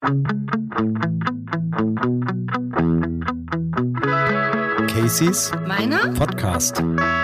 Casey's Meiner Podcast.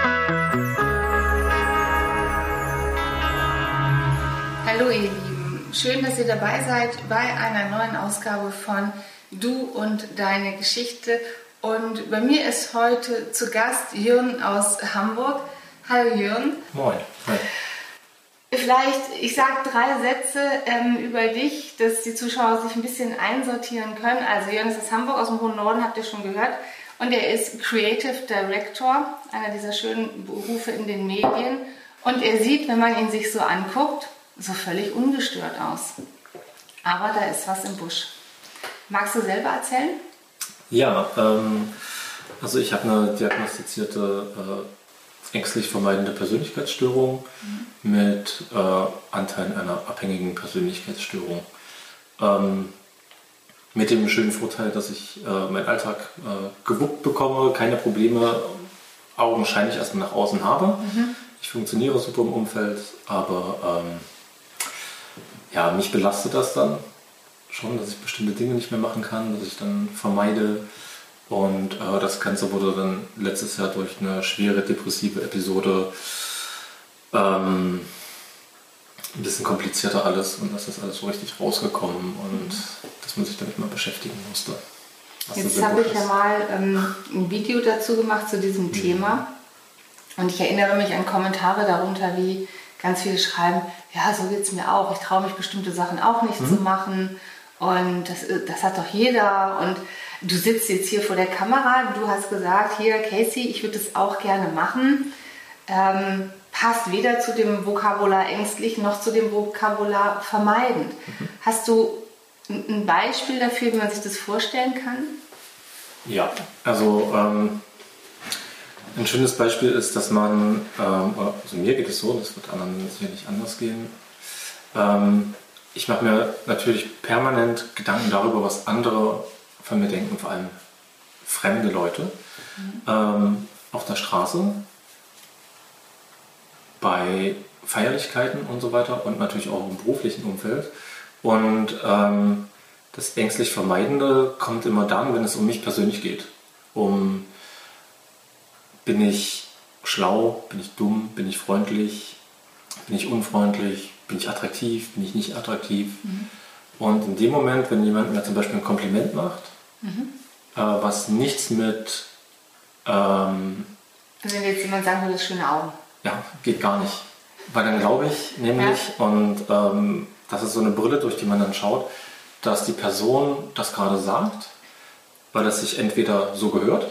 Hallo ihr Lieben, schön, dass ihr dabei seid bei einer neuen Ausgabe von Du und deine Geschichte. Und bei mir ist heute zu Gast Jürgen aus Hamburg. Hallo Jürgen. Moin. Hi. Vielleicht, ich sage 3 Sätze über dich, dass die Zuschauer sich ein bisschen einsortieren können. Also Jürgen ist aus Hamburg, aus dem hohen Norden, habt ihr schon gehört. Und er ist Creative Director, einer dieser schönen Berufe in den Medien. Und er sieht, wenn man ihn sich so anguckt, so völlig ungestört aus. Aber da ist was im Busch. Magst du selber erzählen? Ja, also ich habe eine diagnostizierte ängstlich vermeidende Persönlichkeitsstörung mit Anteilen einer abhängigen Persönlichkeitsstörung. Mit dem schönen Vorteil, dass ich meinen Alltag gewuppt bekomme, keine Probleme augenscheinlich erstmal nach außen habe. Ich funktioniere super im Umfeld, aber ja, mich belastet das dann schon, dass ich bestimmte Dinge nicht mehr machen kann, dass ich dann vermeide. Und das Ganze wurde dann letztes Jahr durch eine schwere depressive Episode ein bisschen komplizierter alles, und das ist alles so richtig rausgekommen und dass man sich damit mal beschäftigen musste. Jetzt habe ich ja mal ein Video dazu gemacht zu diesem Thema, und ich erinnere mich an Kommentare darunter, wie ganz viele schreiben, ja, so geht es mir auch, ich traue mich bestimmte Sachen auch nicht zu machen und das hat doch jeder. Und du sitzt jetzt hier vor der Kamera, du hast gesagt, hier Casey, ich würde das auch gerne machen. Passt weder zu dem Vokabular ängstlich noch zu dem Vokabular vermeidend. Hast du ein Beispiel dafür, wie man sich das vorstellen kann? Ja, also ein schönes Beispiel ist, dass man, also mir geht es so, das wird anderen sicherlich anders gehen, ich mache mir natürlich permanent Gedanken darüber, was andere von mir denken, vor allem fremde Leute, auf der Straße, bei Feierlichkeiten und so weiter und natürlich auch im beruflichen Umfeld. Und das ängstlich Vermeidende kommt immer dann, wenn es um mich persönlich geht. Bin ich schlau, bin ich dumm, bin ich freundlich, bin ich unfreundlich, bin ich attraktiv, bin ich nicht attraktiv. Und in dem Moment, wenn jemand mir zum Beispiel ein Kompliment macht, was nichts mit... also wenn jetzt jemand sagen würde, schöne Augen. Ja, geht gar nicht. Weil dann glaube ich nämlich, und das ist so eine Brille, durch die man dann schaut, dass die Person das gerade sagt, weil das sich entweder so gehört,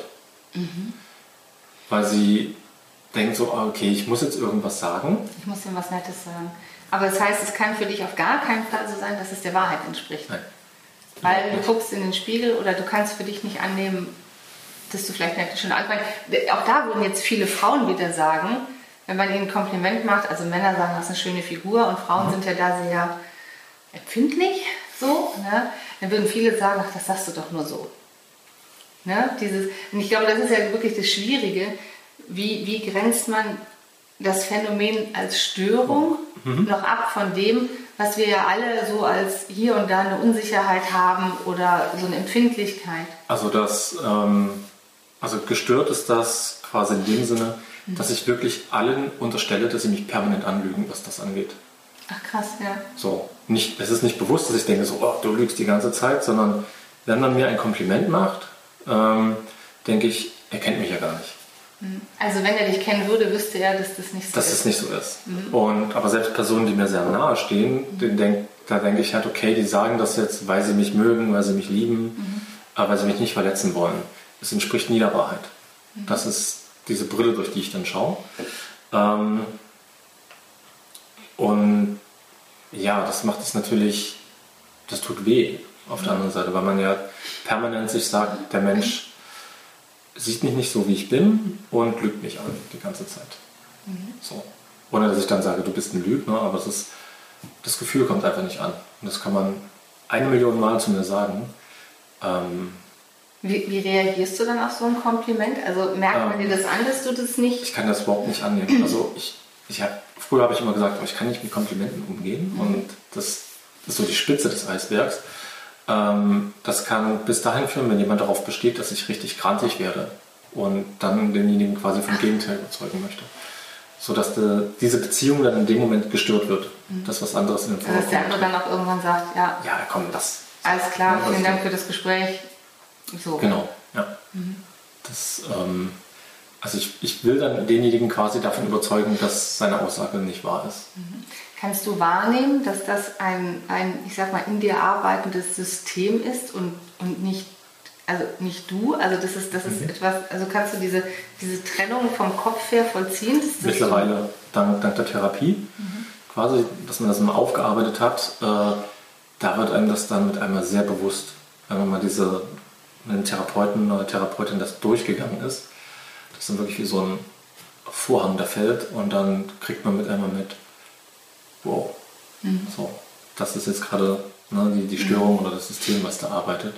weil sie denkt so, okay, ich muss jetzt irgendwas sagen. Ich muss ihm was Nettes sagen. Aber das heißt, es kann für dich auf gar keinen Fall so sein, dass es der Wahrheit entspricht. Nein. Weil du guckst in den Spiegel oder du kannst für dich nicht annehmen, dass du vielleicht nette schöne Augen hast. Auch da würden jetzt viele Frauen wieder sagen, wenn man ihnen ein Kompliment macht, also Männer sagen, das ist eine schöne Figur, und Frauen sind ja da sehr empfindlich, so, ne? Dann würden viele sagen, ach, das sagst du doch nur so. Ne? Und ich glaube, das ist ja wirklich das Schwierige, wie grenzt man das Phänomen als Störung noch ab von dem, was wir ja alle so als hier und da eine Unsicherheit haben oder so eine Empfindlichkeit. Also gestört ist das quasi in dem Sinne, dass ich wirklich allen unterstelle, dass sie mich permanent anlügen, was das angeht. Ach krass, ja. So, es ist nicht bewusst, dass ich denke so, oh, du lügst die ganze Zeit, sondern wenn man mir ein Kompliment macht, denke ich, er kennt mich ja gar nicht. Also wenn er dich kennen würde, wüsste er, dass das nicht so ist. Dass es nicht so ist. Aber selbst Personen, die mir sehr nahe stehen, da denke ich halt, okay, die sagen das jetzt, weil sie mich mögen, weil sie mich lieben, weil sie mich nicht verletzen wollen. Es entspricht nie der Wahrheit. Das ist diese Brille, durch die ich dann schaue. Und ja, das macht es natürlich, das tut weh auf der anderen Seite, weil man ja permanent sich sagt, der Mensch sieht mich nicht so, wie ich bin, und lügt mich an die ganze Zeit. So. Ohne dass ich dann sage, du bist ein Lügner, aber das Gefühl kommt einfach nicht an. Und das kann man 1 Million Mal zu mir sagen. Wie reagierst du dann auf so ein Kompliment? Also merkt man dir das an, dass du das nicht... Ich kann das überhaupt nicht annehmen. Also früher habe ich immer gesagt, ich kann nicht mit Komplimenten umgehen, und das ist so die Spitze des Eisbergs. Das kann bis dahin führen, wenn jemand darauf besteht, dass ich richtig grantig werde und dann denjenigen quasi vom Gegenteil überzeugen möchte. Sodass diese Beziehung dann in dem Moment gestört wird. Das was anderes in den Vordergrund. Dass der andere dann auch irgendwann sagt, ja komm, das... Alles klar, vielen Dank für das Gespräch. So. Genau, ja. Das, also ich will dann denjenigen quasi davon überzeugen, dass seine Aussage nicht wahr ist. Kannst du wahrnehmen, dass das ein ich sag mal, in dir arbeitendes System ist und nicht du? Also das ist etwas, also kannst du diese Trennung vom Kopf her vollziehen? Mittlerweile, dank der Therapie, quasi, dass man das mal aufgearbeitet hat, da wird einem das dann mit einmal sehr bewusst, wenn man mal mit einem Therapeuten oder Therapeutin das durchgegangen ist. Das ist dann wirklich wie so ein Vorhang, der fällt und dann kriegt man mit einmal mit, wow, so, das ist jetzt gerade die Störung oder das System, was da arbeitet.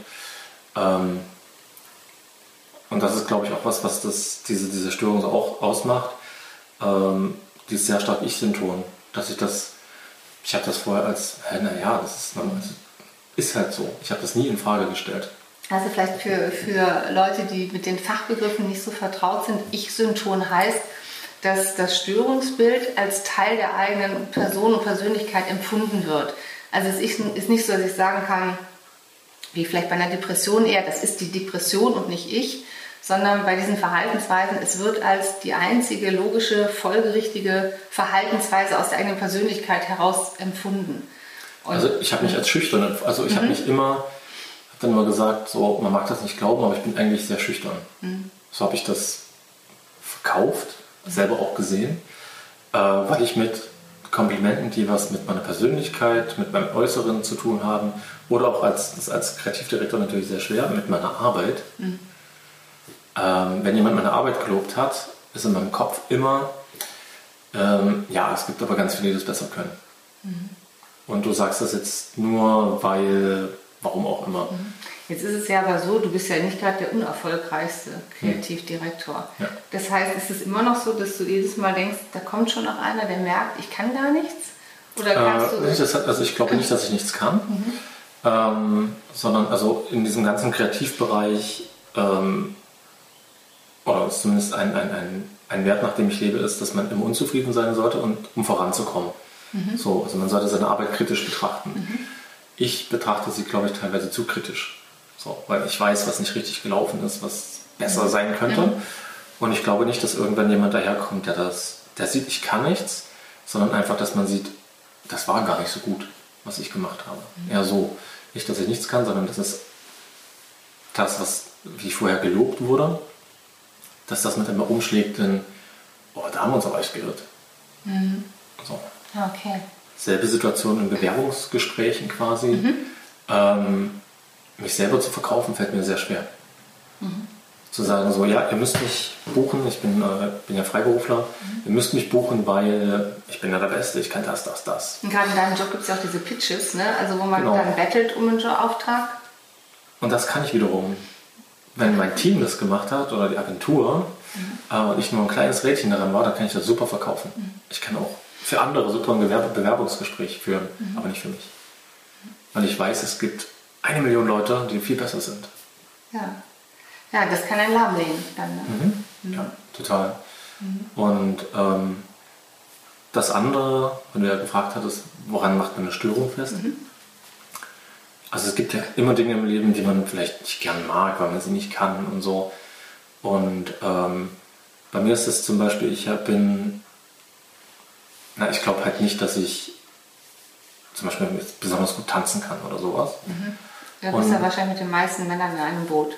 Und das ist, glaube ich, auch was diese Störung so auch ausmacht. Die ist sehr stark Ich-Synton, dass ich habe das vorher als, das ist halt so. Ich habe das nie in Frage gestellt. Also vielleicht für Leute, die mit den Fachbegriffen nicht so vertraut sind, Ich-Synton heißt, dass das Störungsbild als Teil der eigenen Person und Persönlichkeit empfunden wird. Also es ist nicht so, dass ich sagen kann, wie vielleicht bei einer Depression eher, das ist die Depression und nicht ich, sondern bei diesen Verhaltensweisen, es wird als die einzige logische, folgerichtige Verhaltensweise aus der eigenen Persönlichkeit heraus empfunden. Und also ich habe mich als schüchtern, ich habe mich habe dann immer gesagt, so, man mag das nicht glauben, aber ich bin eigentlich sehr schüchtern. So habe ich das verkauft, selber auch gesehen, weil ich mit Komplimenten, die was mit meiner Persönlichkeit, mit meinem Äußeren zu tun haben oder auch als Kreativdirektor natürlich sehr schwer, mit meiner Arbeit. Wenn jemand meine Arbeit gelobt hat, ist in meinem Kopf immer, es gibt aber ganz viele, die das besser können. Und du sagst das jetzt nur, weil, warum auch immer. Jetzt ist es ja aber so, du bist ja nicht gerade der unerfolgreichste Kreativdirektor. Ja. Das heißt, ist es immer noch so, dass du jedes Mal denkst, da kommt schon noch einer, der merkt, ich kann gar nichts? Oder kannst du... ich glaube nicht, dass ich nichts kann, sondern also in diesem ganzen Kreativbereich oder zumindest ein Wert, nach dem ich lebe, ist, dass man immer unzufrieden sein sollte, um voranzukommen. So, also man sollte seine Arbeit kritisch betrachten. Ich betrachte sie, glaube ich, teilweise zu kritisch. So, weil ich weiß, was nicht richtig gelaufen ist, was besser sein könnte. Und ich glaube nicht, dass irgendwann jemand daherkommt, der sieht, ich kann nichts, sondern einfach, dass man sieht, das war gar nicht so gut, was ich gemacht habe. Eher so. Nicht, dass ich nichts kann, sondern das ist das, was wie vorher gelobt wurde, dass das mit einmal umschlägt in, da haben wir uns aber echt geirrt. So. Okay. Selbe Situation in Bewerbungsgesprächen quasi. Mich selber zu verkaufen fällt mir sehr schwer. Zu sagen so, ja, ihr müsst mich buchen, ich bin ja Freiberufler, ihr müsst mich buchen, weil ich bin ja der Beste, ich kann das. Und gerade in deinem Job gibt es ja auch diese Pitches, ne? Also wo man dann bettelt um einen Jobauftrag. Und das kann ich wiederum. Wenn mein Team das gemacht hat oder die Agentur und ich nur ein kleines Rädchen daran war, dann kann ich das super verkaufen. Ich kann auch für andere super ein Bewerbungsgespräch führen, aber nicht für mich. Weil ich weiß, es gibt 1 Million Leute, die viel besser sind. Ja, das kann einen lahmlegen dann. Ne? Ja, total. Und das andere, wenn du ja gefragt hattest, woran macht man eine Störung fest? Also es gibt ja immer Dinge im Leben, die man vielleicht nicht gern mag, weil man sie nicht kann und so. Und bei mir ist es zum Beispiel, ich glaube halt nicht, dass ich zum Beispiel besonders gut tanzen kann oder sowas. Da bist du ja wahrscheinlich mit den meisten Männern in einem Boot.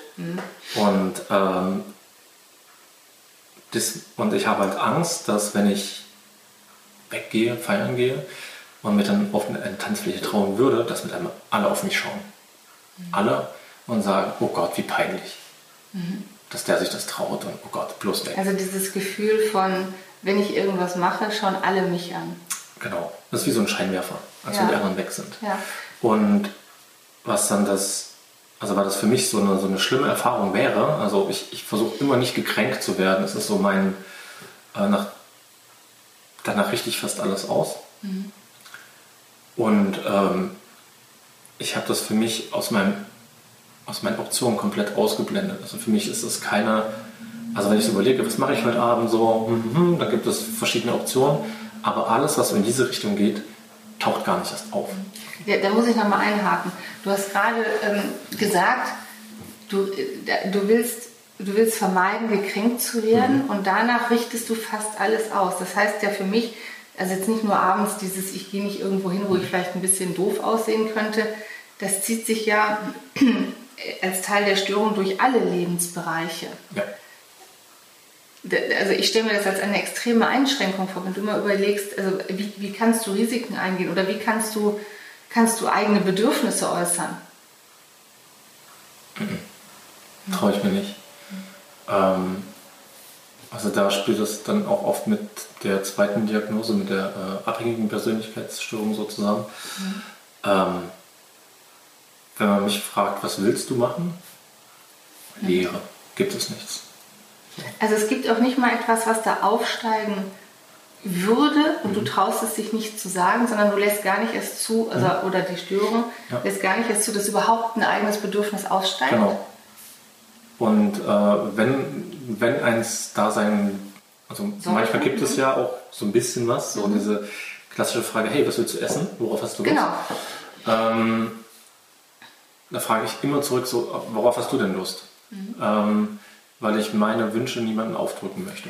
Und ich habe halt Angst, dass wenn ich weggehe, feiern gehe und mir dann auf eine Tanzfläche trauen würde, dass mit einmal alle auf mich schauen. Alle und sagen, oh Gott, wie peinlich. Dass der sich das traut und oh Gott, bloß weg. Also dieses Gefühl von, wenn ich irgendwas mache, schauen alle mich an. Genau, das ist wie so ein Scheinwerfer, als wenn die anderen weg sind. Ja. Und was dann weil das für mich so eine schlimme Erfahrung wäre, also ich versuche immer nicht gekränkt zu werden, es ist so danach richte ich fast alles aus. Und ich habe das für mich aus meinen Optionen komplett ausgeblendet. Also für mich ist es keine, also wenn ich so überlege, was mache ich heute Abend so, da gibt es verschiedene Optionen, aber alles, was in diese Richtung geht, taucht gar nicht erst auf. Ja, da muss ich nochmal einhaken. Du hast gerade gesagt, du willst vermeiden, gekränkt zu werden und danach richtest du fast alles aus. Das heißt ja für mich, also jetzt nicht nur abends dieses, ich gehe nicht irgendwo hin, wo ich vielleicht ein bisschen doof aussehen könnte, das zieht sich ja als Teil der Störung durch alle Lebensbereiche. Ja. Also ich stelle mir das als eine extreme Einschränkung vor, wenn du mal überlegst, also wie kannst du Risiken eingehen oder wie kannst du eigene Bedürfnisse äußern? Traue ich mir nicht. Also da spielt es dann auch oft mit der zweiten Diagnose, mit der abhängigen Persönlichkeitsstörung so zusammen. Wenn man mich fragt, was willst du machen? Lehre, gibt es nichts. Also es gibt auch nicht mal etwas, was da aufsteigen würde und du traust es dich nicht zu sagen, sondern du lässt gar nicht erst zu, also, oder die Störung lässt gar nicht erst zu, dass überhaupt ein eigenes Bedürfnis aussteigt. Genau. Und wenn eins da sein, also Manchmal gibt es ja auch so ein bisschen was, so diese klassische Frage, hey, was willst du essen? Worauf hast du Lust? Genau. Da frage ich immer zurück, so, worauf hast du denn Lust? Weil ich meine Wünsche niemandem aufdrücken möchte.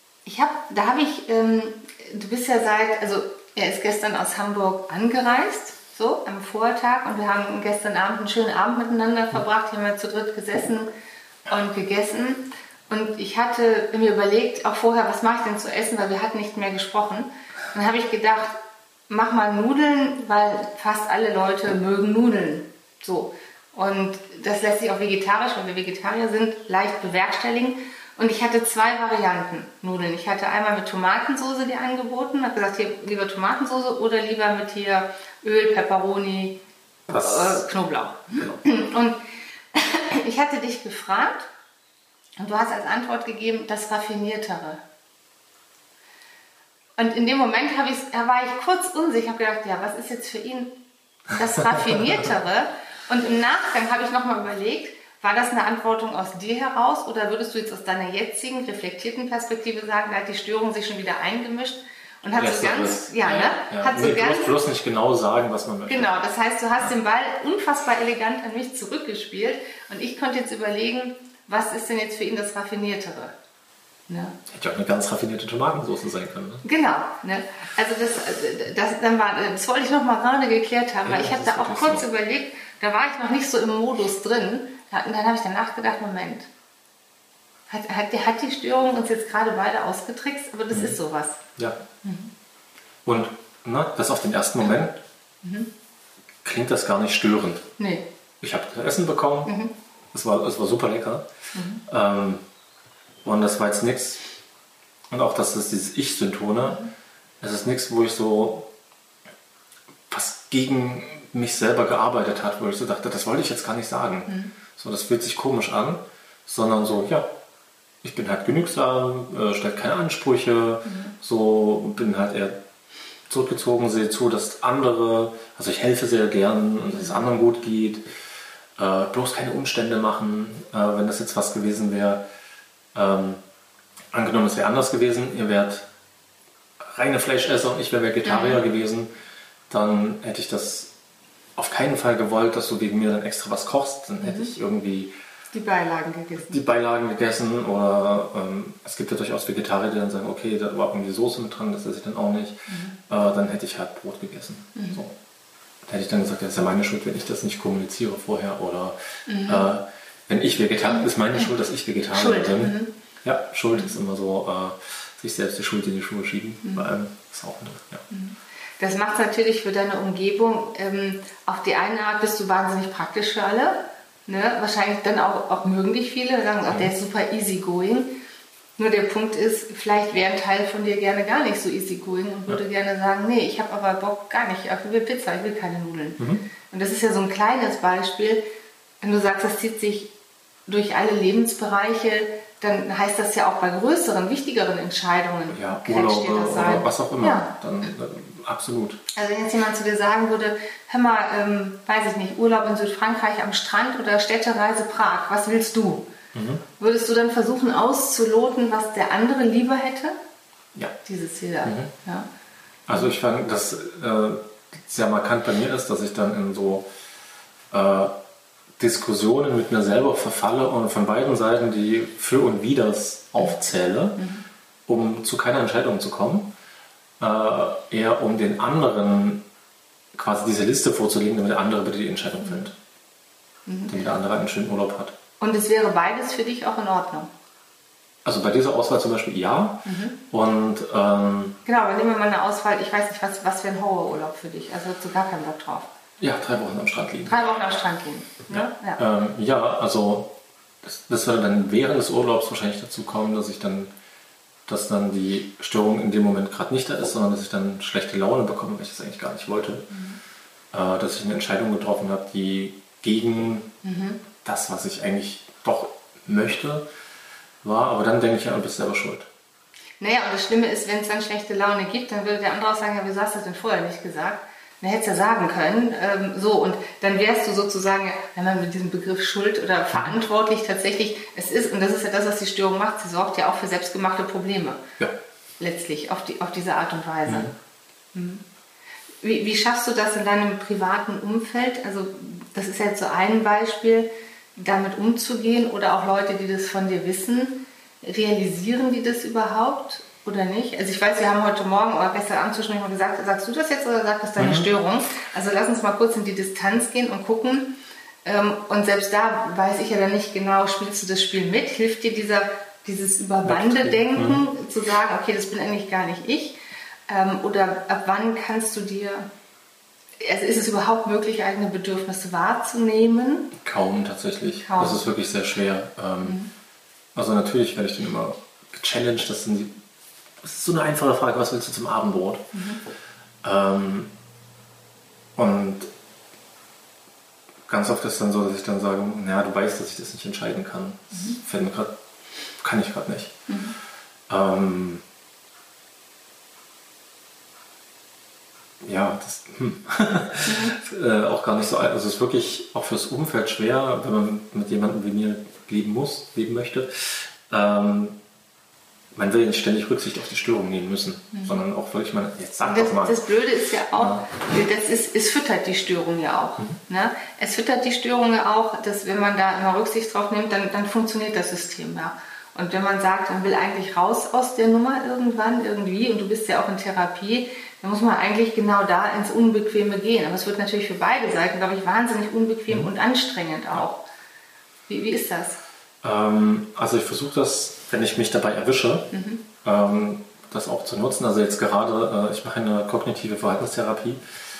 Du bist ja er ist gestern aus Hamburg angereist, so am Vortag, und wir haben gestern Abend einen schönen Abend miteinander verbracht, hier haben wir zu dritt gesessen und gegessen. Und ich hatte mir überlegt, auch vorher, was mache ich denn zu essen, weil wir hatten nicht mehr gesprochen. Und dann habe ich gedacht, mach mal Nudeln, weil fast alle Leute mögen Nudeln. So. Und das lässt sich auch vegetarisch, weil wir Vegetarier sind, leicht bewerkstelligen. Und ich hatte 2 Varianten Nudeln. Ich hatte einmal mit Tomatensoße die angeboten, habe gesagt, hier lieber Tomatensoße oder lieber mit hier Öl, Peperoni, Knoblauch. Genau. Und ich hatte dich gefragt und du hast als Antwort gegeben, das Raffiniertere. Und in dem Moment war ich kurz unsicher, habe gedacht, ja, was ist jetzt für ihn das Raffiniertere? Und im Nachgang habe ich nochmal überlegt, war das eine Antwortung aus dir heraus oder würdest du jetzt aus deiner jetzigen, reflektierten Perspektive sagen, da hat die Störung sich schon wieder eingemischt und hat so ganz... Du musst bloß nicht genau sagen, was man möchte. Genau, das heißt, du hast den Ball unfassbar elegant an mich zurückgespielt und ich konnte jetzt überlegen, was ist denn jetzt für ihn das Raffiniertere? Ne? Hätte ja auch eine ganz raffinierte Tomatensauce sein können. Ne? Genau. Ne? Also das wollte ich noch mal gerade geklärt haben, weil ich habe da auch kurz überlegt, da war ich noch nicht so im Modus drin. Und dann habe ich danach gedacht, Moment, hat die Störung uns jetzt gerade beide ausgetrickst? Aber das ist sowas. Ja. Und das auf den ersten Moment klingt das gar nicht störend. Nee. Ich habe Essen bekommen, es war super lecker. Und das war jetzt nichts, und auch das ist dieses Ich-Syntone, es ist nichts, wo ich so was gegen mich selber gearbeitet habe, wo ich so dachte, das wollte ich jetzt gar nicht sagen. So, das fühlt sich komisch an, sondern so, ja, ich bin halt genügsam, stelle keine Ansprüche, so bin halt eher zurückgezogen, sehe zu, dass andere, also ich helfe sehr gern und dass es anderen gut geht, bloß keine Umstände machen, wenn das jetzt was gewesen wäre. Angenommen, es wäre anders gewesen, ihr wärt reine Fleischesser und ich wäre Vegetarier gewesen, dann hätte ich das auf keinen Fall gewollt, dass du wegen mir dann extra was kochst. Dann hätte ich irgendwie die Beilagen gegessen. Oder es gibt ja durchaus Vegetarier, die dann sagen, okay, da war irgendwie Soße mit dran, das esse ich dann auch nicht. Dann hätte ich halt Brot gegessen. So. Da hätte ich dann gesagt, das ist ja meine Schuld, wenn ich das nicht kommuniziere vorher. Oder wenn ich Vegetarier, ist meine Schuld, dass ich Vegetarier bin. Ja, Schuld ist immer so, sich selbst die Schuld in die Schuhe schieben. Bei allem ist auch Das macht es natürlich für deine Umgebung, auf die eine Art bist du wahnsinnig praktisch für alle. Ne? Wahrscheinlich dann auch mögen dich viele, sagen, der ist super easygoing. Nur der Punkt ist, vielleicht wäre ein Teil von dir gerne gar nicht so easygoing und würde gerne sagen, nee, ich habe aber Bock gar nicht, ich will Pizza, ich will keine Nudeln. Und das ist ja so ein kleines Beispiel, wenn du sagst, das zieht sich durch alle Lebensbereiche, dann heißt das ja auch bei größeren, wichtigeren Entscheidungen, ja, Urlaube oder was auch immer. Ja. Dann absolut. Also wenn jetzt jemand zu dir sagen würde, hör mal, weiß ich nicht, Urlaub in Südfrankreich am Strand oder Städtereise Prag, was willst du? Würdest du dann versuchen auszuloten, was der andere lieber hätte? Ja. Dieses Ziel da. Ja. Also ich fand, dass sehr markant bei mir ist, dass ich dann in so Diskussionen mit mir selber verfalle und von beiden Seiten die Für und Widers aufzähle, um zu keiner Entscheidung zu kommen. Eher um den anderen quasi diese Liste vorzulegen, damit der andere bitte die Entscheidung fällt. Damit der andere einen schönen Urlaub hat. Und es wäre beides für dich auch in Ordnung? Also bei dieser Auswahl zum Beispiel ja. Und genau, aber nehmen wir mal eine Auswahl, ich weiß nicht, was für ein Horrorurlaub für dich. Also hast du gar keinen Bock drauf. Ja, 3 Wochen am Strand liegen. 3 Wochen am Strand liegen. Ja, ja also das würde dann während des Urlaubs wahrscheinlich dazu kommen, dass dann die Störung in dem Moment gerade nicht da ist, sondern dass ich dann schlechte Laune bekomme, weil ich das eigentlich gar nicht wollte. Dass ich eine Entscheidung getroffen habe, die gegen das, was ich eigentlich doch möchte, war. Aber dann denke ich, ja, du bist selber schuld. Naja, und das Schlimme ist, wenn es dann schlechte Laune gibt, dann würde der andere auch sagen, ja, wieso hast du das denn vorher nicht gesagt? Dann hättest du ja sagen können. Und dann wärst du sozusagen, wenn man mit diesem Begriff Schuld oder verantwortlich tatsächlich, es ist, und das ist ja das, was die Störung macht, sie sorgt ja auch für selbstgemachte Probleme. Ja. Letztlich, auf diese Art und Weise. Wie schaffst du das in deinem privaten Umfeld? Also das ist jetzt so ein Beispiel, damit umzugehen, oder auch Leute, die das von dir wissen, realisieren die das überhaupt oder nicht? Also ich weiß, wir haben heute Morgen oder gestern Abend zwischendurch mal gesagt, sagst du das jetzt oder sagt das deine Störung? Also lass uns mal kurz in die Distanz gehen und gucken. Und selbst da weiß ich ja dann nicht genau, spielst du das Spiel mit? Hilft dir dieses Überbande-Denken, zu sagen, okay, das bin eigentlich gar nicht ich? Oder ab wann kannst du dir... Also ist es überhaupt möglich, eigene Bedürfnisse wahrzunehmen? Kaum tatsächlich. Kaum. Das ist wirklich sehr schwer. Also natürlich werde ich dann immer gechallenged. Das ist so eine einfache Frage, was willst du zum Abendbrot? Und ganz oft ist es dann so, dass ich dann sage, naja, du weißt, dass ich das nicht entscheiden kann. Das fällt mir gerade, kann ich gerade nicht. Ja, das auch gar nicht so alt. Also es ist wirklich auch fürs Umfeld schwer, wenn man mit jemandem wie mir leben möchte. Man will nicht ständig Rücksicht auf die Störung nehmen müssen, sondern auch wirklich mal, jetzt sag doch mal. Das Blöde ist ja auch, es füttert die Störung ja auch. Ne? Es füttert die Störung ja auch, dass wenn man da immer Rücksicht drauf nimmt, dann funktioniert das System ja. Und wenn man sagt, man will eigentlich raus aus der Nummer irgendwann, irgendwie, und du bist ja auch in Therapie, dann muss man eigentlich genau da ins Unbequeme gehen. Aber es wird natürlich für beide Seiten, glaube ich, wahnsinnig unbequem und anstrengend auch. Wie ist das? Also ich versuche das, wenn ich mich dabei erwische, das auch zu nutzen. Also jetzt gerade, ich mache eine kognitive Verhaltenstherapie.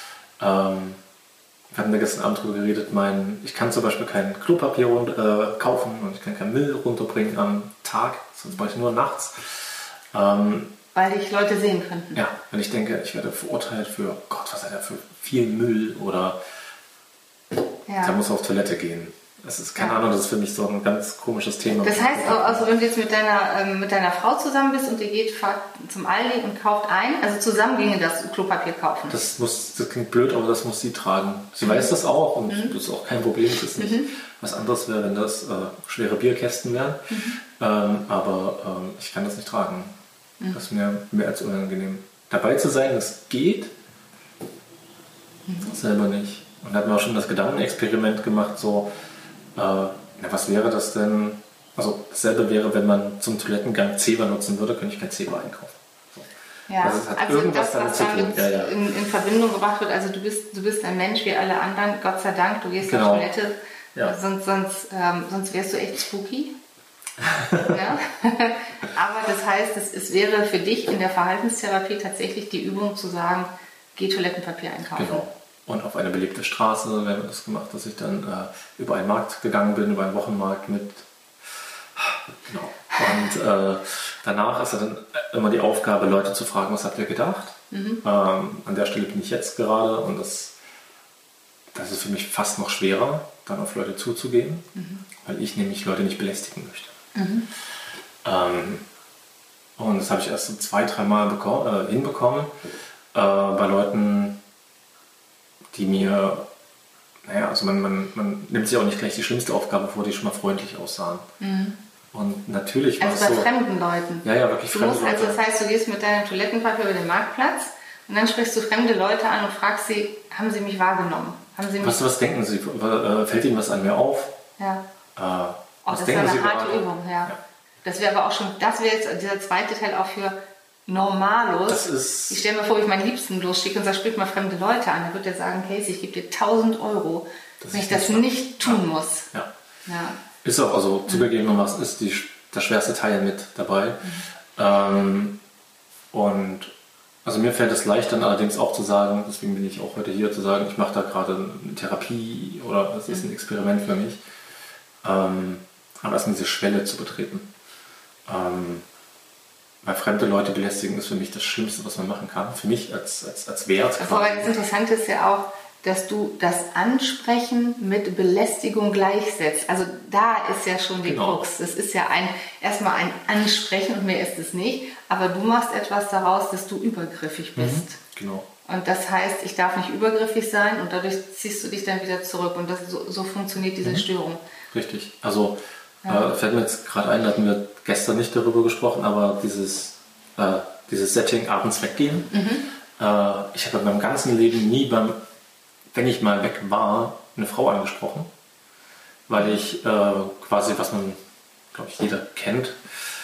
Wir hatten da gestern Abend drüber geredet, ich kann zum Beispiel kein Klopapier kaufen und ich kann keinen Müll runterbringen am Tag, sonst mache ich nur nachts. Weil dich Leute sehen könnten. Ja, wenn ich denke, ich werde verurteilt für, Gott, was hat er für viel Müll oder der muss auf Toilette gehen. Das ist, keine Ahnung, das ist für mich so ein ganz komisches Thema. Das heißt, also wenn du jetzt mit deiner Frau zusammen bist und ihr geht zum Aldi und kauft ein, also zusammen ginge das Klopapier kaufen. Das klingt blöd, aber das muss sie tragen. Sie weiß das auch und das ist auch kein Problem. Das ist nicht was anderes wäre, wenn das schwere Bierkästen wären. Aber ich kann das nicht tragen. Das ist mir mehr als unangenehm. Dabei zu sein, das geht, selber nicht. Und da hat man auch schon das Gedankenexperiment gemacht, so, was wäre das denn? Also dasselbe wäre, wenn man zum Toilettengang Zewa nutzen würde, könnte ich kein Zewa einkaufen. So. Ja, also hat irgendwas damit zu tun. In Verbindung gebracht wird, also du bist ein Mensch wie alle anderen, Gott sei Dank, du gehst auf Toilette, sonst wärst du echt spooky. Ja? Aber das heißt, es wäre für dich in der Verhaltenstherapie tatsächlich die Übung zu sagen, geh Toilettenpapier einkaufen. Genau. Und auf eine belebte Straße, wir haben das gemacht, dass ich dann über einen Markt gegangen bin, über einen Wochenmarkt mit. Genau. Und danach ist dann immer die Aufgabe, Leute zu fragen, was habt ihr gedacht? An der Stelle bin ich jetzt gerade und das ist für mich fast noch schwerer. dann auf Leute zuzugehen, weil ich nämlich Leute nicht belästigen möchte. Und das habe ich erst so 2-3 Mal hinbekommen bei Leuten, die mir, also man nimmt sich auch nicht gleich die schlimmste Aufgabe vor, die schon mal freundlich aussahen. Und natürlich war also es bei so, fremden Leuten. Ja, wirklich fremde Leute. Also das heißt, du gehst mit deinem Toilettenpapier über den Marktplatz und dann sprichst du fremde Leute an und fragst sie, haben sie mich wahrgenommen? Was denken Sie? Fällt Ihnen was an mir auf? Ja. Was das denken ist Sie eine harte gerade? Übung, ja. Das wäre aber auch schon, das wäre jetzt dieser zweite Teil auch für Normalos. Ich stelle mir vor, wie ich meinen Liebsten losschicke und sage, sprich mal fremde Leute an. Dann wird er sagen, Casey, ich gebe dir 1.000 Euro, wenn ich das nicht tun muss. Ja. Ja. Ist auch, also zugegebenermaßen ist der schwerste Teil mit dabei. Und also mir fällt es leicht dann allerdings auch zu sagen, deswegen bin ich auch heute hier, zu sagen, ich mache da gerade eine Therapie oder es ist ein Experiment für mich. Aber erstmal diese Schwelle zu betreten. Weil fremde Leute belästigen ist für mich das Schlimmste, was man machen kann. Für mich als Wert. Aber das Interessante ist ja auch, dass du das Ansprechen mit Belästigung gleichsetzt. Also da ist ja schon die Krux. Das ist ja erstmal ein Ansprechen und mehr ist es nicht. Aber du machst etwas daraus, dass du übergriffig bist. Genau. Und das heißt, ich darf nicht übergriffig sein und dadurch ziehst du dich dann wieder zurück. Und so funktioniert diese Störung. Richtig. Also fällt mir jetzt gerade ein, da hatten wir gestern nicht darüber gesprochen, aber dieses Setting abends weggehen. Ich habe in meinem ganzen Leben nie wenn ich mal weg war, eine Frau angesprochen, weil ich quasi, was man, glaube ich, jeder kennt,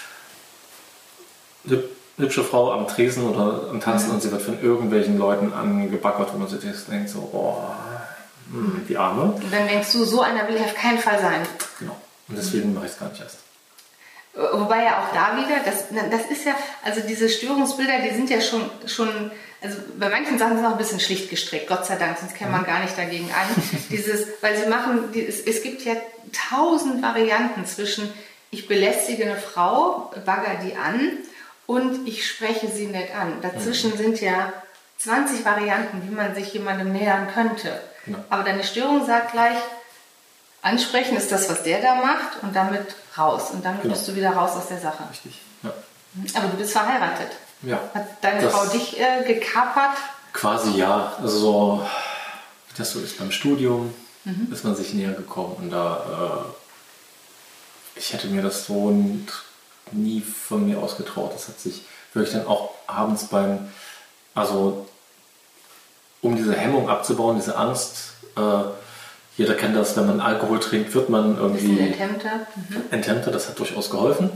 eine hübsche Frau am Tresen oder am Tanzen und sie wird von irgendwelchen Leuten angebaggert, wo man sich denkt so, die Arme. Und dann denkst du, so einer will ich auf keinen Fall sein. Genau. Und deswegen mache ich es gar nicht erst. Wobei ja auch da wieder, das ist ja, also diese Störungsbilder, die sind ja schon, also bei manchen Sachen sind auch ein bisschen schlicht gestrickt, Gott sei Dank, sonst käme man gar nicht dagegen an. Weil sie machen, es gibt ja 1000 Varianten zwischen, ich belästige eine Frau, bagger die an und ich spreche sie nett an. Dazwischen sind ja 20 Varianten, wie man sich jemandem nähern könnte. Genau. Aber deine Störung sagt gleich, ansprechen ist das, was der da macht und damit raus. Und dann bist du wieder raus aus der Sache. Richtig, ja. Aber du bist verheiratet. Ja. Hat deine Frau dich gekapert? Quasi ja. Also so, wie das so ist beim Studium, ist man sich näher gekommen. Und da, ich hätte mir das so nie von mir ausgetraut. Das hat sich wirklich dann auch abends um diese Hemmung abzubauen, diese Angst, jeder kennt das, wenn man Alkohol trinkt, wird man irgendwie enthemmter. Das hat durchaus geholfen.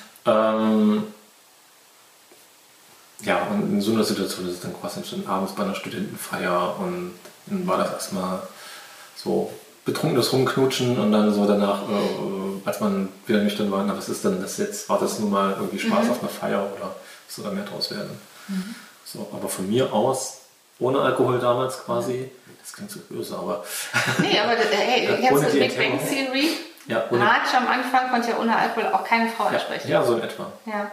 Ja, und in so einer Situation ist es dann quasi schon abends bei einer Studentenfeier und dann war das erstmal so betrunkenes Rumknutschen und dann so danach, als man wieder nüchtern war, na, was ist denn das jetzt? War das nun mal irgendwie Spaß auf einer Feier oder soll da mehr draus werden? So, aber von mir aus, ohne Alkohol damals quasi, das klingt so böse, aber... Nee, aber hey, kennst du Big Bang Theory? Ja, Marge am Anfang konnte ja ohne Alkohol auch keine Frau ansprechen. Ja, so in etwa. Ja.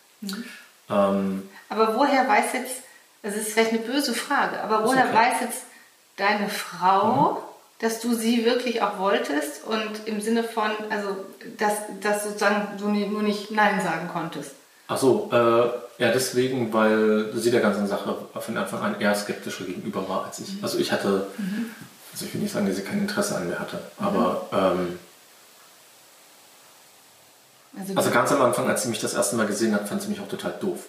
Aber woher weiß jetzt, das ist vielleicht eine böse Frage, aber woher weiß jetzt deine Frau, dass du sie wirklich auch wolltest und im Sinne von, also dass sozusagen du nur nicht Nein sagen konntest? Ach so, ja deswegen, weil sie der ganzen Sache von Anfang an eher skeptischer gegenüber war als ich. Also ich hatte, also ich will nicht sagen, dass sie kein Interesse an mir hatte, aber also ganz am Anfang, als sie mich das erste Mal gesehen hat, fand sie mich auch total doof.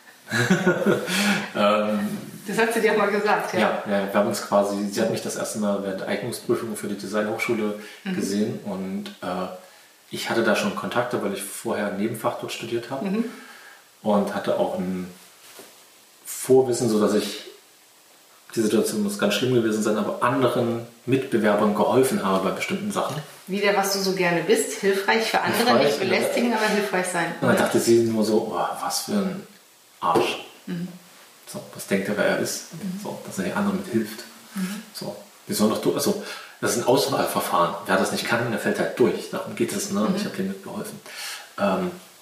Das hat sie dir auch mal gesagt, ja? Ja, wir haben uns quasi, sie hat mich das erste Mal während der Eignungsprüfung für die Designhochschule gesehen und ich hatte da schon Kontakte, weil ich vorher ein Nebenfach dort studiert habe und hatte auch ein Vorwissen, sodass ich, die Situation muss ganz schlimm gewesen sein, aber anderen Mitbewerbern geholfen habe bei bestimmten Sachen. Wieder, was du so gerne bist, hilfreich für andere, nicht belästigen, aber hilfreich sein. Und dann dachte sie nur so, oh, was für ein Arsch. So, was denkt er, wer er ist? So, dass er den anderen mit hilft. So, wir sollen doch also das ist ein Auswahlverfahren. Wer das nicht kann, der fällt halt durch. Darum geht es, ne? Ich habe dem mitgeholfen. Da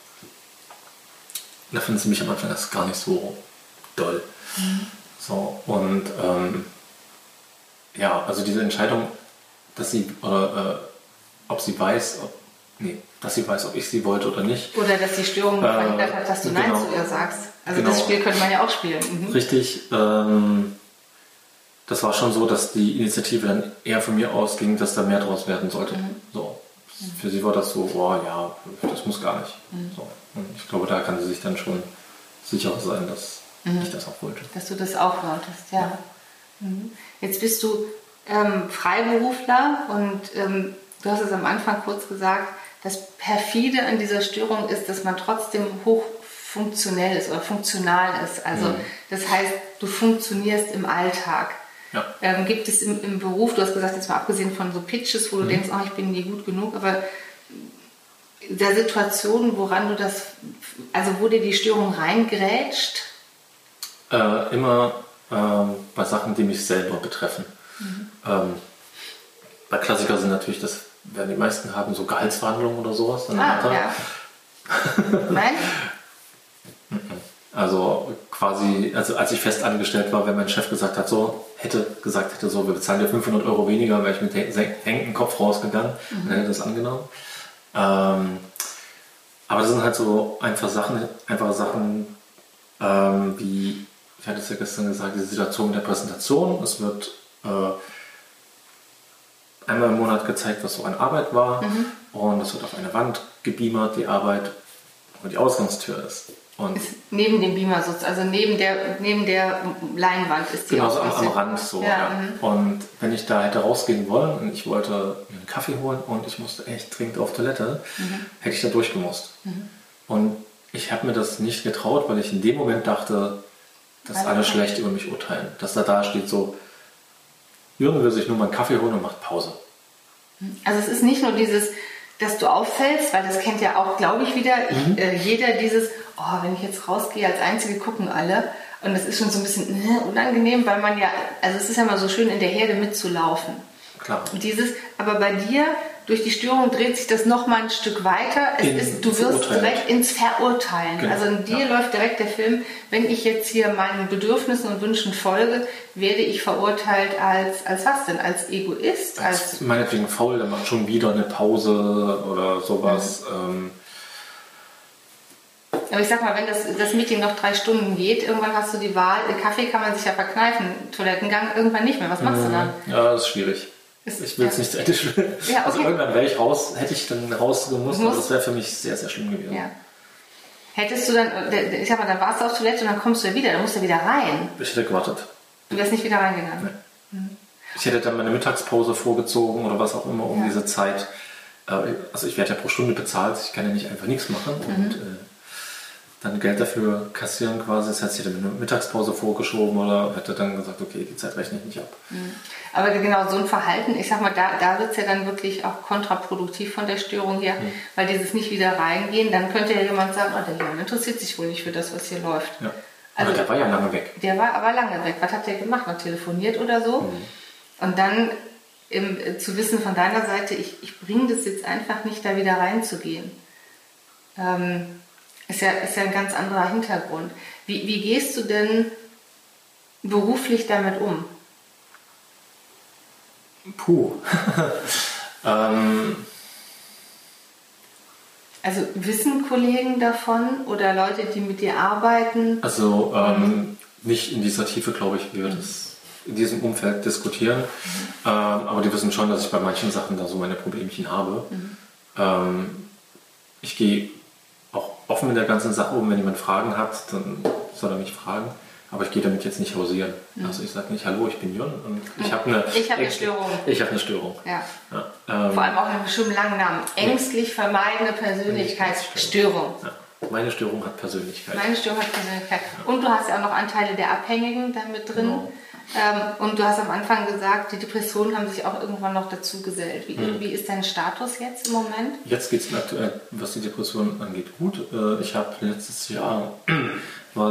finden sie mich am Anfang erst gar nicht so doll. So, und ja, also diese Entscheidung, dass sie, ob sie weiß, dass sie weiß, ob ich sie wollte oder nicht. Oder dass die Störung verhindert hat, dass du Nein zu ihr sagst. Also das Spiel könnte man ja auch spielen. Richtig. Das war schon so, dass die Initiative dann eher von mir ausging, dass da mehr draus werden sollte. So. Für sie war das so, das muss gar nicht. So. Und ich glaube, da kann sie sich dann schon sicher sein, dass ich das auch wollte. Dass du das auch wolltest, ja. Jetzt bist du Freiberufler und du hast es am Anfang kurz gesagt, das Perfide an dieser Störung ist, dass man trotzdem hochfunktionell ist oder funktional ist. Also das heißt, du funktionierst im Alltag. Ja. Gibt es im Beruf, du hast gesagt, jetzt mal abgesehen von so Pitches, wo du denkst, ich bin nie gut genug, aber der Situation, woran du wo dir die Störung reingrätscht? Immer bei Sachen, die mich selber betreffen. Bei Klassiker sind natürlich, das werden die meisten haben, so Gehaltsverhandlungen oder sowas. Ja. Nein? Also quasi, als ich fest angestellt war, wenn mein Chef gesagt hat, hätte gesagt, wir bezahlen dir 500 Euro weniger, wäre ich mit hängenden Kopf rausgegangen und hätte das angenommen. Aber das sind halt so einfache Sachen, wie, ich hatte es ja gestern gesagt, diese Situation der Präsentation. Es wird einmal im Monat gezeigt, was so an Arbeit war, und es wird auf eine Wand gebeamert, die Arbeit, wo die Ausgangstür ist. Und ist neben dem Beamer sozusagen, also neben der Leinwand ist die. Genau, so am Rand so. Ja. Und wenn ich da hätte rausgehen wollen und ich wollte mir einen Kaffee holen und ich musste echt dringend auf Toilette, hätte ich da durchgemusst. Und ich habe mir das nicht getraut, weil ich in dem Moment dachte, dass alle schlecht über mich urteilen. Dass da steht so, Jürgen will sich nur mal einen Kaffee holen und macht Pause. Also es ist nicht nur dieses, dass du auffällst, weil das kennt ja auch, glaube ich, wieder jeder dieses, wenn ich jetzt rausgehe, als Einzige gucken alle. Und das ist schon so ein bisschen unangenehm, weil man ja, also es ist ja mal so schön, in der Herde mitzulaufen. Klar. Und aber bei dir, durch die Störung dreht sich das nochmal ein Stück weiter. Du wirst direkt ins Verurteilen. Genau. Also in dir läuft direkt der Film, wenn ich jetzt hier meinen Bedürfnissen und Wünschen folge, werde ich verurteilt als was denn? Als Egoist? Als meinetwegen faul, der macht schon wieder eine Pause oder sowas. Aber ich sag mal, wenn das Meeting noch 3 Stunden geht, irgendwann hast du die Wahl, Kaffee kann man sich ja verkneifen, Toilettengang irgendwann nicht mehr. Was machst du dann? Ja, das ist schwierig. Ich will es nicht zu Ende spielen. Ja, okay. Also irgendwann hätte ich dann rausgemusst, aber das wäre für mich sehr, sehr schlimm gewesen. Ja. Hättest du dann, ich sag mal, dann warst du auf Toilette und dann kommst du ja wieder, dann musst du ja wieder rein. Ich hätte gewartet. Du wärst nicht wieder reingegangen? Nein. Ich hätte dann meine Mittagspause vorgezogen oder was auch immer diese Zeit. Also ich werde ja pro Stunde bezahlt, ich kann ja nicht einfach nichts machen und dann Geld dafür kassieren quasi. Das heißt, ich hätte eine Mittagspause vorgeschoben oder hätte dann gesagt, okay, die Zeit rechne ich nicht ab. Aber genau so ein Verhalten, ich sag mal, da wird es ja dann wirklich auch kontraproduktiv von der Störung her, weil dieses nicht wieder reingehen, dann könnte ja jemand sagen, der Junge interessiert sich wohl nicht für das, was hier läuft. Ja. Also der war ja lange weg. Der war aber lange weg. Was hat der gemacht? Noch telefoniert oder so? Und dann zu wissen von deiner Seite, ich bringe das jetzt einfach nicht, da wieder reinzugehen. Ist ja ein ganz anderer Hintergrund. Wie gehst du denn beruflich damit um? Puh. Also wissen Kollegen davon oder Leute, die mit dir arbeiten? Also nicht in dieser Tiefe, glaube ich, wie wir das in diesem Umfeld diskutieren. Aber die wissen schon, dass ich bei manchen Sachen da so meine Problemchen habe. Ich gehe auch offen mit der ganzen Sache um. Wenn jemand Fragen hat, dann soll er mich fragen. Aber ich gehe damit jetzt nicht hausieren. Also ich sage nicht, hallo, ich bin Jürgen und ich habe eine Störung. Ich habe eine Störung. Ja. Vor allem auch einen bestimmten langen Namen. Ängstlich vermeidende Persönlichkeitsstörung. Ja. Meine Störung hat Persönlichkeit. Meine Störung hat Persönlichkeit. Und du hast ja auch noch Anteile der Abhängigen damit drin. Genau. Und du hast am Anfang gesagt, die Depressionen haben sich auch irgendwann noch dazu gesellt. Wie ist dein Status jetzt im Moment? Jetzt geht es mir aktuell, was die Depressionen angeht, gut. Ich habe letztes Jahr, vor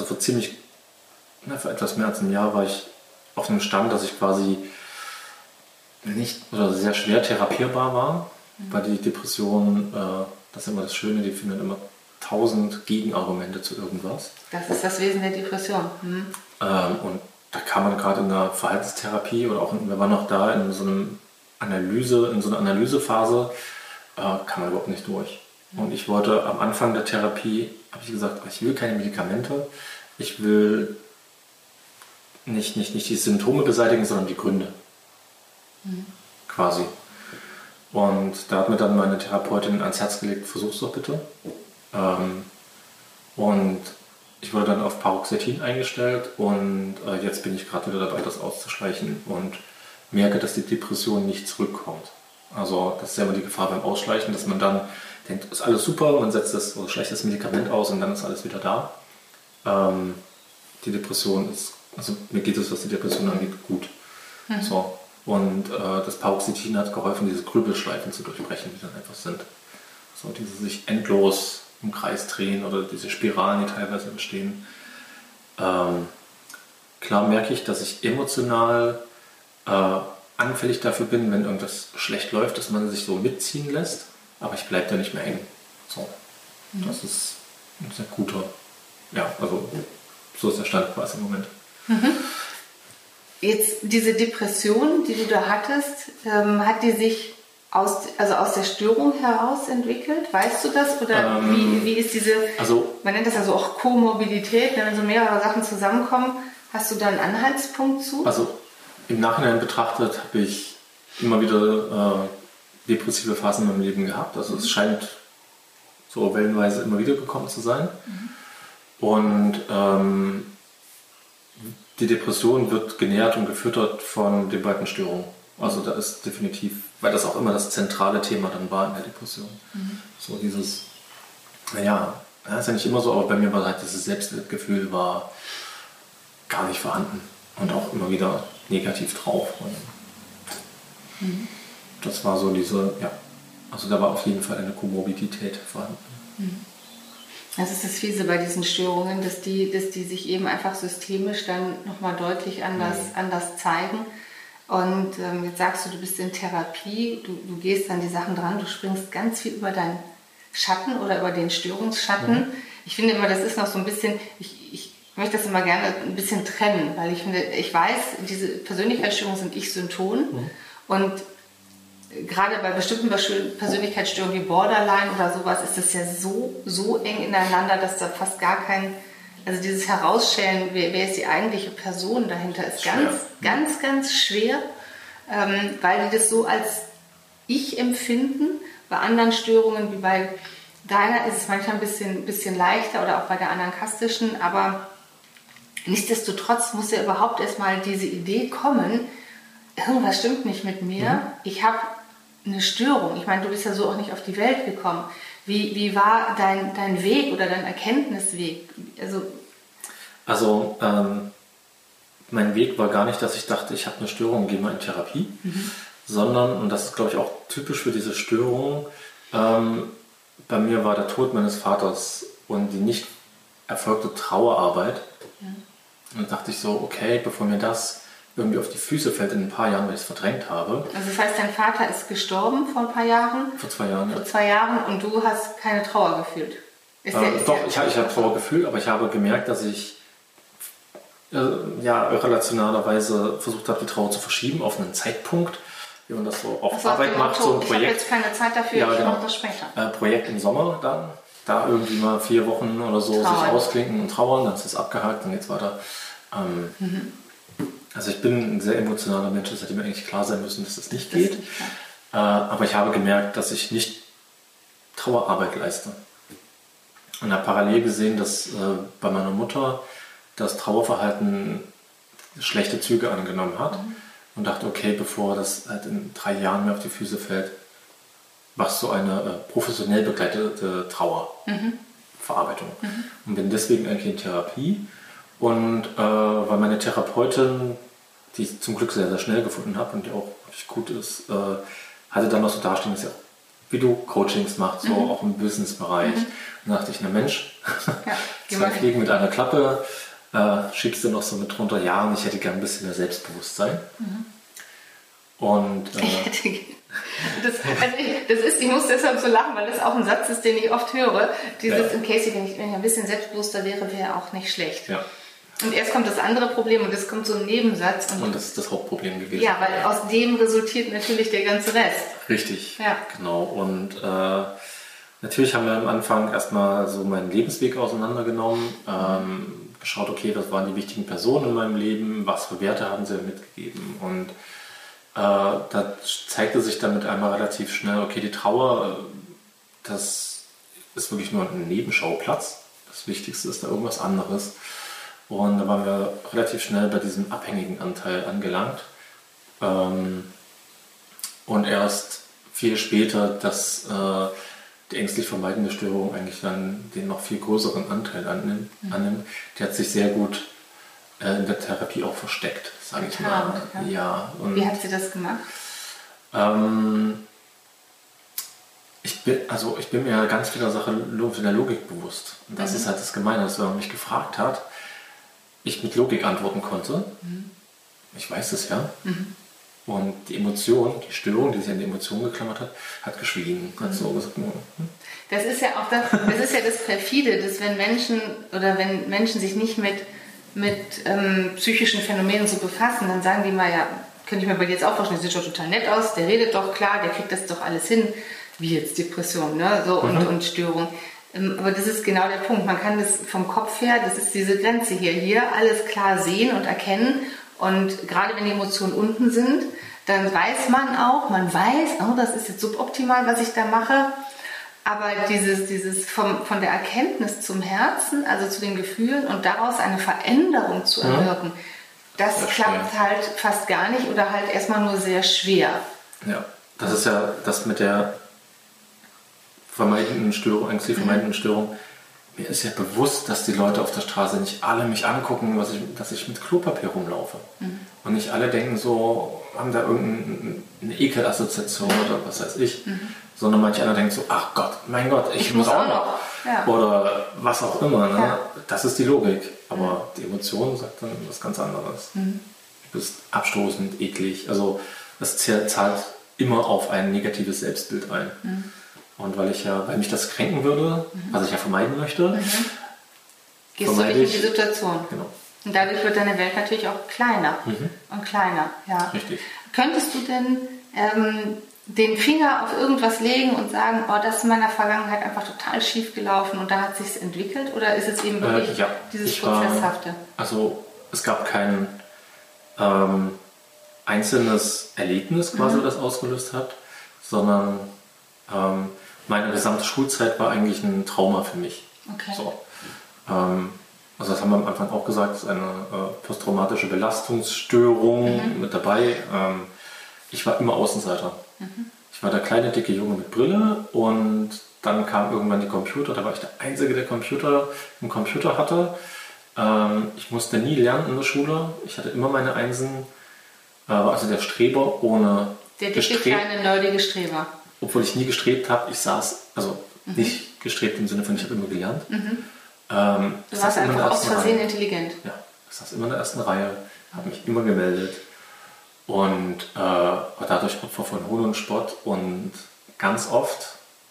etwas mehr als einem Jahr war ich auf einem Stand, dass ich quasi nicht oder sehr schwer therapierbar war, weil die Depression, das ist immer das Schöne, die finden immer 1000 Gegenargumente zu irgendwas. Das ist das Wesen der Depression. Und da kann man gerade in der Verhaltenstherapie oder auch, wir waren noch da in so einem in so einer Analysephase kann man überhaupt nicht durch. Und ich wollte am Anfang der Therapie, habe ich gesagt, ich will keine Medikamente, ich will nicht die Symptome beseitigen, sondern die Gründe. Quasi. Und da hat mir dann meine Therapeutin ans Herz gelegt, versuch's doch bitte. Und ich wurde dann auf Paroxetin eingestellt und jetzt bin ich gerade wieder dabei, das auszuschleichen und merke, dass die Depression nicht zurückkommt. Also das ist ja immer die Gefahr beim Ausschleichen, dass man dann denkt, ist alles super, man setzt das oder schleicht das Medikament aus und dann ist alles wieder da. Die Depression ist, also mir geht es, was die Depression angeht, gut. So. Und das Paroxetin hat geholfen, diese Grübelschleifen zu durchbrechen, die dann einfach sind. So, diese sich endlos im Kreis drehen oder diese Spiralen, die teilweise entstehen. Klar merke ich, dass ich emotional anfällig dafür bin, wenn irgendwas schlecht läuft, dass man sich so mitziehen lässt, aber ich bleibe da nicht mehr hängen. So. Das ist ein sehr guter, ja, also so ist der Stand quasi im Moment. Jetzt diese Depression, die du da hattest, hat die sich aus der Störung heraus entwickelt? Weißt du das? Oder wie ist diese, man nennt das ja so auch Komorbidität, wenn so mehrere Sachen zusammenkommen. Hast du da einen Anhaltspunkt zu? Also im Nachhinein betrachtet habe ich immer wieder depressive Phasen in meinem Leben gehabt. Also es scheint so wellenweise immer wieder gekommen zu sein. Und die Depression wird genährt und gefüttert von den beiden Störungen. Also da ist definitiv, weil das auch immer das zentrale Thema dann war in der Depression. So dieses, naja, ist ja nicht immer so, aber bei mir war halt dieses Selbstwertgefühl war gar nicht vorhanden und auch immer wieder negativ drauf. Das war so diese, ja, also da war auf jeden Fall eine Komorbidität vorhanden. Das ist das Fiese bei diesen Störungen, dass die sich eben einfach systemisch dann nochmal deutlich anders zeigen. Und jetzt sagst du, du bist in Therapie, du gehst an die Sachen dran, du springst ganz viel über deinen Schatten oder über den Störungsschatten. Ich finde immer, das ist noch so ein bisschen, ich möchte das immer gerne ein bisschen trennen, weil ich finde, ich weiß, diese Persönlichkeitsstörungen sind Ich-Synton und gerade bei bestimmten Persönlichkeitsstörungen wie Borderline oder sowas ist das ja so eng ineinander, dass da fast gar kein, also dieses Herausschälen, wer ist die eigentliche Person dahinter, ist ganz schwer, weil die das so als Ich empfinden. Bei anderen Störungen, wie bei deiner, ist es manchmal ein bisschen leichter oder auch bei der anankastischen, aber nichtsdestotrotz muss ja überhaupt erstmal diese Idee kommen, irgendwas stimmt nicht mit mir, ich habe eine Störung. Ich meine, du bist ja so auch nicht auf die Welt gekommen. Wie war dein Weg oder dein Erkenntnisweg? Also mein Weg war gar nicht, dass ich dachte, ich habe eine Störung, gehe mal in Therapie, sondern, und das ist glaube ich auch typisch für diese Störung, bei mir war der Tod meines Vaters und die nicht erfolgte Trauerarbeit. Und dann dachte ich so, okay, bevor mir das irgendwie auf die Füße fällt in ein paar Jahren, weil ich es verdrängt habe. Also das heißt, dein Vater ist gestorben vor ein paar Jahren? Vor 2 Jahren, Vor 2 Jahren und du hast keine Trauer gefühlt? Ich habe Trauer gefühlt, aber ich habe gemerkt, dass ich irrationalerweise versucht habe, die Trauer zu verschieben auf einen Zeitpunkt, wie man das so auf Arbeit macht, so ein Projekt. Ich habe jetzt keine Zeit dafür, ich mache das später. Projekt im Sommer dann, da irgendwie mal 4 Wochen oder so sich ausklinken und trauern, dann ist das abgehakt, dann geht's weiter. Also ich bin ein sehr emotionaler Mensch, es hätte mir eigentlich klar sein müssen, dass das nicht geht. Aber ich habe gemerkt, dass ich nicht Trauerarbeit leiste. Und habe parallel gesehen, dass bei meiner Mutter das Trauerverhalten schlechte Züge angenommen hat. Und dachte, okay, bevor das halt in 3 Jahren mir auf die Füße fällt, machst du eine professionell begleitete Trauerverarbeitung. Und bin deswegen eigentlich in Therapie. Und weil meine Therapeutin, die ich zum Glück sehr, sehr schnell gefunden habe und die auch wirklich gut ist, hatte dann noch so dastehen, dass sie auch, wie du Coachings macht, so auch im Businessbereich. Und dann dachte ich, na Mensch, 2 Fliegen mit einer Klappe, schickst du noch so mit drunter, ja, und ich hätte gern ein bisschen mehr Selbstbewusstsein. Und ich muss deshalb so lachen, weil das auch ein Satz ist, den ich oft höre. Dieses, in Casey, wenn ich ein bisschen selbstbewusster wäre, wäre auch nicht schlecht. Ja. Und erst kommt das andere Problem und es kommt so ein Nebensatz. Und das ist das Hauptproblem gewesen. Ja, weil aus dem resultiert natürlich der ganze Rest. Richtig, ja. Genau. Und natürlich haben wir am Anfang erstmal so meinen Lebensweg auseinandergenommen, geschaut, okay, was waren die wichtigen Personen in meinem Leben, was für Werte haben sie mitgegeben. Und da zeigte sich dann mit einmal relativ schnell, okay, die Trauer, das ist wirklich nur ein Nebenschauplatz. Das Wichtigste ist da irgendwas anderes. Und da waren wir relativ schnell bei diesem abhängigen Anteil angelangt. Und erst viel später, dass die ängstlich vermeidende Störung eigentlich dann den noch viel größeren Anteil annimmt. Der hat sich sehr gut in der Therapie auch versteckt, sage ich mal. Ja, und wie hat sie das gemacht? Ich bin mir ganz vieler Sachen der Logik bewusst. Und das ist halt das Gemeine, dass wenn man mich gefragt hat, ich mit Logik antworten konnte. Ich weiß es ja. Und die Emotion, die Störung, die sich an die Emotion geklammert hat, hat geschwiegen. Hat so gesagt, Das ist ja auch das ist ja das Perfide, dass wenn Menschen sich nicht mit psychischen Phänomenen so befassen, dann sagen die mal, ja, könnte ich mir bei dir jetzt auch vorstellen, der sieht schon total nett aus, der redet doch klar, der kriegt das doch alles hin, wie jetzt Depression, ne? So, und Störung. Aber das ist genau der Punkt. Man kann das vom Kopf her, das ist diese Grenze hier alles klar sehen und erkennen. Und gerade wenn die Emotionen unten sind, dann weiß man auch, oh, das ist jetzt suboptimal, was ich da mache. Aber dieses von der Erkenntnis zum Herzen, also zu den Gefühlen und daraus eine Veränderung zu erwirken, das klappt halt fast gar nicht oder halt erstmal nur sehr schwer. Ja, das ist ja das mit der vermeidenden Störung, ängstlich vermeidenden Störung. Mir ist ja bewusst, dass die Leute auf der Straße nicht alle mich angucken, dass ich mit Klopapier rumlaufe. Und nicht alle denken so, haben da irgendeine Ekelassoziation oder was weiß ich. Sondern manche andere denken so, ach Gott, mein Gott, ich muss auch noch. Ja. Oder was auch immer. Ne? Ja. Das ist die Logik. Aber die Emotion sagt dann was ganz anderes. Du bist abstoßend, eklig. Also das zahlt immer auf ein negatives Selbstbild ein. Und weil mich das kränken würde, was ich ja vermeiden möchte, gehst du nicht in die Situation. Genau. Und dadurch wird deine Welt natürlich auch kleiner und kleiner. Ja. Richtig. Könntest du denn den Finger auf irgendwas legen und sagen, oh, das ist in meiner Vergangenheit einfach total schief gelaufen und da hat sich's entwickelt? Oder ist es eben wirklich dieses Prozesshafte? Also es gab kein einzelnes Erlebnis quasi, das ausgelöst hat, sondern meine gesamte Schulzeit war eigentlich ein Trauma für mich. Okay. So. Also das haben wir am Anfang auch gesagt, das ist eine posttraumatische Belastungsstörung mit dabei. Ich war immer Außenseiter. Ich war der kleine, dicke Junge mit Brille und dann kam irgendwann die Computer. Da war ich der Einzige, der einen Computer hatte. Ich musste nie lernen in der Schule. Ich hatte immer meine Einsen. War also der Streber ohne der dicke, kleine, nerdige Streber. Obwohl ich nie gestrebt habe. Ich saß, also nicht gestrebt im Sinne von, ich habe immer gelernt. Du warst einfach aus Versehen intelligent. Ja, ich saß immer in der ersten Reihe, habe mich immer gemeldet und war dadurch Opfer von Hohn und Spott und ganz oft,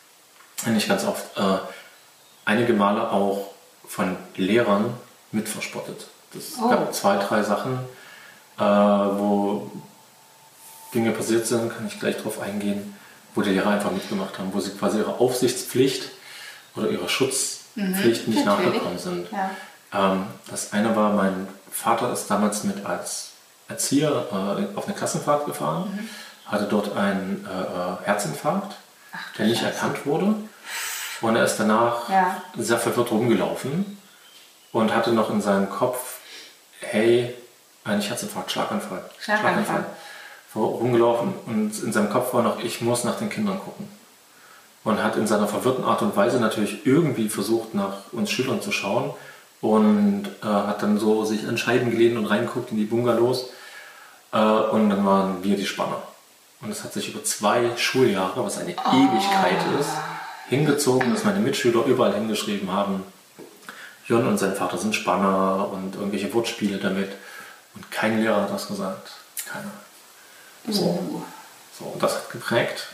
einige Male auch von Lehrern mitverspottet. Es gab 2, 3 Sachen, wo Dinge passiert sind, kann ich gleich drauf eingehen, wo die Lehrer einfach mitgemacht haben, wo sie quasi ihrer Aufsichtspflicht oder ihrer Schutzpflicht nicht nachgekommen sind. Ja. Das eine war, mein Vater ist damals mit als Erzieher auf eine Klassenfahrt gefahren, hatte dort einen Herzinfarkt, der nicht erkannt wurde. Und er ist danach sehr verwirrt rumgelaufen und hatte noch in seinem Kopf, hey, nicht Herzinfarkt, Schlaganfall. Rumgelaufen und in seinem Kopf war noch, ich muss nach den Kindern gucken. Und hat in seiner verwirrten Art und Weise natürlich irgendwie versucht, nach uns Schülern zu schauen und hat dann so sich an Scheiben gelehnt und reingeguckt in die Bungalows und dann waren wir die Spanner. Und es hat sich über 2 Schuljahre, was eine Ewigkeit ist, hingezogen, dass meine Mitschüler überall hingeschrieben haben, Jon und sein Vater sind Spanner und irgendwelche Wortspiele damit. Und kein Lehrer hat das gesagt. Keiner. So, und das hat geprägt.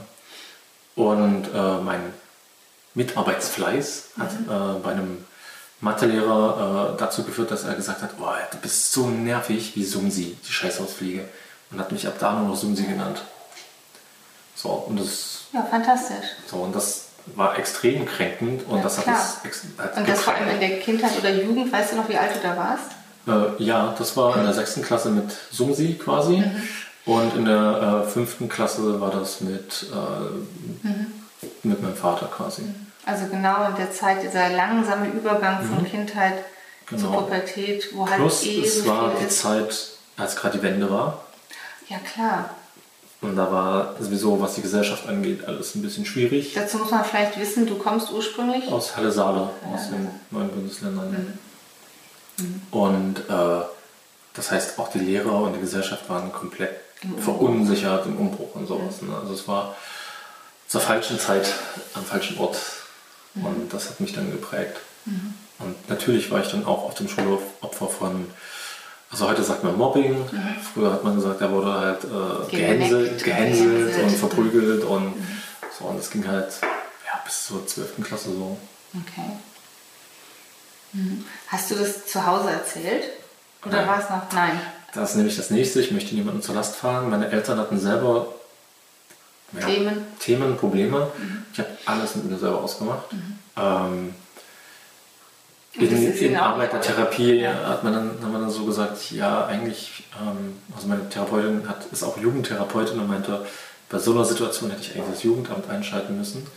Und mein Mitarbeitsfleiß hat bei einem Mathelehrer dazu geführt, dass er gesagt hat, oh, du bist so nervig wie Sumsi, die Scheißhausfliege. Und hat mich ab da nur noch Sumsi genannt. So, und das... Ja, fantastisch. So, und das war extrem kränkend und ja, das klar. hat und das vor allem in der Kindheit oder Jugend, weißt du noch, wie alt du da warst? Ja, das war in der 6. Klasse mit Sumsi quasi. Und in der 5. Klasse war das mit meinem Vater quasi. Also genau in der Zeit, dieser langsame Übergang von Kindheit zur Pubertät, wo halt Plus, es so war viel die ist. Zeit, als gerade die Wende war. Ja, klar. Und da war sowieso, was die Gesellschaft angeht, alles ein bisschen schwierig. Dazu muss man vielleicht wissen, du kommst ursprünglich Aus Halle-Saale, aus den neuen Bundesländern. Und das heißt, auch die Lehrer und die Gesellschaft waren komplett verunsichert im Umbruch und sowas. Ne? Also es war zur falschen Zeit am falschen Ort. Und das hat mich dann geprägt. Und natürlich war ich dann auch auf dem Schulhof Opfer von, also heute sagt man Mobbing, früher hat man gesagt, er wurde halt gehänselt und verprügelt und so. Und das ging halt bis zur 12. Klasse so. Okay. Hast du das zu Hause erzählt? Oder Nein. war es noch? Nein. Das ist nämlich das Nächste. Ich möchte niemandem zur Last fallen. Meine Eltern hatten selber Themen, Probleme. Ich habe alles mit mir selber ausgemacht. In Arbeitertherapie haben wir dann so gesagt, ja eigentlich, also meine Therapeutin ist auch Jugendtherapeutin und meinte, bei so einer Situation hätte ich eigentlich das Jugendamt einschalten müssen.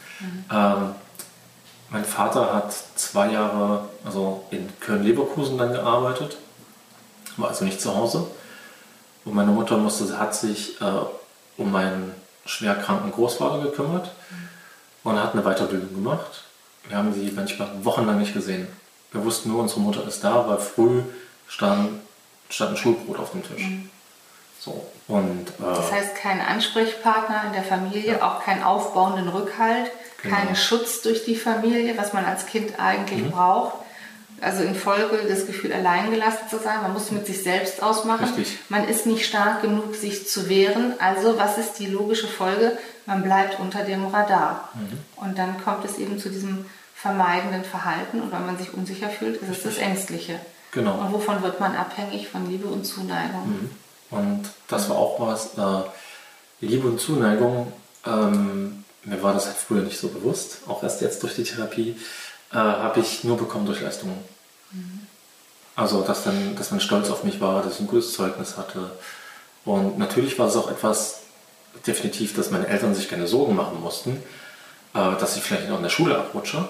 Mein Vater hat 2 Jahre in Köln-Leverkusen dann gearbeitet, war also nicht zu Hause. Und meine Mutter hat sich um meinen schwer kranken Großvater gekümmert und hat eine Weiterbildung gemacht. Wir haben sie manchmal wochenlang nicht gesehen. Wir wussten nur, unsere Mutter ist da, weil früh stand ein Schulbrot auf dem Tisch. So, und, das heißt, kein Ansprechpartner in der Familie, auch keinen aufbauenden Rückhalt, keinen Schutz durch die Familie, was man als Kind eigentlich braucht. Also in Folge das Gefühl, alleingelassen zu sein. Man muss mit sich selbst ausmachen. Richtig. Man ist nicht stark genug, sich zu wehren. Also was ist die logische Folge? Man bleibt unter dem Radar. Und dann kommt es eben zu diesem vermeidenden Verhalten. Und wenn man sich unsicher fühlt, ist es das Ängstliche. Genau. Und wovon wird man abhängig? Von Liebe und Zuneigung. Und das war auch was, Liebe und Zuneigung, mir war das halt früher nicht so bewusst, auch erst jetzt durch die Therapie, habe ich nur bekommen durch Leistungen. Also, dass man stolz auf mich war, dass ich ein gutes Zeugnis hatte. Und natürlich war es auch etwas, definitiv, dass meine Eltern sich keine Sorgen machen mussten, dass ich vielleicht noch in der Schule abrutsche.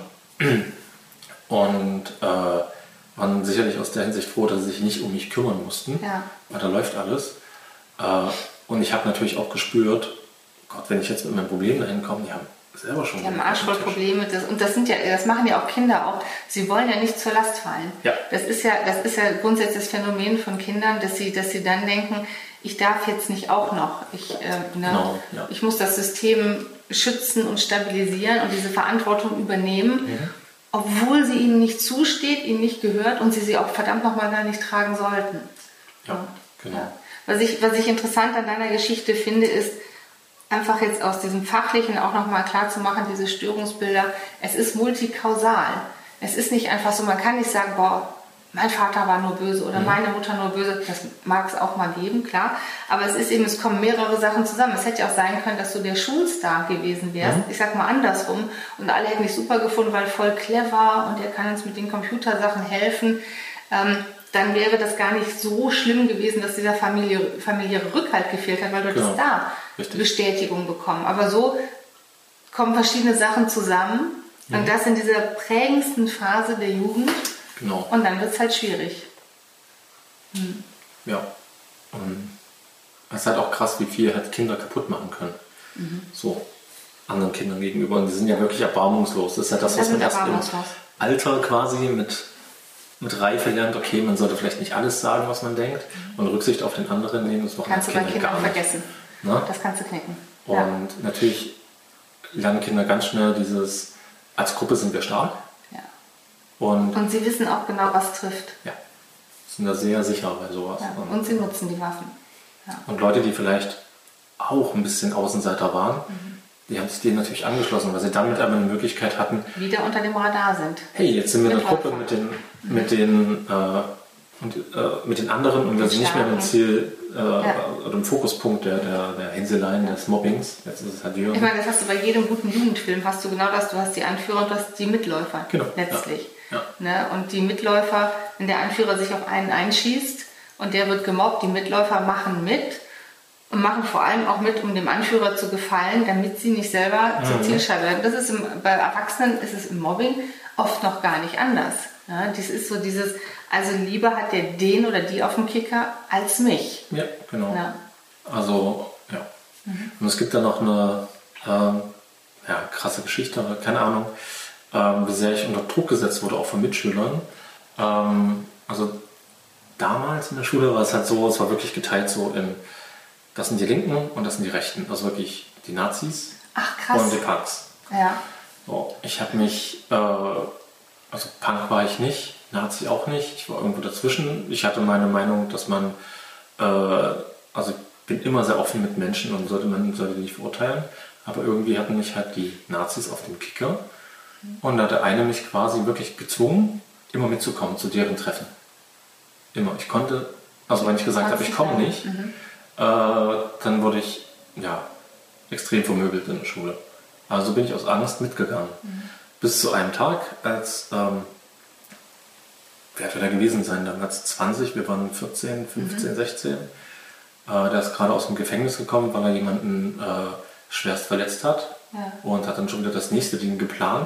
Und waren sicherlich aus der Hinsicht froh, dass sie sich nicht um mich kümmern mussten, weil da läuft alles. Und ich habe natürlich auch gespürt, Gott, wenn ich jetzt mit meinem Problem dahin komme, die haben selber schon... Die haben Arsch voll Probleme. Und das machen ja auch Kinder auch. Sie wollen ja nicht zur Last fallen. Ja. Das ist ja grundsätzlich das Phänomen von Kindern, dass sie dann denken, ich darf jetzt nicht auch noch. Ich muss das System schützen und stabilisieren und diese Verantwortung übernehmen, obwohl sie ihnen nicht zusteht, ihnen nicht gehört und sie auch verdammt nochmal gar nicht tragen sollten. Ja, genau. Ja. Was ich interessant an deiner Geschichte finde, ist, einfach jetzt aus diesem Fachlichen auch nochmal klar zu machen, diese Störungsbilder, es ist multikausal. Es ist nicht einfach so, man kann nicht sagen, boah, mein Vater war nur böse oder meine Mutter nur böse. Das mag es auch mal geben, klar. Aber es kommen mehrere Sachen zusammen. Es hätte ja auch sein können, dass du der Schulstar gewesen wärst. Ich sag mal andersrum. Und alle hätten dich super gefunden, weil voll clever und er kann uns mit den Computersachen helfen. Dann wäre das gar nicht so schlimm gewesen, dass dieser familiäre Rückhalt gefehlt hat, weil du hättest da Bestätigung bekommen. Aber so kommen verschiedene Sachen zusammen und das in dieser prägendsten Phase der Jugend und dann wird es halt schwierig. Ja, und es ist halt auch krass, wie viel halt Kinder kaputt machen können. So anderen Kindern gegenüber und die sind ja wirklich erbarmungslos. Das ist ja das, was man erst im Alter quasi mit Reife lernt, okay, man sollte vielleicht nicht alles sagen, was man denkt und Rücksicht auf den anderen nehmen, das machen kannst du bei Kinder Kindern gar nicht. Vergessen. Ne? Das kannst du knicken. Und natürlich lernen Kinder ganz schnell als Gruppe sind wir stark. Ja. Und sie wissen auch genau, was trifft. Ja, sind da sehr sicher bei sowas. Ja. Und sie nutzen die Waffen. Ja. Und Leute, die vielleicht auch ein bisschen Außenseiter waren, die haben sich denen natürlich angeschlossen, weil sie damit aber eine Möglichkeit hatten, wieder unter dem Radar sind. Hey, jetzt sind wir eine Gruppe mit den anderen und wir sind nicht mehr im Ziel oder im Fokuspunkt der Hinseleien, des Mobbings. Jetzt ist es halt ich meine, das hast du bei jedem guten Jugendfilm, hast du genau das, du hast die Anführer und du hast die Mitläufer letztlich. Ja. Ne? Und die Mitläufer, wenn der Anführer sich auf einen einschießt und der wird gemobbt, die Mitläufer machen mit und machen vor allem auch mit, um dem Anführer zu gefallen, damit sie nicht selber zur Zielscheibe werden. Das ist bei Erwachsenen ist es im Mobbing oft noch gar nicht anders. Ja, das ist so dieses, also lieber hat der den oder die auf dem Kicker als mich. Ja, genau. Ja. Also, ja. Und es gibt da noch eine krasse Geschichte, keine Ahnung, wie sehr ich unter Druck gesetzt wurde, auch von Mitschülern. Also damals in der Schule war es halt so, es war wirklich geteilt so in, das sind die Linken und das sind die Rechten. Also wirklich die Nazis und die Punks. Ja. So, ich habe mich, also Punk war ich nicht, Nazi auch nicht, ich war irgendwo dazwischen. Ich hatte meine Meinung, dass man, also ich bin immer sehr offen mit Menschen und sollte die nicht verurteilen, aber irgendwie hatten mich halt die Nazis auf dem Kicker und da hat der eine mich quasi wirklich gezwungen, immer mitzukommen zu deren Treffen. Immer. Ich konnte, also wenn ich gesagt habe, ich komme nicht, dann wurde ich extrem vermöbelt in der Schule. Also bin ich aus Angst mitgegangen. Bis zu einem Tag, als, wer wird da gewesen sein, damals 20, wir waren 14, 15, 16. Der ist gerade aus dem Gefängnis gekommen, weil er jemanden schwerst verletzt hat und hat dann schon wieder das nächste Ding geplant.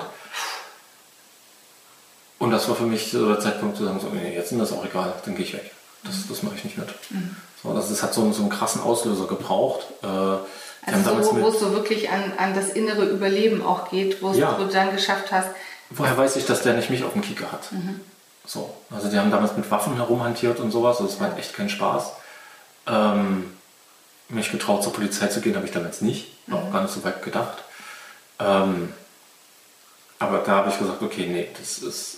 Und das war für mich so der Zeitpunkt zu sagen, so, nee, jetzt ist das auch egal, dann gehe ich weg. Das mache ich nicht mit. So, das hat so einen krassen Auslöser gebraucht. Also wo es so wirklich an das innere Überleben auch geht, wo du dann geschafft hast. Woher weiß ich, dass der nicht mich auf dem Kicker hat? So, also die haben damals mit Waffen herumhantiert und sowas, also das war echt kein Spaß. Mich getraut, zur Polizei zu gehen, habe ich damals nicht, auch gar nicht so weit gedacht. Aber da habe ich gesagt, okay, nee, das ist,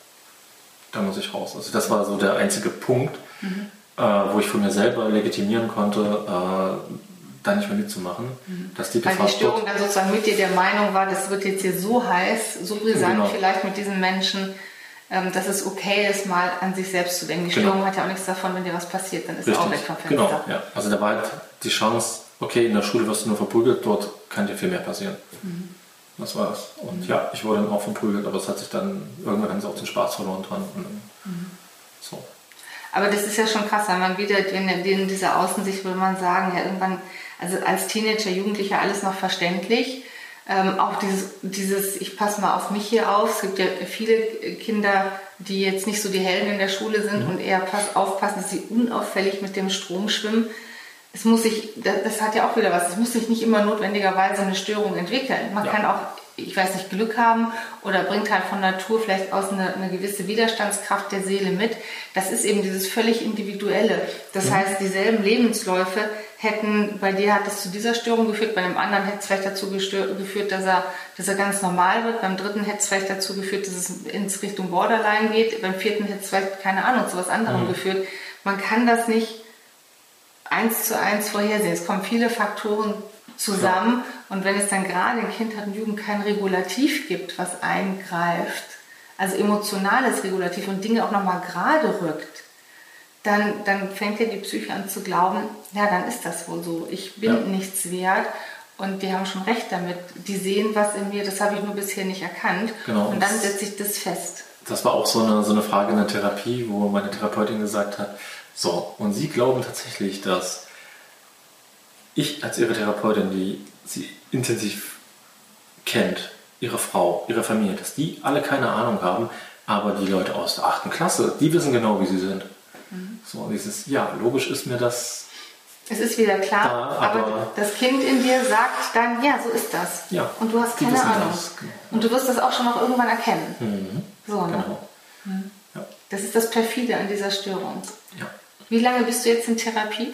da muss ich raus. Also das war so der einzige Punkt, wo ich von mir selber legitimieren konnte, da nicht mehr mitzumachen. Dass die Weil die Störung dann sozusagen mit dir der Meinung war, das wird jetzt hier so heiß, so brisant vielleicht mit diesen Menschen, dass es okay ist, mal an sich selbst zu denken. Die Störung hat ja auch nichts davon, wenn dir was passiert, dann ist er auch weg vom Fenster. Genau, ja. Also da war halt die Chance, okay, in der Schule wirst du nur verprügelt, dort kann dir viel mehr passieren. Das war's. Und ja, ich wurde dann auch verprügelt, aber es hat sich dann, irgendwann haben sie auch den Spaß verloren dran. Und so. Aber das ist ja schon krass, wenn man wieder in dieser Außensicht will man sagen, ja irgendwann, also als Teenager, Jugendlicher alles noch verständlich. Auch dieses, ich passe mal auf mich hier auf. Es gibt ja viele Kinder, die jetzt nicht so die Helden in der Schule sind und eher aufpassen, dass sie unauffällig mit dem Strom schwimmen. Das hat ja auch wieder was, es muss sich nicht immer notwendigerweise eine Störung entwickeln. Man kann auch, ich weiß nicht, Glück haben oder bringt halt von Natur vielleicht aus eine gewisse Widerstandskraft der Seele mit. Das ist eben dieses völlig Individuelle. Das heißt, dieselben Lebensläufe bei dir hat es zu dieser Störung geführt, bei dem anderen hätte es vielleicht dazu geführt, dass er ganz normal wird, beim dritten hätte es vielleicht dazu geführt, dass es ins Richtung Borderline geht, beim vierten hätte es vielleicht, keine Ahnung, zu was anderem geführt. Man kann das nicht 1:1 vorhersehen. Es kommen viele Faktoren zusammen und wenn es dann gerade in Kindheit und Jugend kein Regulativ gibt, was eingreift, also emotionales Regulativ und Dinge auch nochmal gerade rückt, dann fängt ja die Psyche an zu glauben, ja, dann ist das wohl so. Ich bin nichts wert und die haben schon recht damit. Die sehen was in mir, das habe ich nur bisher nicht erkannt. Genau. Und dann setzt sich das fest. Das war auch so eine Frage in der Therapie, wo meine Therapeutin gesagt hat, so, und Sie glauben tatsächlich, dass ich als Ihre Therapeutin, die Sie intensiv kennt, Ihre Frau, Ihre Familie, dass die alle keine Ahnung haben, aber die Leute aus der 8. Klasse, die wissen genau, wie sie sind. So, dieses, ja, logisch ist mir das. Es ist wieder klar, aber das Kind in dir sagt dann, ja, so ist das. Ja, und du hast keine Ahnung. Genau. Und du wirst das auch schon noch irgendwann erkennen. So, ne? Genau. Ja. Das ist das Perfide an dieser Störung. Ja. Wie lange bist du jetzt in Therapie?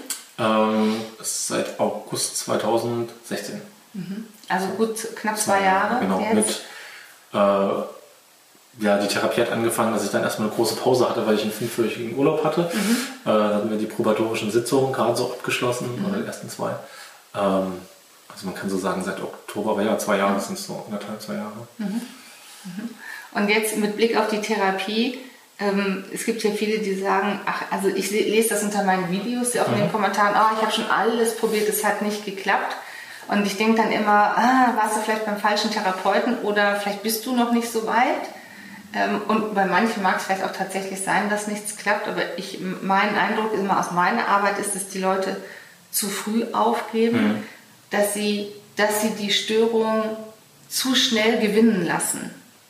Seit August 2016. Also gut knapp 2 Jahre. Genau, jetzt. Die Therapie hat angefangen, dass ich dann erstmal eine große Pause hatte, weil ich einen 5-wöchigen Urlaub hatte. Da hatten wir die probatorischen Sitzungen gerade so abgeschlossen, oder die ersten 2. Also man kann so sagen, seit Oktober, aber ja, 2 Jahre sind es so, 1,5, 2 Jahre. Und jetzt mit Blick auf die Therapie, es gibt ja viele, die sagen, ach, also ich lese das unter meinen Videos, auch in den Kommentaren, ich habe schon alles probiert, es hat nicht geklappt. Und ich denke dann immer, warst du vielleicht beim falschen Therapeuten oder vielleicht bist du noch nicht so weit. Und bei manchen mag es vielleicht auch tatsächlich sein, dass nichts klappt, aber mein Eindruck immer aus meiner Arbeit ist, dass die Leute zu früh aufgeben, dass sie die Störung zu schnell gewinnen lassen.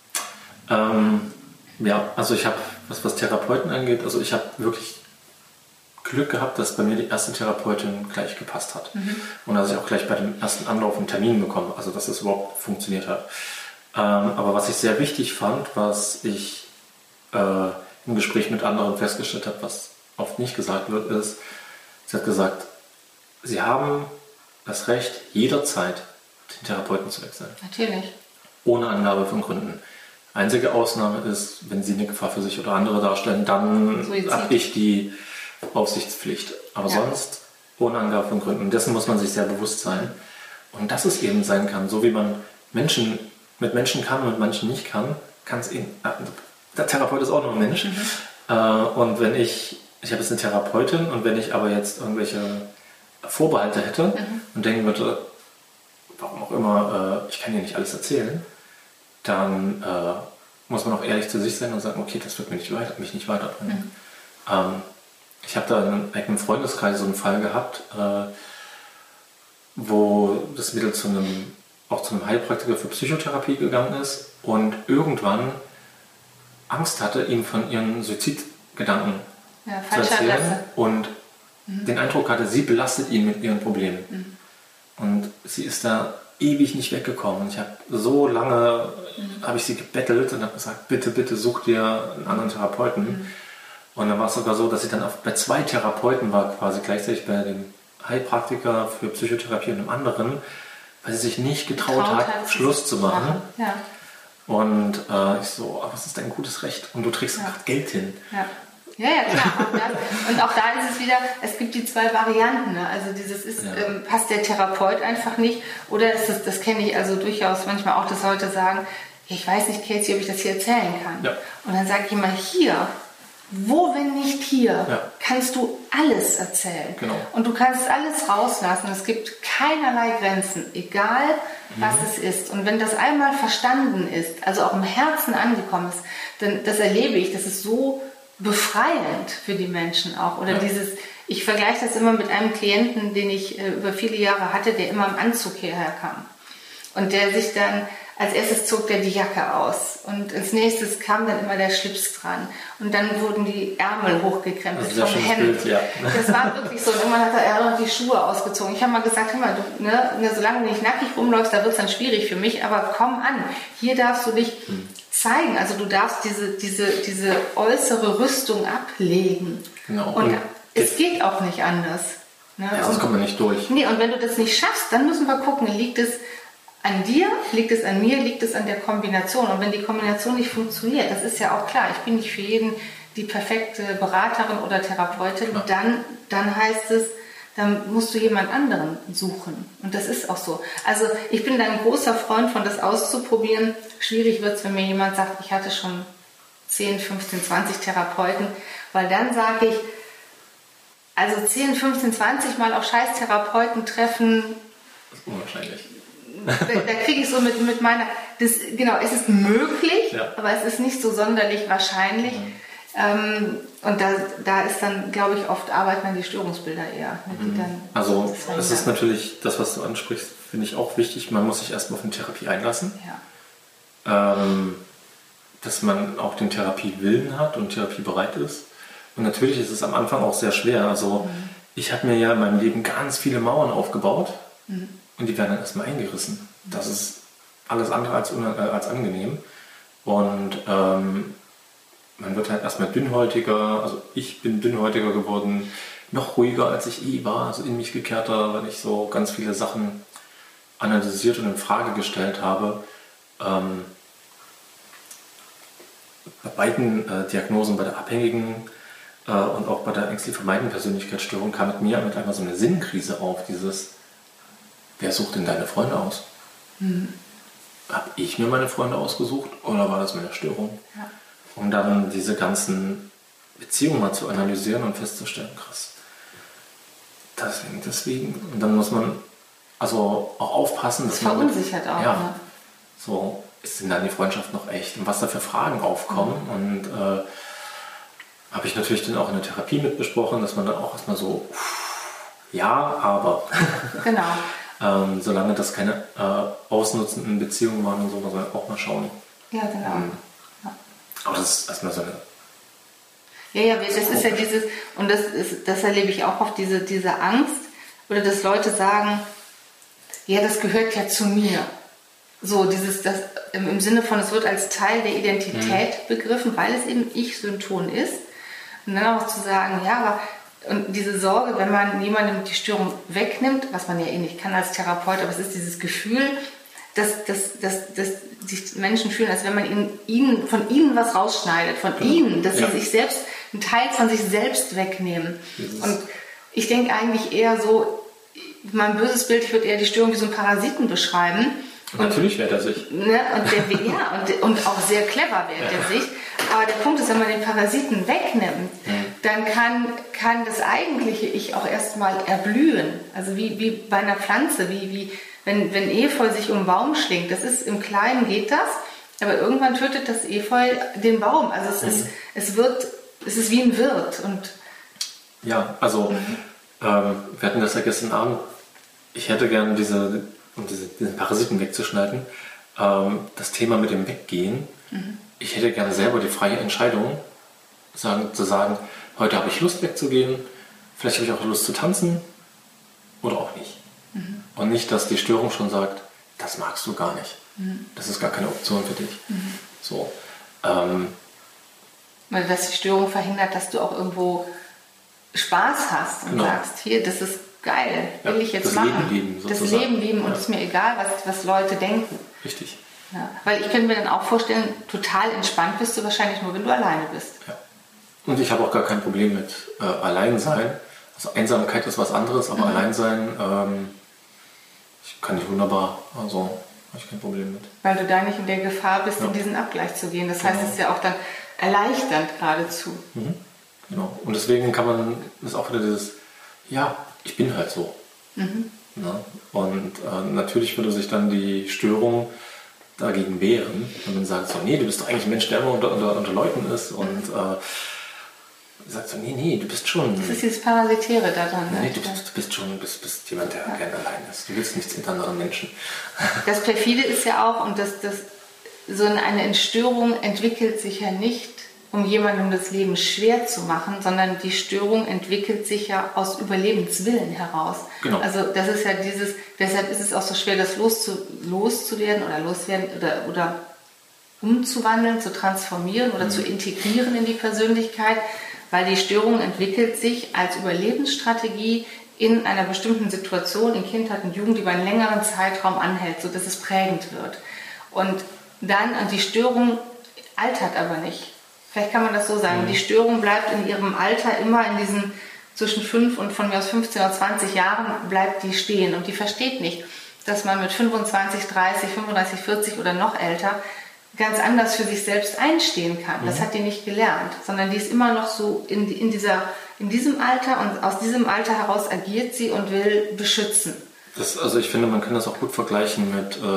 Ja, also ich habe, was Therapeuten angeht, also ich habe wirklich Glück gehabt, dass bei mir die erste Therapeutin gleich gepasst hat. Und dass ich auch gleich bei dem ersten Anlauf einen Termin bekomme, also dass es überhaupt funktioniert hat. Aber was ich sehr wichtig fand, was ich im Gespräch mit anderen festgestellt habe, was oft nicht gesagt wird, ist, sie hat gesagt, sie haben das Recht, jederzeit den Therapeuten zu wechseln. Natürlich. Ohne Angabe von Gründen. Einzige Ausnahme ist, wenn sie eine Gefahr für sich oder andere darstellen, dann habe ich die Aufsichtspflicht. Aber sonst ohne Angabe von Gründen. Und dessen muss man sich sehr bewusst sein. Und dass es eben sein kann, so wie man mit Menschen kann und mit manchen nicht kann es eben, der Therapeut ist auch noch ein Mensch. Und wenn ich habe jetzt eine Therapeutin und wenn ich aber jetzt irgendwelche Vorbehalte hätte und denken würde, warum auch immer, ich kann dir nicht alles erzählen, dann muss man auch ehrlich zu sich sein und sagen, okay, das wird mich nicht weiterbringen. Ich habe da in einem eigenen Freundeskreis so einen Fall gehabt, wo das Mädel zu einem Heilpraktiker für Psychotherapie gegangen ist und irgendwann Angst hatte, ihm von ihren Suizidgedanken zu erzählen und den Eindruck hatte, sie belastet ihn mit ihren Problemen. Und sie ist da ewig nicht weggekommen. Und ich habe so lange habe ich sie gebettelt und habe gesagt, bitte, bitte such dir einen anderen Therapeuten. Und dann war es sogar so, dass sie dann bei 2 Therapeuten war, quasi gleichzeitig bei dem Heilpraktiker für Psychotherapie und einem anderen, weil sie sich nicht getraut hat, Schluss zu machen. Ja. Und ich so, aber es ist dein gutes Recht und du trägst gerade Geld hin. Ja, klar. Und auch da ist es wieder, es gibt die 2 Varianten. Ne? Also passt der Therapeut einfach nicht oder das kenne ich also durchaus manchmal auch, dass Leute sagen, ich weiß nicht, Casey, ob ich das hier erzählen kann. Ja. Und dann sage ich immer, hier, wo, wenn nicht hier, kannst du alles erzählen. Genau. Und du kannst alles rauslassen. Es gibt keinerlei Grenzen, egal was es ist. Und wenn das einmal verstanden ist, also auch im Herzen angekommen ist, dann das erlebe ich, das ist so befreiend für die Menschen auch. Oder ich vergleiche das immer mit einem Klienten, den ich über viele Jahre hatte, der immer im Anzug hierher kam. Und der sich dann, als erstes zog der die Jacke aus und als nächstes kam dann immer der Schlips dran und dann wurden die Ärmel hochgekrempelt vom Hemd. Bild, Das war wirklich so. Und irgendwann hat er auch noch die Schuhe ausgezogen. Ich habe mal gesagt, hör mal, solange du nicht nackig rumläufst, da wird es dann schwierig für mich, aber komm an, hier darfst du dich zeigen. Also du darfst diese äußere Rüstung ablegen. Genau. Und es geht auch nicht anders. Ne? Ja, sonst kommt man nicht durch. Nee, und wenn du das nicht schaffst, dann müssen wir gucken, liegt es an dir, liegt es an mir, liegt es an der Kombination. Und wenn die Kombination nicht funktioniert, das ist ja auch klar, ich bin nicht für jeden die perfekte Beraterin oder Therapeutin, dann heißt es, dann musst du jemand anderen suchen. Und das ist auch so. Also ich bin da ein großer Freund von, das auszuprobieren. Schwierig wird es, wenn mir jemand sagt, ich hatte schon 10, 15, 20 Therapeuten, weil dann sage ich, also 10, 15, 20 Mal auf Scheiß-Therapeuten treffen. Das ist unwahrscheinlich. Da kriege ich so mit meiner, es ist möglich, aber es ist nicht so sonderlich wahrscheinlich. Und da ist dann, glaube ich, oft arbeiten dann die Störungsbilder eher. Die dann also es ist natürlich, das, was du ansprichst, finde ich auch wichtig. Man muss sich erstmal auf eine Therapie einlassen. Dass man auch den Therapiewillen hat und therapiebereit ist. Und natürlich ist es am Anfang auch sehr schwer. Also ich habe mir ja in meinem Leben ganz viele Mauern aufgebaut. Und die werden dann erstmal eingerissen. Das ist alles andere als angenehm. Und man wird halt erstmal dünnhäutiger. Also ich bin dünnhäutiger geworden, noch ruhiger als ich war, also in mich gekehrter, weil ich so ganz viele Sachen analysiert und in Frage gestellt habe. Bei beiden Diagnosen, bei der abhängigen und auch bei der ängstlich vermeidenden Persönlichkeitsstörung kam mit mir einmal so eine Sinnkrise auf, wer sucht denn deine Freunde aus? Habe ich mir meine Freunde ausgesucht oder war das meine Störung? Ja. Um dann diese ganzen Beziehungen mal zu analysieren und festzustellen, krass. Deswegen. Und dann muss man also auch aufpassen, dass das verunsichert auch. Ja, Ne? so ist denn dann die Freundschaft noch echt und was da für Fragen aufkommen. Und habe ich natürlich dann auch in der Therapie mit besprochen, dass man dann auch erstmal so, ja, aber. Genau. Solange das keine ausnutzenden Beziehungen waren und so, muss man auch mal schauen. Ja, genau. Ja. Aber das ist erstmal so eine. Ja, das ist ja dieses, und das erlebe ich auch oft, diese Angst, oder dass Leute sagen, ja, das gehört ja zu mir. So, das im Sinne von, es wird als Teil der Identität begriffen, weil es eben Ich-Synton ist. Und dann auch zu sagen, ja, aber, und diese Sorge, wenn man jemandem die Störung wegnimmt, was man ja eh nicht kann als Therapeut, aber es ist dieses Gefühl, dass die Menschen fühlen, als wenn man von ihnen was rausschneidet, von ihnen, dass sie sich selbst, einen Teil von sich selbst wegnehmen. Und ich denke eigentlich eher so, mein böses Bild, ich würde eher die Störung wie so einen Parasiten beschreiben. Und natürlich wehrt er sich. Ne, und auch sehr clever wehrt er sich. Aber der Punkt ist, wenn man den Parasiten wegnimmt, dann kann das eigentliche Ich auch erstmal erblühen. Also wie bei einer Pflanze, wenn Efeu sich um einen Baum schlingt. Das ist, im Kleinen geht das, aber irgendwann tötet das Efeu den Baum. Also es ist wie ein Wirt. Und ja, also wir hatten das ja gestern Abend. Ich hätte gerne diesen Parasiten wegzuschneiden, das Thema mit dem Weggehen. Ich hätte gerne selber die freie Entscheidung, zu sagen, heute habe ich Lust wegzugehen, vielleicht habe ich auch Lust zu tanzen oder auch nicht. Und nicht, dass die Störung schon sagt, das magst du gar nicht. Das ist gar keine Option für dich. So, weil das die Störung verhindert, dass du auch irgendwo Spaß hast und sagst, hier, das ist geil, will ich jetzt machen. Das Leben leben und es ist mir egal, was Leute denken. Richtig. Ja, weil ich könnte mir dann auch vorstellen, total entspannt bist du wahrscheinlich nur, wenn du alleine bist. Ja. Und ich habe auch gar kein Problem mit Alleinsein. Also Einsamkeit ist was anderes, aber Alleinsein kann ich wunderbar, also habe ich kein Problem mit. Weil du da nicht in der Gefahr bist, in diesen Abgleich zu gehen. Das heißt, es ist ja auch dann erleichternd geradezu. Genau. Und deswegen kann man, das ist auch wieder dieses, ja, ich bin halt so. Ja? Und natürlich würde sich dann die Störung dagegen wehren, wenn man sagt so, nee, du bist doch eigentlich ein Mensch, der immer unter Leuten ist und sagt so, nee, du bist schon... Das ist dieses Parasitäre da dran. Nee, du bist jemand, der gerne allein ist. Du willst nichts mit anderen Menschen. Das Perfide ist ja auch, und so eine Entstörung entwickelt sich ja nicht, um jemandem das Leben schwer zu machen, sondern die Störung entwickelt sich ja aus Überlebenswillen heraus. Genau. Also das ist ja deshalb ist es auch so schwer, das loszuwerden oder umzuwandeln, zu transformieren oder zu integrieren in die Persönlichkeit, weil die Störung entwickelt sich als Überlebensstrategie in einer bestimmten Situation in Kindheit und Jugend über einen längeren Zeitraum anhält, sodass es prägend wird. Und die Störung altert aber nicht. Vielleicht kann man das so sagen. Die Störung bleibt in ihrem Alter immer in diesen zwischen 5 und von mir aus 15 oder 20 Jahren bleibt die stehen. Und die versteht nicht, dass man mit 25, 30, 35, 40 oder noch älter ganz anders für sich selbst einstehen kann. Das hat die nicht gelernt, sondern die ist immer noch so in diesem Alter, und aus diesem Alter heraus agiert sie und will beschützen. Also ich finde, man kann das auch gut vergleichen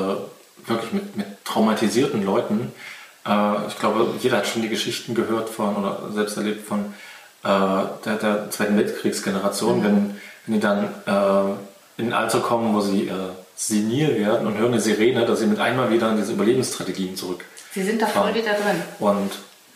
mit traumatisierten Leuten. Ich glaube, jeder hat schon die Geschichten gehört von oder selbst erlebt von der Zweiten Weltkriegsgeneration, wenn die dann in ein Alter kommen, wo sie senil werden und hören eine Sirene, dass sie mit einmal wieder in diese Überlebensstrategien zurück. Sie sind da voll wieder drin. Und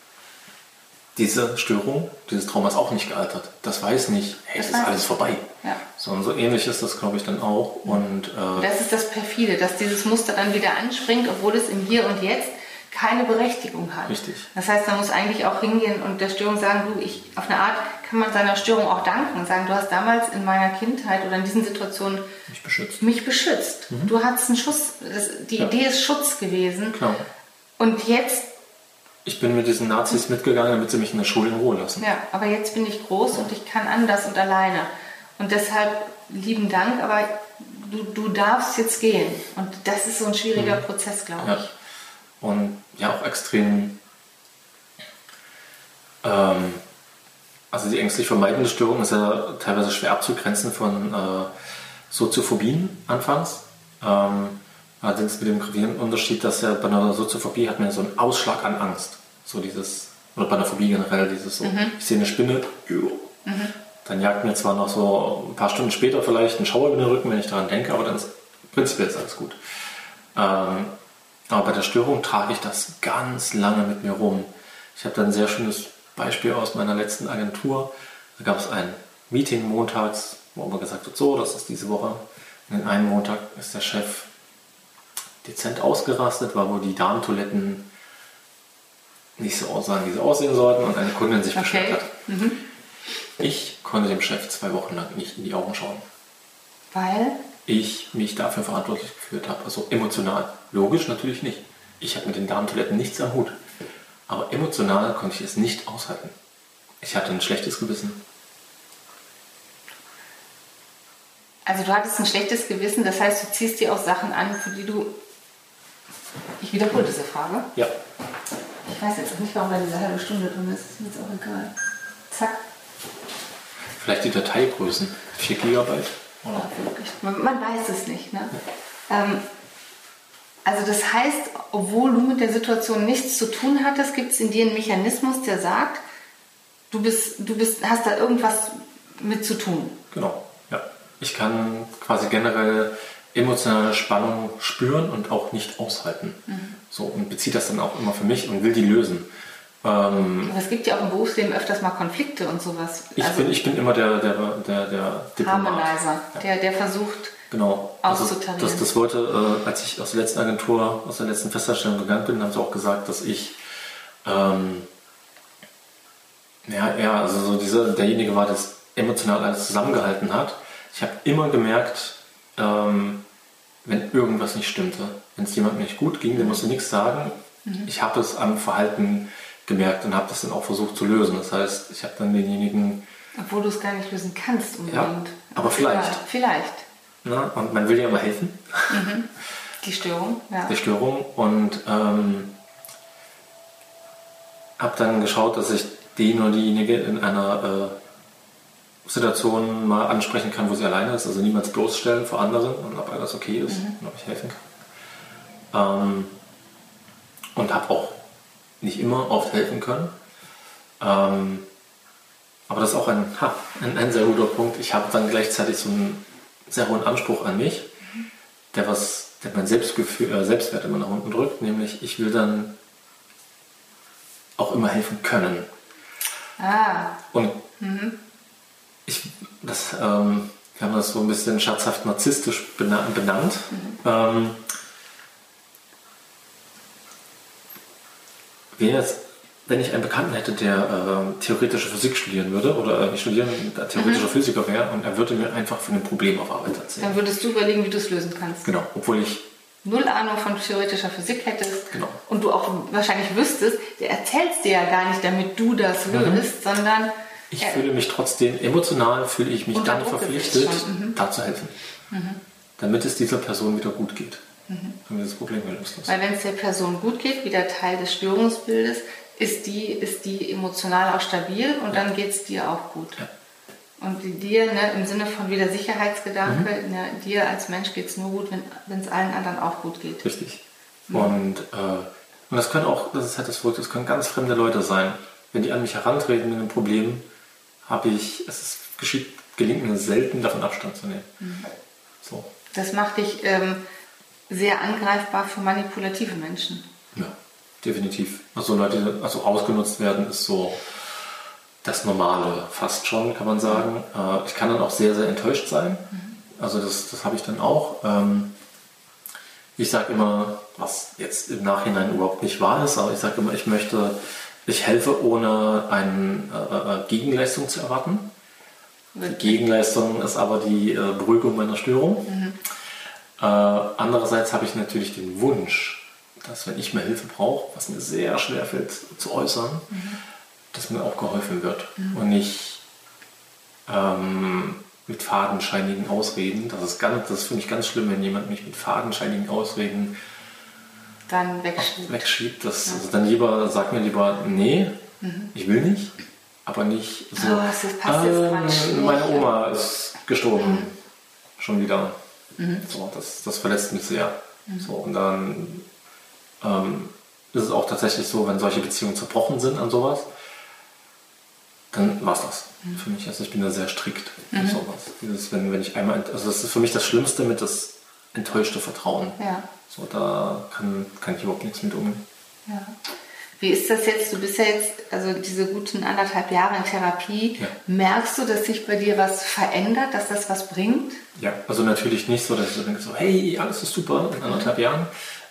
diese Störung, dieses Trauma ist auch nicht gealtert. Das weiß nicht, hey, es ist alles vorbei. Ja. Sondern so ähnlich ist das, glaube ich, dann auch. Und das ist das Perfide, dass dieses Muster dann wieder anspringt, obwohl es im Hier und Jetzt keine Berechtigung hat. Richtig. Das heißt, man muss eigentlich auch hingehen und der Störung sagen, auf eine Art kann man seiner Störung auch danken und sagen, du hast damals in meiner Kindheit oder in diesen Situationen mich beschützt. Du hattest einen Schutz, die Idee ist Schutz gewesen. Genau. Und jetzt... Ich bin mit diesen Nazis mitgegangen, damit sie mich in der Schule in Ruhe lassen. Ja, aber jetzt bin ich groß und ich kann anders und alleine. Und deshalb lieben Dank, aber du darfst jetzt gehen. Und das ist so ein schwieriger Prozess, glaube ich. Und ja, auch extrem, also die ängstlich vermeidende Störung ist ja teilweise schwer abzugrenzen von Soziophobien anfangs. Allerdings mit dem gravierenden Unterschied, dass ja bei einer Soziophobie hat man ja so einen Ausschlag an Angst. So dieses, oder bei einer Phobie generell, dieses so, ich sehe eine Spinne, dann jagt mir zwar noch so ein paar Stunden später vielleicht ein Schauer über den Rücken, wenn ich daran denke, aber dann ist prinzipiell ist alles gut. Aber bei der Störung trage ich das ganz lange mit mir rum. Ich habe da ein sehr schönes Beispiel aus meiner letzten Agentur. Da gab es ein Meeting montags, wo man gesagt hat, so, das ist diese Woche. Und in einem Montag ist der Chef dezent ausgerastet, weil wohl die Damentoiletten nicht so aussahen, wie sie aussehen sollten und eine Kundin sich beschwert hat. Ich konnte dem Chef 2 Wochen lang nicht in die Augen schauen. Weil? Ich mich dafür verantwortlich gefühlt habe. Also emotional. Logisch natürlich nicht. Ich habe mit den Damentoiletten nichts am Hut. Aber emotional konnte ich es nicht aushalten. Ich hatte ein schlechtes Gewissen. Also du hattest ein schlechtes Gewissen, das heißt, du ziehst dir auch Sachen an, für die du... Ich wiederhole diese Frage. Ja. Ich weiß jetzt auch nicht, warum da diese halbe Stunde drin ist. Ist mir jetzt auch egal. Zack. Vielleicht die Dateigrößen. 4 Gigabyte? Ja, wirklich. Man weiß es nicht. Ne? Also das heißt, obwohl du mit der Situation nichts zu tun hattest, gibt es in dir einen Mechanismus, der sagt, hast da irgendwas mit zu tun. Genau, ja. Ich kann quasi generell emotionale Spannung spüren und auch nicht aushalten. So, und beziehe das dann auch immer für mich und will die lösen. Aber es gibt ja auch im Berufsleben öfters mal Konflikte und sowas. Ich bin immer der Diplomat. Harmonizer, ja. der versucht auszutarieren. Das wollte, als ich aus der letzten Agentur, aus der letzten Festanstellung gegangen bin, haben sie auch gesagt, dass ich derjenige war, der das emotional alles zusammengehalten hat. Ich habe immer gemerkt, wenn irgendwas nicht stimmte, wenn es jemandem nicht gut ging, der musste nichts sagen. Ich habe es am Verhalten gemerkt und habe das dann auch versucht zu lösen. Das heißt, ich habe dann denjenigen... Obwohl du es gar nicht lösen kannst unbedingt. Ja, aber vielleicht. Vielleicht. Na, und man will ja immer helfen. Die Störung, ja. Die Störung. Und habe dann geschaut, dass ich den oder diejenige in einer Situation mal ansprechen kann, wo sie alleine ist. Also niemals bloßstellen vor anderen und ob alles okay ist und ob ich helfen kann. Und habe auch nicht immer oft helfen können. Aber das ist auch ein sehr guter Punkt. Ich habe dann gleichzeitig so einen sehr hohen Anspruch an mich, der mein Selbstwert immer nach unten drückt, nämlich ich will dann auch immer helfen können. Und wir haben das so ein bisschen scherzhaft narzisstisch benannt. Wenn ich einen Bekannten hätte, der theoretische Physik studieren würde oder nicht studieren, der theoretischer Physiker wäre und er würde mir einfach von dem Problem auf Arbeit erzählen. Dann würdest du überlegen, wie du es lösen kannst. Genau, obwohl ich null Ahnung von theoretischer Physik hättest. Genau. Und du auch wahrscheinlich wüsstest, der erzählt es dir ja gar nicht, damit du das löst, sondern... Ich fühle mich trotzdem, emotional fühle ich mich dann verpflichtet, da zu helfen. Damit es dieser Person wieder gut geht. Damit das Problem gelöst ist. Weil wenn es der Person gut geht, wieder Teil des Störungsbildes, ist die emotional auch stabil und dann geht es dir auch gut. Ja. Und dir, im Sinne von wieder Sicherheitsgedanke, dir als Mensch geht es nur gut, wenn es allen anderen auch gut geht. Richtig. Und das können auch, das ist halt das Verrückte, das können ganz fremde Leute sein. Wenn die an mich herantreten mit einem Problem, gelingt mir selten, davon Abstand zu nehmen. So. Das macht dich sehr angreifbar für manipulative Menschen. Ja, definitiv. Also Leute, ausgenutzt werden, ist so das Normale fast schon, kann man sagen. Ich kann dann auch sehr, sehr enttäuscht sein. Also das habe ich dann auch. Ich sage immer, was jetzt im Nachhinein überhaupt nicht wahr ist, aber ich sage immer, ich helfe, ohne eine Gegenleistung zu erwarten. Die Gegenleistung ist aber die Beruhigung meiner Störung. Andererseits habe ich natürlich den Wunsch, dass wenn ich mehr Hilfe brauche, was mir sehr schwer fällt zu äußern, dass mir auch geholfen wird. Und ich mit fadenscheinigen Ausreden. Das finde ich ganz schlimm, wenn jemand mich mit fadenscheinigen Ausreden dann wegschiebt. Also dann sag mir lieber, nee, ich will nicht, aber nicht so, das passt jetzt gerade meine Oma ist gestorben, schon wieder. So, das verletzt mich sehr. So, und dann ist es auch tatsächlich so, wenn solche Beziehungen zerbrochen sind an sowas, dann war es das für mich. Also ich bin da sehr strikt mit sowas. Wenn ich einmal, also das ist für mich das Schlimmste mit das enttäuschte Vertrauen. Ja. So, da kann ich überhaupt nichts mit umgehen. Ja. Wie ist das jetzt? Du bist ja jetzt, also diese guten 1,5 Jahre in Therapie. Ja. Merkst du, dass sich bei dir was verändert, dass das was bringt? Ja, also natürlich nicht so, dass ich so denke, so, hey, alles ist super in 1,5 Jahren.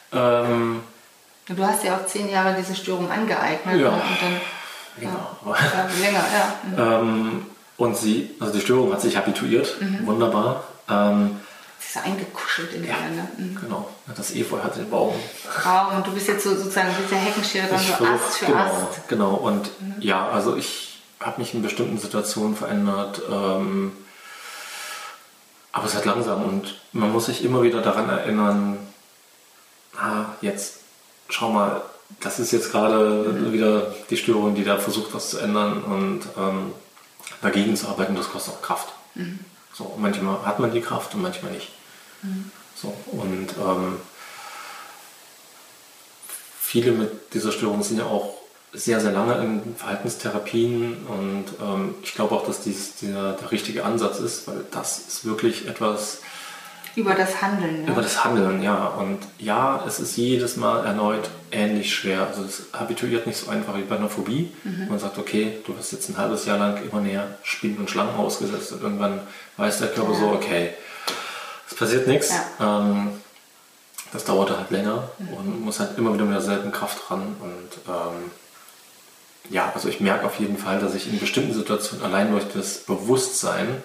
Du hast ja auch 10 Jahre diese Störung angeeignet. Ja, und dann, genau. Länger, ja. Und also die Störung hat sich habituiert, wunderbar. Sie ist so eingekuschelt in dir, ne? Genau. Das Efeu hat den Baum. Und du bist jetzt sozusagen der Heckenschere, dann so Ast für Ast. Genau. Und ja, also ich habe mich in bestimmten Situationen verändert, aber es hat langsam und man muss sich immer wieder daran erinnern, jetzt schau mal, das ist jetzt gerade wieder die Störung, die da versucht, was zu ändern und dagegen zu arbeiten, das kostet auch Kraft. So, manchmal hat man die Kraft und manchmal nicht. So, und viele mit dieser Störung sind ja auch sehr, sehr lange in Verhaltenstherapien und ich glaube auch, dass der richtige Ansatz ist, weil das ist wirklich etwas... Über das Handeln. Über das Handeln, ja. Und ja, es ist jedes Mal erneut ähnlich schwer. Also es habituiert nicht so einfach wie bei einer Phobie. Man sagt, okay, du wirst jetzt ein halbes Jahr lang immer näher Spinnen und Schlangen ausgesetzt und irgendwann weiß der Körper so, okay, es passiert nichts. Ja. Das dauert halt länger und man muss halt immer wieder mit derselben Kraft ran. Und ja, also ich merke auf jeden Fall, dass ich in bestimmten Situationen allein durch das Bewusstsein,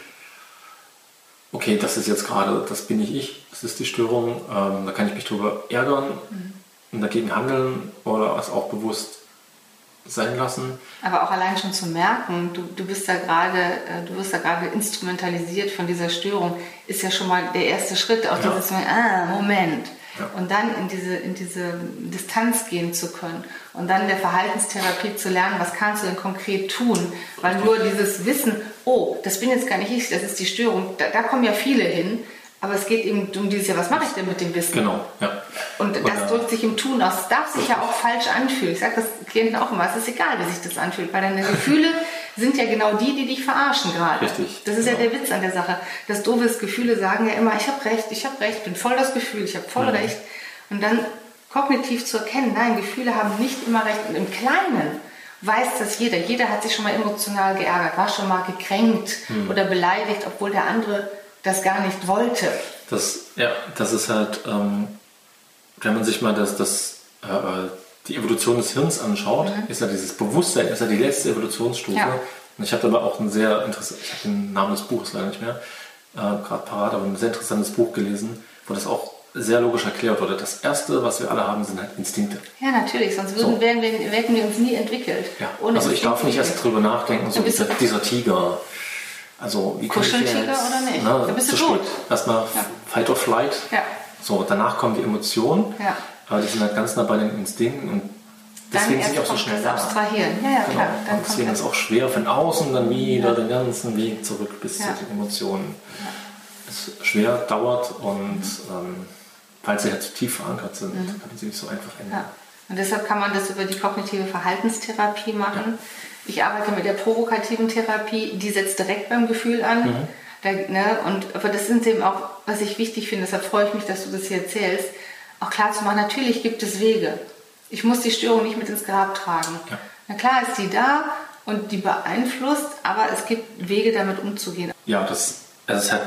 okay, das ist jetzt gerade, das bin ich, das ist die Störung, da kann ich mich drüber ärgern und dagegen handeln oder es auch bewusst sein lassen. Aber auch allein schon zu merken, du wirst da gerade instrumentalisiert von dieser Störung, ist ja schon mal der erste Schritt, auch dieses Moment. Ja. Und dann in diese Distanz gehen zu können und dann der Verhaltenstherapie zu lernen, was kannst du denn konkret tun, weil nur dieses Wissen, oh, das bin jetzt gar nicht ich, das ist die Störung, da kommen ja viele hin, aber es geht eben um dieses, was mache ich denn mit dem Wissen? Genau, ja. Und das drückt sich im Tun aus. Es darf sich ja auch falsch anfühlen. Ich sage das Klienten auch immer, es ist egal, wie sich das anfühlt, weil deine Gefühle sind ja genau die dich verarschen gerade. Richtig. Das ist ja der Witz an der Sache. Das doofe ist, Gefühle sagen ja immer, ich habe recht, ich bin voll das Gefühl, ich habe voll recht. Und dann kognitiv zu erkennen, nein, Gefühle haben nicht immer recht. Und im Kleinen weiß das jeder. Jeder hat sich schon mal emotional geärgert, war schon mal gekränkt oder beleidigt, obwohl der andere das gar nicht wollte. Das ist halt, wenn man sich mal die Evolution des Hirns anschaut, ist ja dieses Bewusstsein, ist ja die letzte Evolutionsstufe. Ja. Und ich habe aber auch ich habe den Namen des Buches leider nicht mehr gerade parat, aber ein sehr interessantes Buch gelesen, wo das auch sehr logisch erklärt wurde. Das Erste, was wir alle haben, sind halt Instinkte. Ja, natürlich, sonst hätten wir uns nie entwickelt. Ja. Also ich darf nicht erst drüber nachdenken, so dieser Tiger. Also wie Kuscheltiger oder nicht? Da bist du tot. Erstmal Fight or Flight. Ja. So, danach kommen die Emotionen. Ja. Aber die sind halt ganz nah bei den Instinkten und deswegen sind die auch so schnell da. Abstrahieren. Ja, klar. Dann und deswegen ist es auch schwer von außen dann wieder den ganzen Weg zurück bis zu den Emotionen. Ja. Es schwer dauert und weil sie halt zu tief verankert sind, kann man sie nicht so einfach ändern. Ja. Und deshalb kann man das über die kognitive Verhaltenstherapie machen. Ja. Ich arbeite mit der provokativen Therapie, die setzt direkt beim Gefühl an. Aber das sind eben auch, was ich wichtig finde, deshalb freue ich mich, dass du das hier erzählst, auch klar zu machen, natürlich gibt es Wege. Ich muss die Störung nicht mit ins Grab tragen. Ja. Na klar ist die da und die beeinflusst, aber es gibt Wege, damit umzugehen. Ja, es ist halt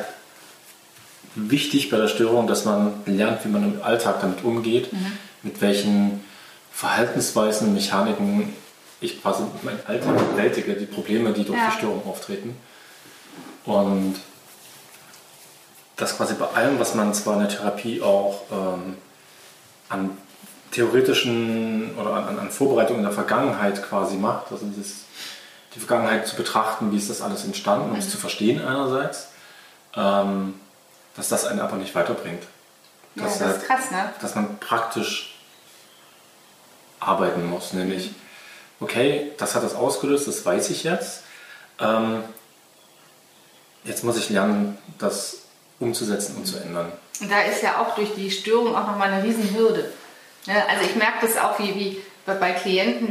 wichtig bei der Störung, dass man lernt, wie man im Alltag damit umgeht, mit welchen Verhaltensweisen, Mechaniken ich quasi meinen Alltag bewältige, die Probleme, die durch die Störung auftreten. Und das quasi bei allem, was man zwar in der Therapie auch an theoretischen oder an Vorbereitungen in der Vergangenheit quasi macht, also die Vergangenheit zu betrachten, wie ist das alles entstanden, um es zu verstehen einerseits, dass das einen aber nicht weiterbringt. Das ist krass, ne? Dass man praktisch arbeiten muss, nämlich, okay, das hat das ausgelöst, das weiß ich jetzt. Jetzt muss ich lernen, das umzusetzen und zu ändern. Und da ist ja auch durch die Störung auch nochmal eine Riesenhürde. Also ich merke das auch wie bei Klienten,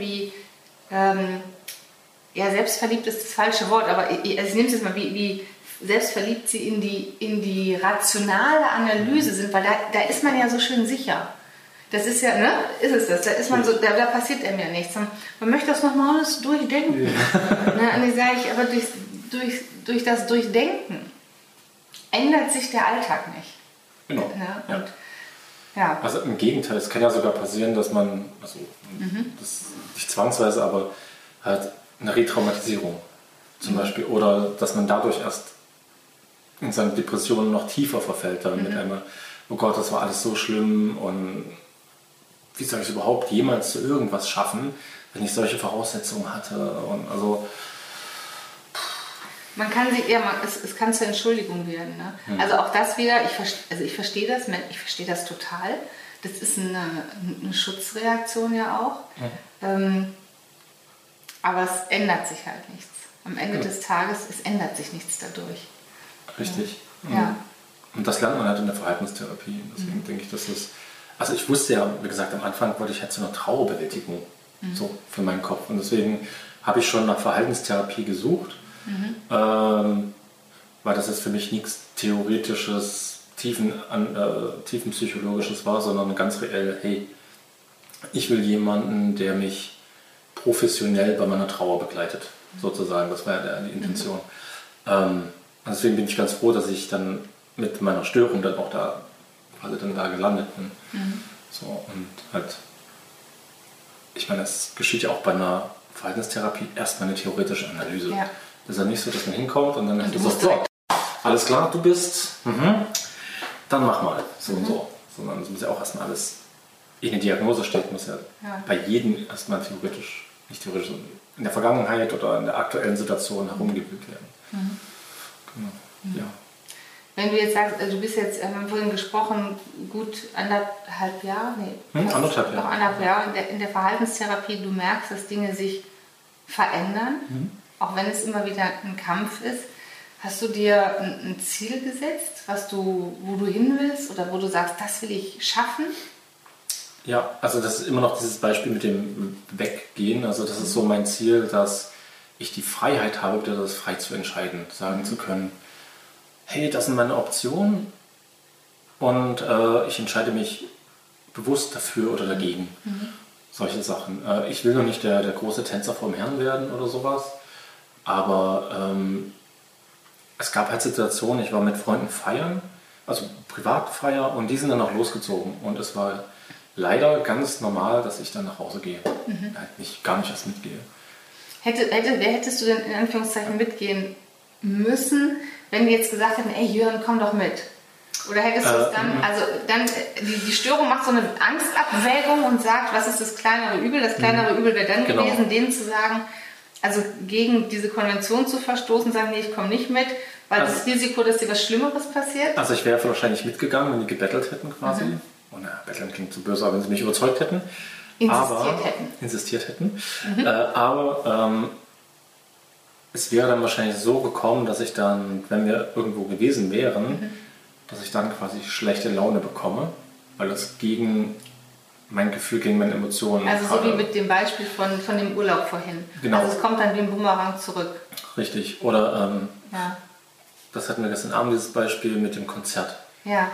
selbstverliebt ist das falsche Wort, aber ich nehme es jetzt mal, wie selbstverliebt sie in die rationale Analyse sind, weil da ist man ja so schön sicher. Das ist ja, ne? Ist es das? Da ist man so, da passiert einem ja nichts. Man möchte das nochmal alles durchdenken. Ja. Und ich sage, aber durch das Durchdenken ändert sich der Alltag nicht. Genau. Ja. Und, ja. Also im Gegenteil, es kann ja sogar passieren, dass man, das nicht zwangsweise, aber halt eine Retraumatisierung zum Beispiel, oder dass man dadurch erst in seine Depressionen noch tiefer verfällt, dann mit einmal, oh Gott, das war alles so schlimm und wie soll ich es überhaupt jemals zu irgendwas schaffen, wenn ich solche Voraussetzungen hatte und also... Man kann es kann zur Entschuldigung werden. Ne? Also auch das wieder, ich verstehe das total. Das ist eine Schutzreaktion ja auch. Aber es ändert sich halt nichts. Am Ende des Tages, es ändert sich nichts dadurch. Richtig. Ja. Und das lernt man halt in der Verhaltenstherapie. Deswegen denke ich, dass das... Also ich wusste ja, wie gesagt, am Anfang wollte ich halt so eine Trauerbewältigung so für meinen Kopf. Und deswegen habe ich schon nach Verhaltenstherapie gesucht. Weil das jetzt für mich nichts Theoretisches, tiefenpsychologisches war, sondern ganz reell, hey, ich will jemanden, der mich professionell bei meiner Trauer begleitet, sozusagen. Das war ja die Intention. Deswegen bin ich ganz froh, dass ich dann mit meiner Störung dann auch da gelandet bin. So, und halt, ich meine, es geschieht ja auch bei einer Verhaltenstherapie erstmal eine theoretische Analyse. Ja. Das ist ja nicht so, dass man hinkommt und dann hast du so, alles klar, du bist, dann mach mal, so und so. Sondern es muss ja auch erstmal alles, in der Diagnose steht, muss ja bei jedem erstmal nicht theoretisch, in der Vergangenheit oder in der aktuellen Situation herumgewühlt werden. Genau. Ja. Wenn du jetzt sagst, du bist jetzt, wir haben vorhin gesprochen, gut anderthalb Jahre, anderthalb Jahre in der Verhaltenstherapie, du merkst, dass Dinge sich verändern. Auch wenn es immer wieder ein Kampf ist, hast du dir ein Ziel gesetzt, wo du hin willst oder wo du sagst, das will ich schaffen? Ja, also das ist immer noch dieses Beispiel mit dem Weggehen. Also das ist so mein Ziel, dass ich die Freiheit habe, das frei zu entscheiden, sagen zu können, hey, das sind meine Optionen und ich entscheide mich bewusst dafür oder dagegen. Solche Sachen. Ich will noch nicht der große Tänzer vom Herrn werden oder sowas. Aber es gab halt Situationen, ich war mit Freunden feiern, also Privatfeier, und die sind dann auch losgezogen. Und es war leider ganz normal, dass ich dann nach Hause gehe. Halt gar nicht erst mitgehe. Wer hättest du denn in Anführungszeichen mitgehen müssen, wenn die jetzt gesagt hätten, ey Jürgen, komm doch mit? Oder hättest du es dann, die Störung macht so eine Angstabwägung und sagt, was ist das kleinere Übel? Das kleinere Übel wäre dann gewesen, denen zu sagen, also gegen diese Konvention zu verstoßen, sagen, nee, ich komme nicht mit, weil das Risiko, dass dir was Schlimmeres passiert. Also ich wäre wahrscheinlich mitgegangen, wenn die gebettelt hätten quasi. Oh na, betteln klingt zu böse, aber wenn sie mich überzeugt hätten. Insistiert hätten. Aber es wäre dann wahrscheinlich so gekommen, dass ich dann, wenn wir irgendwo gewesen wären, dass ich dann quasi schlechte Laune bekomme, weil das gegen mein Gefühl, gegen meine Emotionen... Also so wie mit dem Beispiel von dem Urlaub vorhin. Genau. Also es kommt dann wie ein Bumerang zurück. Richtig. Oder das hatten wir gestern Abend, dieses Beispiel mit dem Konzert. Ja.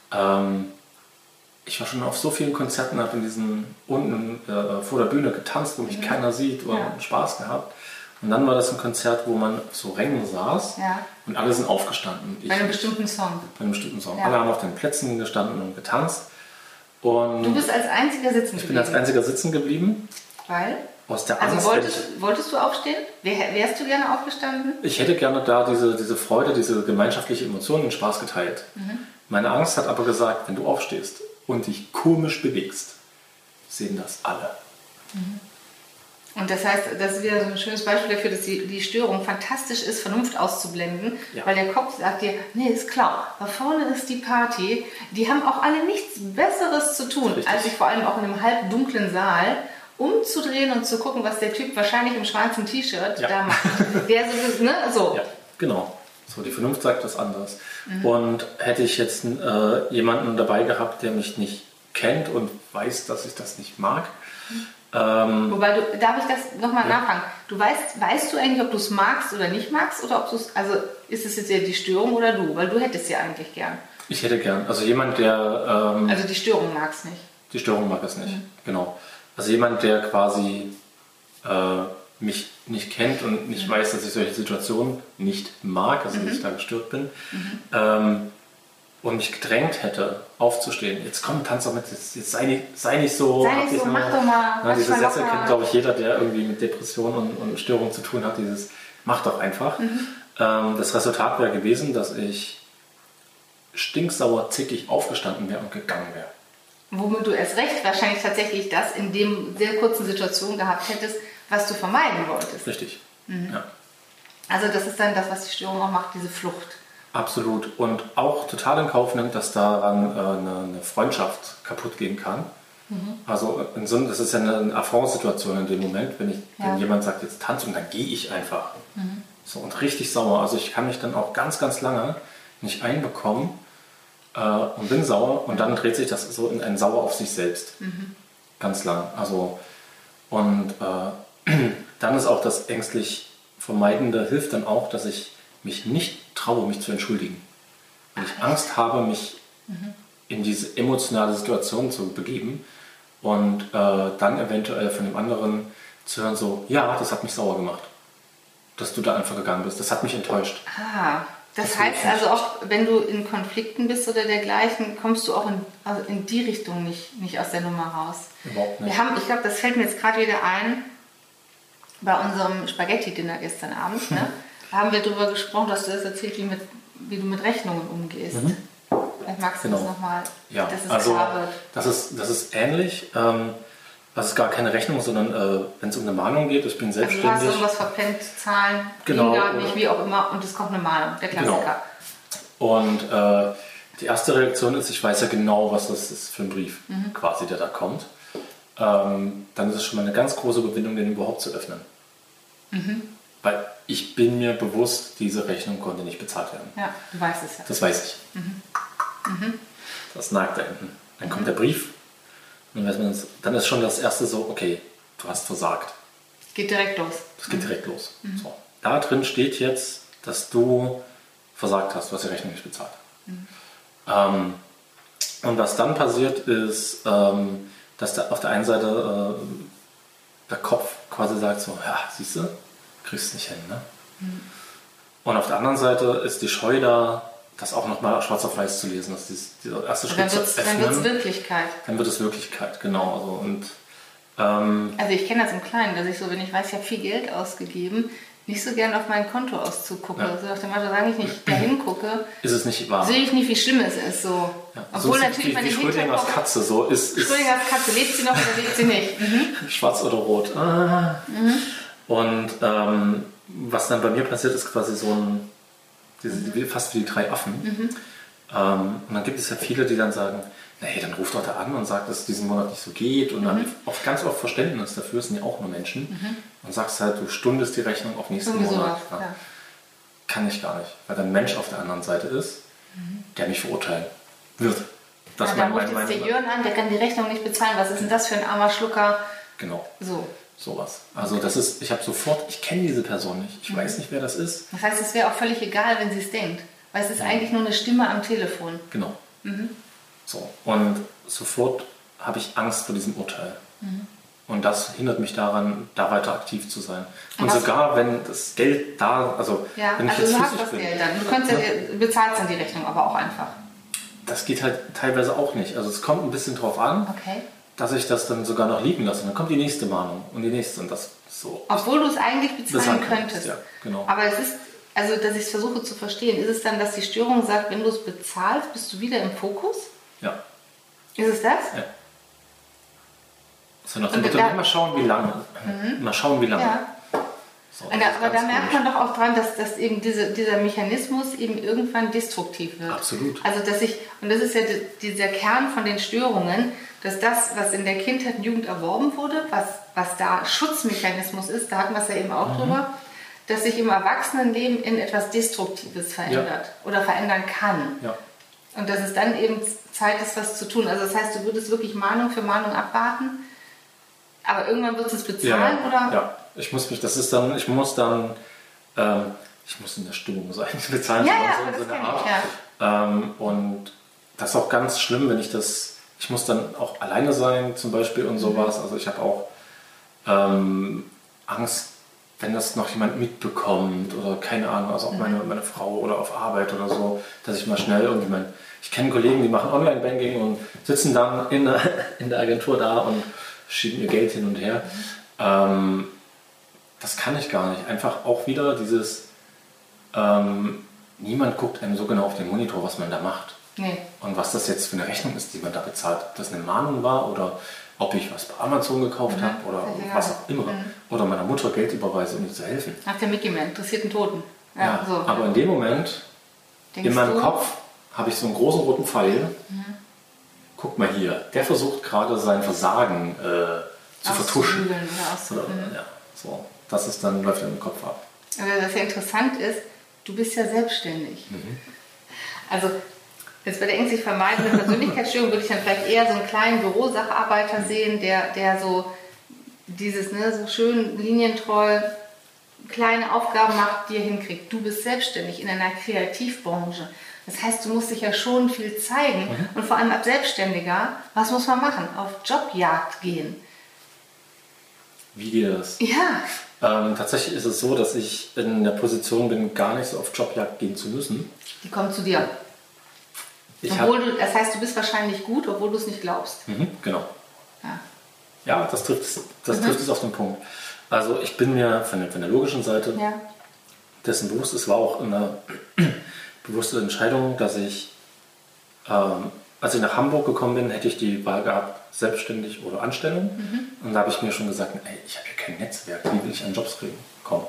Ich war schon auf so vielen Konzerten, habe in diesen unten vor der Bühne getanzt, wo mich keiner sieht, und Spaß gehabt. Und dann war das ein Konzert, wo man auf so Rängen saß und alle sind aufgestanden. Bei einem bestimmten Song. Bei einem bestimmten Song. Ja. Alle haben auf den Plätzen gestanden und getanzt. Und du bist als einziger sitzen geblieben? Ich bin als einziger sitzen geblieben. Weil? Aus der Angst. Also wolltest du aufstehen? Wärst du gerne aufgestanden? Ich hätte gerne da diese Freude, diese gemeinschaftliche Emotion und Spaß geteilt. Meine Angst hat aber gesagt, wenn du aufstehst und dich komisch bewegst, sehen das alle. Und das heißt, das ist wieder so ein schönes Beispiel dafür, dass die Störung fantastisch ist, Vernunft auszublenden, weil der Kopf sagt dir, nee, ist klar, da vorne ist die Party, die haben auch alle nichts Besseres zu tun, als sich vor allem auch in einem halbdunklen Saal umzudrehen und zu gucken, was der Typ wahrscheinlich im schwarzen T-Shirt da macht. Der so, ne? So. Ja, genau. So, die Vernunft sagt was anderes. Und hätte ich jetzt jemanden dabei gehabt, der mich nicht kennt und weiß, dass ich das nicht mag. Wobei, darf ich das nochmal nachfragen? Weißt du eigentlich, ob du es magst oder nicht magst? Oder ob du es, also ist es jetzt eher die Störung oder du? Weil du hättest ja eigentlich gern. Ich hätte gern. Also jemand, der... also die Störung mag es nicht. Die Störung mag es nicht, genau. Also jemand, der quasi mich nicht kennt und nicht weiß, dass ich solche Situationen nicht mag, also dass ich da gestört bin, und mich gedrängt hätte, aufzustehen. Jetzt komm, tanz doch mit, jetzt sei nicht so... Sei nicht so, mach doch mal. Na, diese Sätze kennt, glaube ich, jeder, der irgendwie mit Depressionen und Störungen zu tun hat, dieses mach doch einfach. Das Resultat wäre gewesen, dass ich stinksauer, zickig aufgestanden wäre und gegangen wäre. Womit du erst recht wahrscheinlich tatsächlich das in dem sehr kurzen Situation gehabt hättest, was du vermeiden wolltest. Richtig, ja. Also das ist dann das, was die Störung auch macht, diese Flucht. Absolut. Und auch total in Kauf nimmt, dass daran eine Freundschaft kaputt gehen kann. Also das ist ja eine Affront-Situation in dem Moment, wenn jemand sagt, jetzt tanz, und dann gehe ich einfach. So, und richtig sauer. Also ich kann mich dann auch ganz, ganz lange nicht einbekommen und bin sauer, und dann dreht sich das so in ein Sauer auf sich selbst. Ganz lang. Also, und dann ist auch das ängstlich Vermeidende, hilft dann auch, dass ich mich nicht traue, mich zu entschuldigen. Weil ich Angst habe, mich in diese emotionale Situation zu begeben und dann eventuell von dem anderen zu hören, so, ja, das hat mich sauer gemacht, dass du da einfach gegangen bist. Das hat mich enttäuscht. Das heißt also auch, wenn du in Konflikten bist oder dergleichen, kommst du auch in die Richtung nicht aus der Nummer raus. Überhaupt nicht. Ich glaube, das fällt mir jetzt gerade wieder ein, bei unserem Spaghetti-Dinner gestern Abend, ne? Da haben wir darüber gesprochen, dass du das erzählt, wie du mit Rechnungen umgehst. Vielleicht magst du das nochmal, ja, dass es also, klar wird. Das ist ähnlich. Das ist gar keine Rechnung, sondern wenn es um eine Mahnung geht, ich bin selbstständig. Also du hast irgendwas verpennt, Zahlen, genau, gerade nicht, wie auch immer, und es kommt eine Mahnung, der Klassiker. Genau. Und die erste Reaktion ist, ich weiß ja genau, was das ist für ein Brief, quasi, der da kommt. Dann ist es schon mal eine ganz große Überwindung, den überhaupt zu öffnen. Weil ich bin mir bewusst, diese Rechnung konnte nicht bezahlt werden. Ja, du weißt es ja. Das weiß ich. Das nagt da hinten. Dann kommt der Brief. Und dann ist schon das erste so, okay, du hast versagt. Geht direkt los. Das geht direkt los. So. Da drin steht jetzt, dass du versagt hast, du hast die Rechnung nicht bezahlt. Und was dann passiert ist, dass auf der einen Seite der Kopf quasi sagt so, ja, siehst du, kriegst es nicht hin. Ne? Und auf der anderen Seite ist die Scheu da, das auch nochmal schwarz auf weiß zu lesen, dass dieser erste Schritt zu öffnen. Dann wird es Wirklichkeit. Dann wird es Wirklichkeit, genau. Also, und, also ich kenne das im Kleinen, dass ich so, wenn ich weiß, ich habe viel Geld ausgegeben, nicht so gern auf mein Kontoauszug gucke. Ja. Also nach dem Motto, solange ich nicht dahin gucke, ist es nicht wahr. Sehe ich nicht, wie schlimm es ist. So. Ja. Obwohl so natürlich wie Schrödingers Katze so ist. Schrödingers Katze, lebt sie noch oder lebt sie nicht? Schwarz oder rot. Und was dann bei mir passiert, ist quasi so fast wie die drei Affen. Und dann gibt es ja viele, die dann sagen, nee, dann ruft doch da an und sagt, dass es diesen Monat nicht so geht. Und dann auch ganz oft Verständnis dafür, sind ja auch nur Menschen. Und sagst halt, du stundest die Rechnung auf nächsten Monat. Ja. Ja. Kann ich gar nicht, weil da ein Mensch auf der anderen Seite ist, der mich verurteilen wird. Da ruft jetzt der Jörn an, der kann die Rechnung nicht bezahlen. Was ist denn das für ein armer Schlucker? Genau. So. Sowas. Also ich kenne diese Person nicht. Ich weiß nicht, wer das ist. Das heißt, es wäre auch völlig egal, wenn sie es denkt. Weil es ist eigentlich nur eine Stimme am Telefon. Genau. So. Und sofort habe ich Angst vor diesem Urteil. Und das hindert mich daran, da weiter aktiv zu sein. Und sogar wenn das Geld da, wenn ich jetzt du hast das Geld dann. Du bezahlst dann die Rechnung aber auch einfach. Das geht halt teilweise auch nicht. Also es kommt ein bisschen drauf an. Okay. Dass ich das dann sogar noch liegen lasse. Und dann kommt die nächste Mahnung und die nächste und das so. Obwohl du es eigentlich bezahlen könntest. Ja, genau. Aber es ist, also dass ich es versuche zu verstehen, ist es dann, dass die Störung sagt, wenn du es bezahlst, bist du wieder im Fokus? Ja. Ist es das? Ja. So nach dem Motto, mal schauen, wie lange. Mal schauen, wie lange. Ja. So, aber da merkt man doch auch dran, dass eben dieser Mechanismus eben irgendwann destruktiv wird. Absolut. Also und das ist ja dieser Kern von den Störungen, dass das, was in der Kindheit und Jugend erworben wurde, was da Schutzmechanismus ist, da hatten wir es ja eben auch drüber, dass sich im Erwachsenenleben in etwas Destruktives verändert oder verändern kann. Ja. Und dass es dann eben Zeit ist, was zu tun. Also das heißt, du würdest wirklich Mahnung für Mahnung abwarten, aber irgendwann wird es bezahlen, oder? Ja, ich muss in der Stimmung sein, bezahlen. Ja, aber das kenne ich, ja. Und das ist auch ganz schlimm, wenn ich muss dann auch alleine sein zum Beispiel und sowas. Also ich habe auch Angst, wenn das noch jemand mitbekommt oder keine Ahnung, also auch meine Frau oder auf Arbeit oder so, dass ich mal schnell irgendwie ich kenne Kollegen, die machen Online-Banking und sitzen dann in der Agentur da und schieben ihr Geld hin und her. Das kann ich gar nicht. Einfach auch wieder dieses, niemand guckt einem so genau auf den Monitor, was man da macht. Nee. Und was das jetzt für eine Rechnung ist, die man da bezahlt. Ob das eine Mahnung war oder ob ich was bei Amazon gekauft habe oder was auch immer. Oder meiner Mutter Geld überweise, um ihr zu helfen. Nach der Mickey Man, interessierten Toten. Ja, so. Aber in dem Moment, in meinem Kopf, habe ich so einen großen roten Pfeil. Guck mal hier, der versucht gerade sein Versagen zu vertuschen. Ja, so. Das ist dann, läuft im Kopf ab. Aber was ja interessant ist, du bist ja selbstständig. Also, jetzt bei der ängstlich vermeidenden Persönlichkeitsstörung würde ich dann vielleicht eher so einen kleinen Bürosacharbeiter sehen, der so dieses, so schön linientreu kleine Aufgaben macht, die er hinkriegt. Du bist selbstständig in einer Kreativbranche. Das heißt, du musst dich ja schon viel zeigen. Und vor allem als Selbstständiger, was muss man machen? Auf Jobjagd gehen. Wie geht das? Ja. Tatsächlich ist es so, dass ich in der Position bin, gar nicht so auf Jobjagd gehen zu müssen. Die kommen zu dir. Das heißt, du bist wahrscheinlich gut, obwohl du es nicht glaubst. Genau. Ja, das trifft es auf den Punkt. Also ich bin mir von der logischen Seite dessen bewusst. Es war auch eine bewusste Entscheidung, dass ich, als ich nach Hamburg gekommen bin, hätte ich die Wahl gehabt, selbstständig oder Anstellung. Und da habe ich mir schon gesagt, ich habe hier kein Netzwerk, wie will ich an Jobs kommen?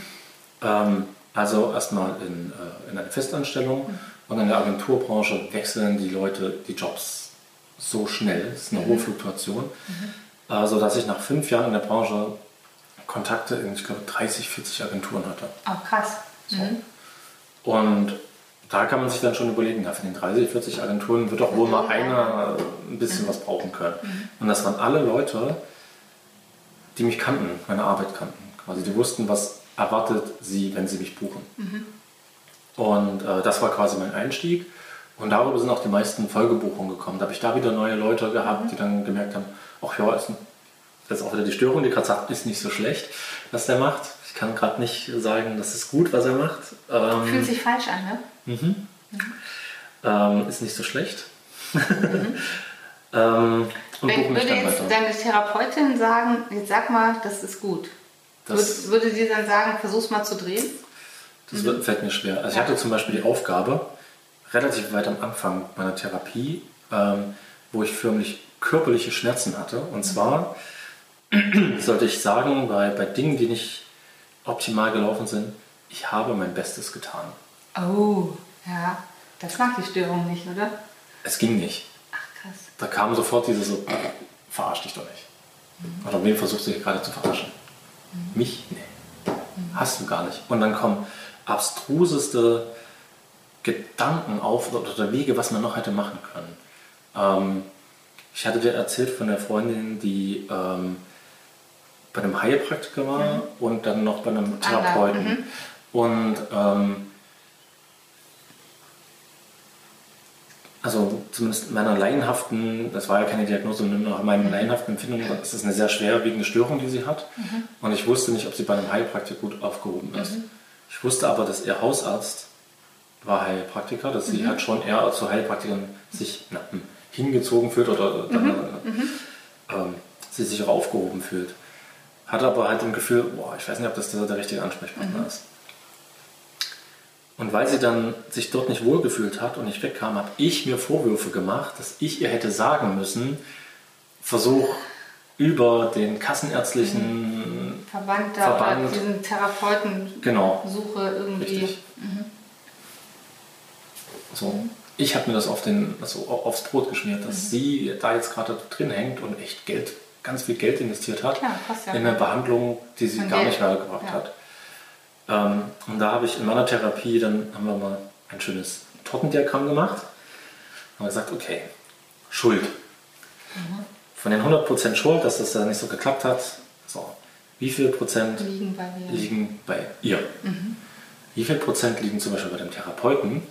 Also erstmal in eine Festanstellung. Und in der Agenturbranche wechseln die Leute die Jobs so schnell, es ist eine hohe Fluktuation, sodass ich nach 5 Jahren in der Branche Kontakte in, ich glaube, 30, 40 Agenturen hatte. Oh, krass. So. Und da kann man sich dann schon überlegen, von den 30, 40 Agenturen wird doch wohl mal einer ein bisschen was brauchen können. Und das waren alle Leute, die mich kannten, meine Arbeit kannten. Quasi, die wussten, was erwartet sie, wenn sie mich buchen. Und das war quasi mein Einstieg. Und darüber sind auch die meisten Folgebuchungen gekommen. Da habe ich da wieder neue Leute gehabt, die dann gemerkt haben, ach ja, das ist auch wieder die Störung, die gerade sagt, ist nicht so schlecht, was der macht. Ich kann gerade nicht sagen, das ist gut, was er macht. Fühlt sich falsch an, ne? Ist nicht so schlecht. Und würde jetzt deine Therapeutin sagen, jetzt sag mal, das ist gut. Würde sie dann sagen, versuch's mal zu drehen? Das fällt mir schwer. Also ich hatte zum Beispiel die Aufgabe, relativ weit am Anfang meiner Therapie, wo ich förmlich körperliche Schmerzen hatte. Und zwar sollte ich sagen, bei Dingen, die nicht optimal gelaufen sind, ich habe mein Bestes getan. Oh, ja. Das mag die Störung nicht, oder? Es ging nicht. Ach, krass. Da kam sofort diese so, verarsch dich doch nicht. Oder wen versuchst du hier gerade zu verarschen? Mich? Nee. Hast du gar nicht. Und dann kommen abstruseste Gedanken auf oder Wege, was man noch hätte machen können. Ich hatte dir erzählt von der Freundin, die bei einem Heilpraktiker war und dann noch bei einem Therapeuten. Und also zumindest meiner laienhaften, das war ja keine Diagnose, sondern nach meinen laienhaften Empfindungen, das ist eine sehr schwerwiegende Störung, die sie hat. Und ich wusste nicht, ob sie bei einem Heilpraktiker gut aufgehoben ist. Ich wusste aber, dass ihr Hausarzt war Heilpraktiker, dass sie halt schon eher zu Heilpraktikern sich hingezogen fühlt oder dann, sie sich auch aufgehoben fühlt. Hatte aber halt im Gefühl, ich weiß nicht, ob das der richtige Ansprechpartner ist. Und weil sie dann sich dort nicht wohlgefühlt hat und nicht wegkam, habe ich mir Vorwürfe gemacht, dass ich ihr hätte sagen müssen, versuch über den kassenärztlichen Verband Verband. oder diesen Therapeuten Genau. Suche irgendwie. Richtig. So. Ich habe mir das aufs Brot geschmiert, dass sie da jetzt gerade drin hängt und echt ganz viel Geld investiert hat Klar, kostet ja in eine Behandlung, die sie Und gar Geld. nicht weitergebracht Ja. hat. Und da habe ich in meiner Therapie, dann haben wir mal ein schönes Tortendiagramm gemacht. Haben wir gesagt, okay, Schuld. Von den 100% Schuld, dass das da nicht so geklappt hat, so, wie viel Prozent liegen bei mir. liegen bei ihr? Wie viel Prozent liegen zum Beispiel bei dem Therapeuten?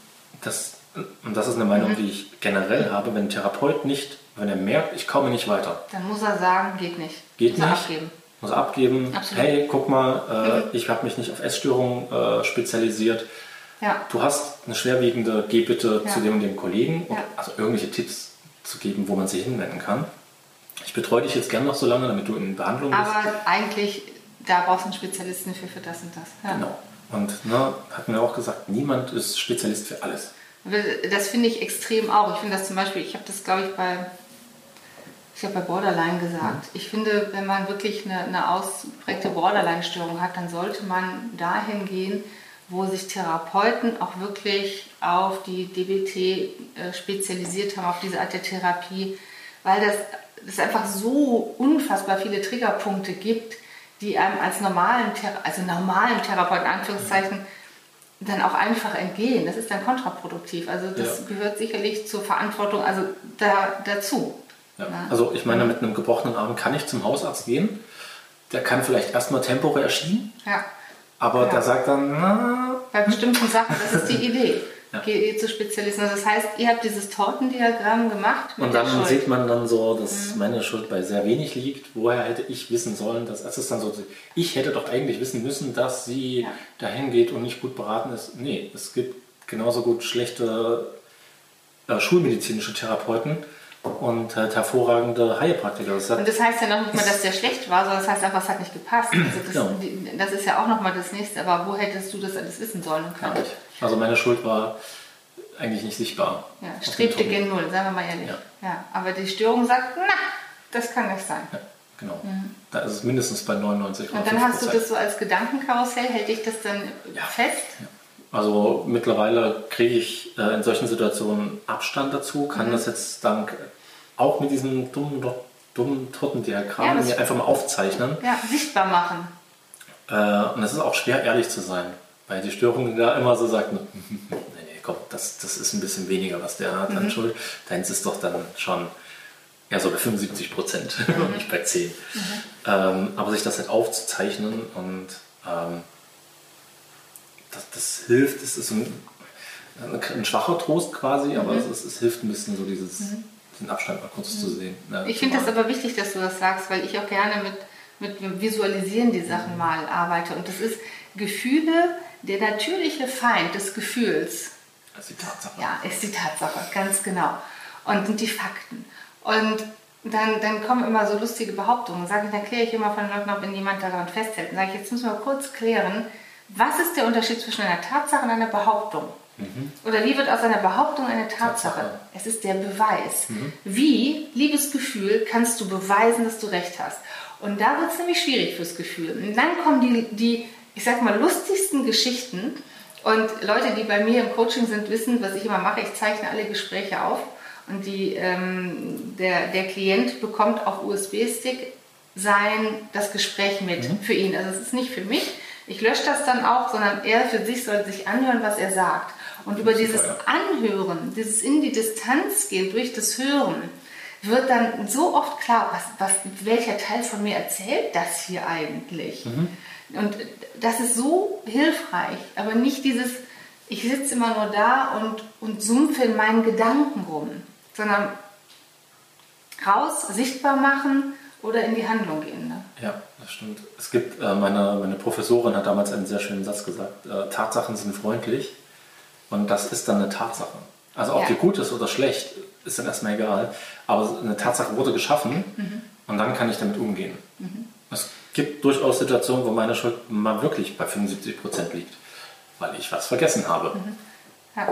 Und das ist eine Meinung, die ich generell habe, wenn ein Therapeut wenn er merkt, ich komme nicht weiter. Dann muss er sagen, geht nicht. Geht muss er nicht. abgeben. Muss er abgeben. Absolut. Hey, guck mal, ich habe mich nicht auf Essstörungen spezialisiert. Ja. Du hast eine schwerwiegende, geh bitte Ja. zu dem und dem Kollegen. Ja. Also irgendwelche Tipps zu geben, wo man sich hinwenden kann. Ich betreue dich jetzt gerne noch so lange, damit du in Behandlung bist. Aber eigentlich, da brauchst du einen Spezialisten für das und das. Ja. Genau. Und hatten wir auch gesagt, niemand ist Spezialist für alles. Das finde ich extrem auch. Ich finde das zum Beispiel, ich habe das glaube ich bei Borderline gesagt. Ich finde, wenn man wirklich eine ausprägte Borderline-Störung hat, dann sollte man dahin gehen, wo sich Therapeuten auch wirklich auf die DBT spezialisiert haben, auf diese Art der Therapie, weil es einfach so unfassbar viele Triggerpunkte gibt, die einem als normalen Therapeuten, in Anführungszeichen, dann auch einfach entgehen. Das ist dann kontraproduktiv. Also das gehört sicherlich zur Verantwortung, also dazu. Ja. Also ich meine, mit einem gebrochenen Arm kann ich zum Hausarzt gehen. Der kann vielleicht erstmal temporär erschienen, Ja. aber der sagt dann, Bei bestimmten Sachen, das ist die Idee. Ja. Geh zu Spezialisten. Also das heißt, ihr habt dieses Tortendiagramm gemacht mit und der dann Schuld. sieht man dann so, dass meine Schuld bei sehr wenig liegt. Woher hätte ich wissen sollen, dass es ist dann so, ich hätte doch eigentlich wissen müssen, dass sie dahin geht und nicht gut beraten ist. Nee, es gibt genauso gut schlechte schulmedizinische Therapeuten und hervorragende Heilpraktiker. Und das heißt ja noch nicht mal, dass der schlecht war, sondern das heißt einfach, es hat nicht gepasst. Also das ist ja auch nochmal das Nächste. Aber wo hättest du das alles wissen sollen und können? Also meine Schuld war eigentlich nicht sichtbar. Ja, strebte gen Null, sagen wir mal ehrlich. Ja, aber die Störung sagt, na, das kann nicht sein. Ja, genau. Da ist es mindestens bei 99%. Und dann hast du das so als Gedankenkarussell, hält dich das dann fest? Ja. Also mittlerweile kriege ich in solchen Situationen Abstand dazu, kann das jetzt auch mit diesem dummen Tortendiagramm mir einfach mal aufzeichnen. Ja, sichtbar machen. Und es ist auch schwer, ehrlich zu sein, weil die Störung da immer so sagt, nee, komm, das ist ein bisschen weniger, was der hat an Schuld. Deins ist doch dann schon eher so bei 75%, nicht bei 10%. Aber sich das halt aufzuzeichnen und das hilft, es ist ein schwacher Trost quasi, aber es hilft ein bisschen so diesen Abstand mal kurz zu sehen. Ich finde das aber wichtig, dass du das sagst, weil ich auch gerne mit Visualisieren die Sachen mal arbeite. Und das ist Gefühle, der natürliche Feind des Gefühls. Das ist die Tatsache. Ja, ist die Tatsache, ganz genau. Und sind die Fakten. Und dann kommen immer so lustige Behauptungen. Dann erkläre ich immer von den Leuten, wenn jemand daran festhält. Dann sage ich, jetzt müssen wir kurz klären, was ist der Unterschied zwischen einer Tatsache und einer Behauptung? Oder wie wird aus einer Behauptung eine Tatsache? Es ist der Beweis. Wie, liebes Gefühl, kannst du beweisen, dass du recht hast? Und da wird es nämlich schwierig fürs Gefühl. Und dann kommen die, ich sag mal, lustigsten Geschichten. Und Leute, die bei mir im Coaching sind, wissen, was ich immer mache. Ich zeichne alle Gespräche auf. Und der Klient bekommt auf USB-Stick das Gespräch mit für ihn. Also es ist nicht für mich. Ich lösche das dann auch, sondern er für sich soll sich anhören, was er sagt. Und über dieses Anhören, dieses in die Distanz gehen durch das Hören, wird dann so oft klar, welcher Teil von mir erzählt das hier eigentlich? Und das ist so hilfreich, aber nicht dieses, ich sitze immer nur da und sumpfe in meinen Gedanken rum, sondern raus, sichtbar machen oder in die Handlung gehen. Ne? Ja, das stimmt. Es gibt, meine Professorin hat damals einen sehr schönen Satz gesagt, Tatsachen sind freundlich und das ist dann eine Tatsache. Also ob die gut ist oder schlecht, ist dann erstmal egal, aber eine Tatsache wurde geschaffen und dann kann ich damit umgehen. Es gibt durchaus Situationen, wo meine Schuld mal wirklich bei 75% liegt, weil ich was vergessen habe. Ja.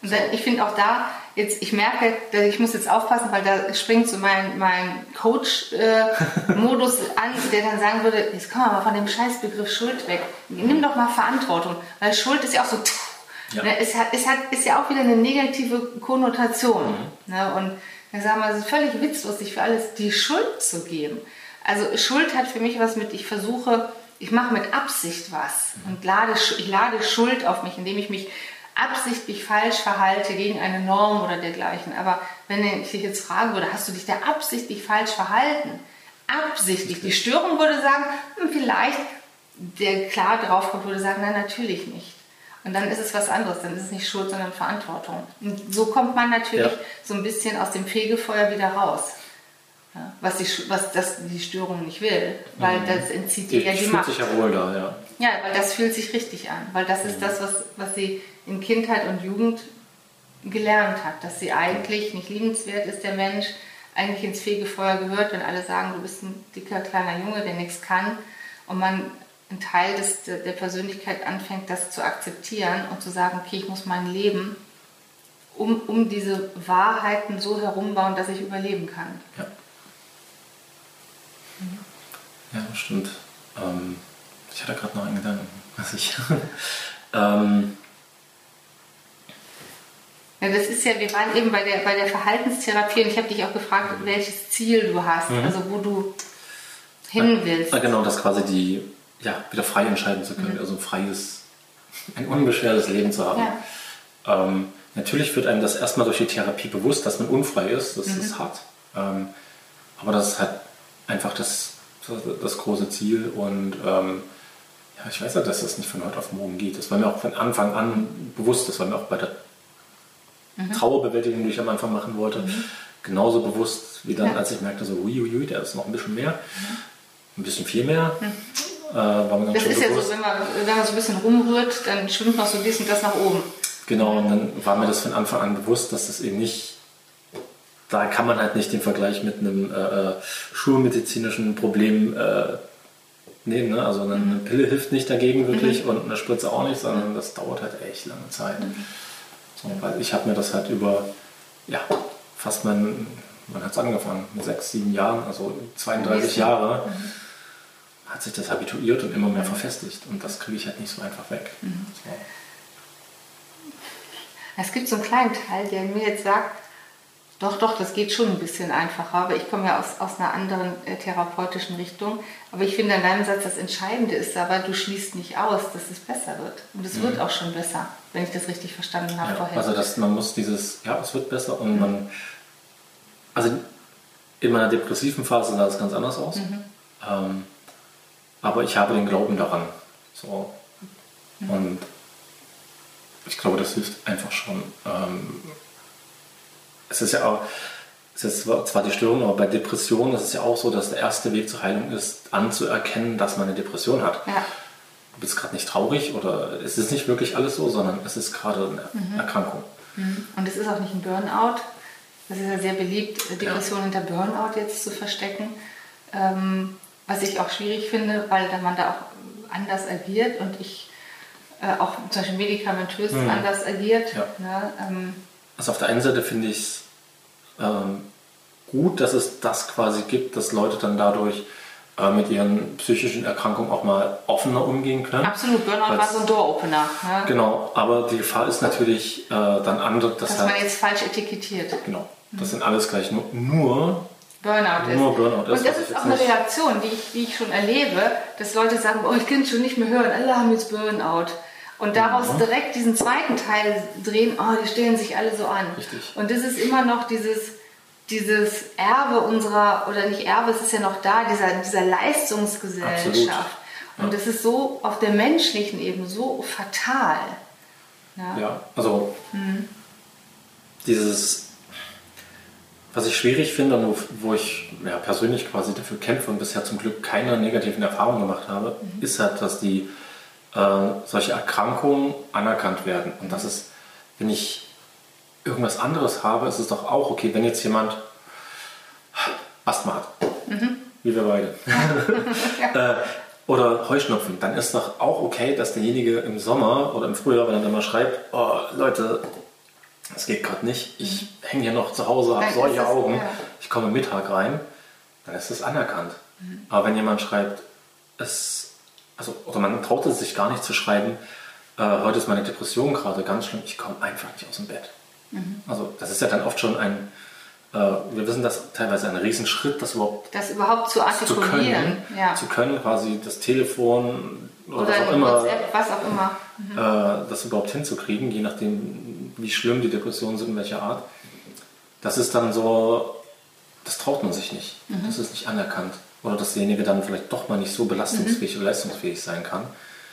Und dann, ich finde auch da, jetzt, ich merke, ich muss jetzt aufpassen, weil da springt so mein Coach-Modus an, der dann sagen würde, jetzt komm mal von dem Scheißbegriff Schuld weg. Nimm doch mal Verantwortung. Weil Schuld ist ja auch so, ist ja auch wieder eine negative Konnotation. Ne? Und dann sagen wir, es ist völlig witzlos, sich für alles die Schuld zu geben. Also Schuld hat für mich was mit, ich mache mit Absicht was und ich lade Schuld auf mich, indem ich mich absichtlich falsch verhalte gegen eine Norm oder dergleichen. Aber wenn ich dich jetzt fragen würde, hast du dich da absichtlich falsch verhalten? Absichtlich. Die Störung würde sagen, vielleicht, der klar drauf kommt, würde sagen, nein, natürlich nicht. Und dann ist es was anderes, dann ist es nicht Schuld, sondern Verantwortung. Und so kommt man natürlich so ein bisschen aus dem Fegefeuer wieder raus. Ja, was die Störung nicht will, weil das entzieht ihr ja die Macht. Fühlt sich ja wohl da, ja. Ja, weil das fühlt sich richtig an, weil das ist das, was sie in Kindheit und Jugend gelernt hat, dass sie eigentlich nicht liebenswert ist, der Mensch, eigentlich ins Fegefeuer gehört, wenn alle sagen, du bist ein dicker, kleiner Junge, der nichts kann und man einen Teil der Persönlichkeit anfängt, das zu akzeptieren und zu sagen, okay, ich muss mein Leben um diese Wahrheiten so herumbauen, dass ich überleben kann. Ja. Ja, das stimmt. Ich hatte gerade noch einen Gedanken. Ja, das ist ja, wir waren eben bei der Verhaltenstherapie und ich habe dich auch gefragt, welches Ziel du hast, also wo du hin willst. Genau, das quasi wieder frei entscheiden zu können, also ein unbeschwertes Leben zu haben. Ja. Natürlich wird einem das erstmal durch die Therapie bewusst, dass man unfrei ist, das ist hart. Aber das ist halt einfach das große Ziel und ich weiß ja, dass das nicht von heute auf morgen geht. Das war mir auch von Anfang an bewusst, das war mir auch bei der Trauerbewältigung, die ich am Anfang machen wollte, genauso bewusst wie dann, als ich merkte, so uiuiui, da ist noch ein bisschen mehr, ein bisschen viel mehr. War mir dann das schon ist bewusst. Ja so, wenn man so ein bisschen rumrührt, dann schwimmt noch so ein bisschen das nach oben. Genau, und dann war mir das von Anfang an bewusst, dass das eben nicht, da kann man halt nicht den Vergleich mit einem schulmedizinischen Problem nehmen. Ne? Also eine Pille hilft nicht dagegen wirklich und eine Spritze auch nicht, sondern das dauert halt echt lange Zeit. So, weil ich habe mir das halt über, fast man hat es angefangen, mit 6, 7 Jahren, also 32 Jahre, hat sich das habituiert und immer mehr verfestigt. Und das kriege ich halt nicht so einfach weg. So. Es gibt so einen kleinen Teil, der mir jetzt sagt, doch, das geht schon ein bisschen einfacher, aber ich komme ja aus einer anderen therapeutischen Richtung. Aber ich finde an deinem Satz, das Entscheidende ist aber, du schließt nicht aus, dass es besser wird. Und es wird auch schon besser, wenn ich das richtig verstanden habe vorher. Also man muss es wird besser und also in meiner depressiven Phase sah das ganz anders aus. Aber ich habe den Glauben daran. So. Und ich glaube, das hilft einfach schon. Es ist zwar die Störung, aber bei Depressionen ist es ja auch so, dass der erste Weg zur Heilung ist, anzuerkennen, dass man eine Depression hat. Ja. Du bist gerade nicht traurig oder es ist nicht wirklich alles so, sondern es ist gerade eine Erkrankung. Und es ist auch nicht ein Burnout. Das ist ja sehr beliebt, Depression hinter Burnout jetzt zu verstecken. Was ich auch schwierig finde, weil man da auch anders agiert und ich auch zum Beispiel medikamentös anders agiert. Ja. Ne? Also auf der einen Seite finde ich es gut, dass es das quasi gibt, dass Leute dann dadurch mit ihren psychischen Erkrankungen auch mal offener umgehen können. Absolut, Burnout war so ein Door-Opener. Ne? Genau, aber die Gefahr ist natürlich dann andere, dass man jetzt falsch etikettiert. Genau, das sind alles gleich nur Burnout ist. Und das ist auch eine Reaktion, die ich schon erlebe, dass Leute sagen, ich kann es schon nicht mehr hören, alle haben jetzt Burnout. Und daraus direkt diesen zweiten Teil drehen, die stellen sich alle so an. Richtig. Und das ist immer noch dieses Erbe unserer, oder nicht Erbe, es ist ja noch da, dieser Leistungsgesellschaft. Absolut. Und das ist so auf der menschlichen Ebene so fatal. Ja, also dieses, was ich schwierig finde und wo ich persönlich quasi dafür kämpfe und bisher zum Glück keine negativen Erfahrungen gemacht habe, ist halt, dass die solche Erkrankungen anerkannt werden. Und das ist, wenn ich irgendwas anderes habe, ist es doch auch okay, wenn jetzt jemand Asthma hat, wie wir beide, oder Heuschnupfen, dann ist doch auch okay, dass derjenige im Sommer oder im Frühjahr, wenn er dann mal schreibt, Leute, es geht gerade nicht, ich hänge hier noch zu Hause, habe solche Augen, ich komme Mittag rein, dann ist das anerkannt. Aber wenn jemand schreibt, oder man traut es sich gar nicht zu schreiben, heute ist meine Depression gerade ganz schlimm, ich komme einfach nicht aus dem Bett. Also das ist ja dann oft schon wir wissen, das teilweise ein Riesenschritt, das überhaupt zu artikulieren. Zu können, quasi das Telefon oder was auch immer. Das überhaupt hinzukriegen, je nachdem, wie schlimm die Depressionen sind, in welcher Art. Das ist dann so, das traut man sich nicht. Das ist nicht anerkannt. Oder dass derjenige dann vielleicht doch mal nicht so belastungsfähig oder leistungsfähig sein kann.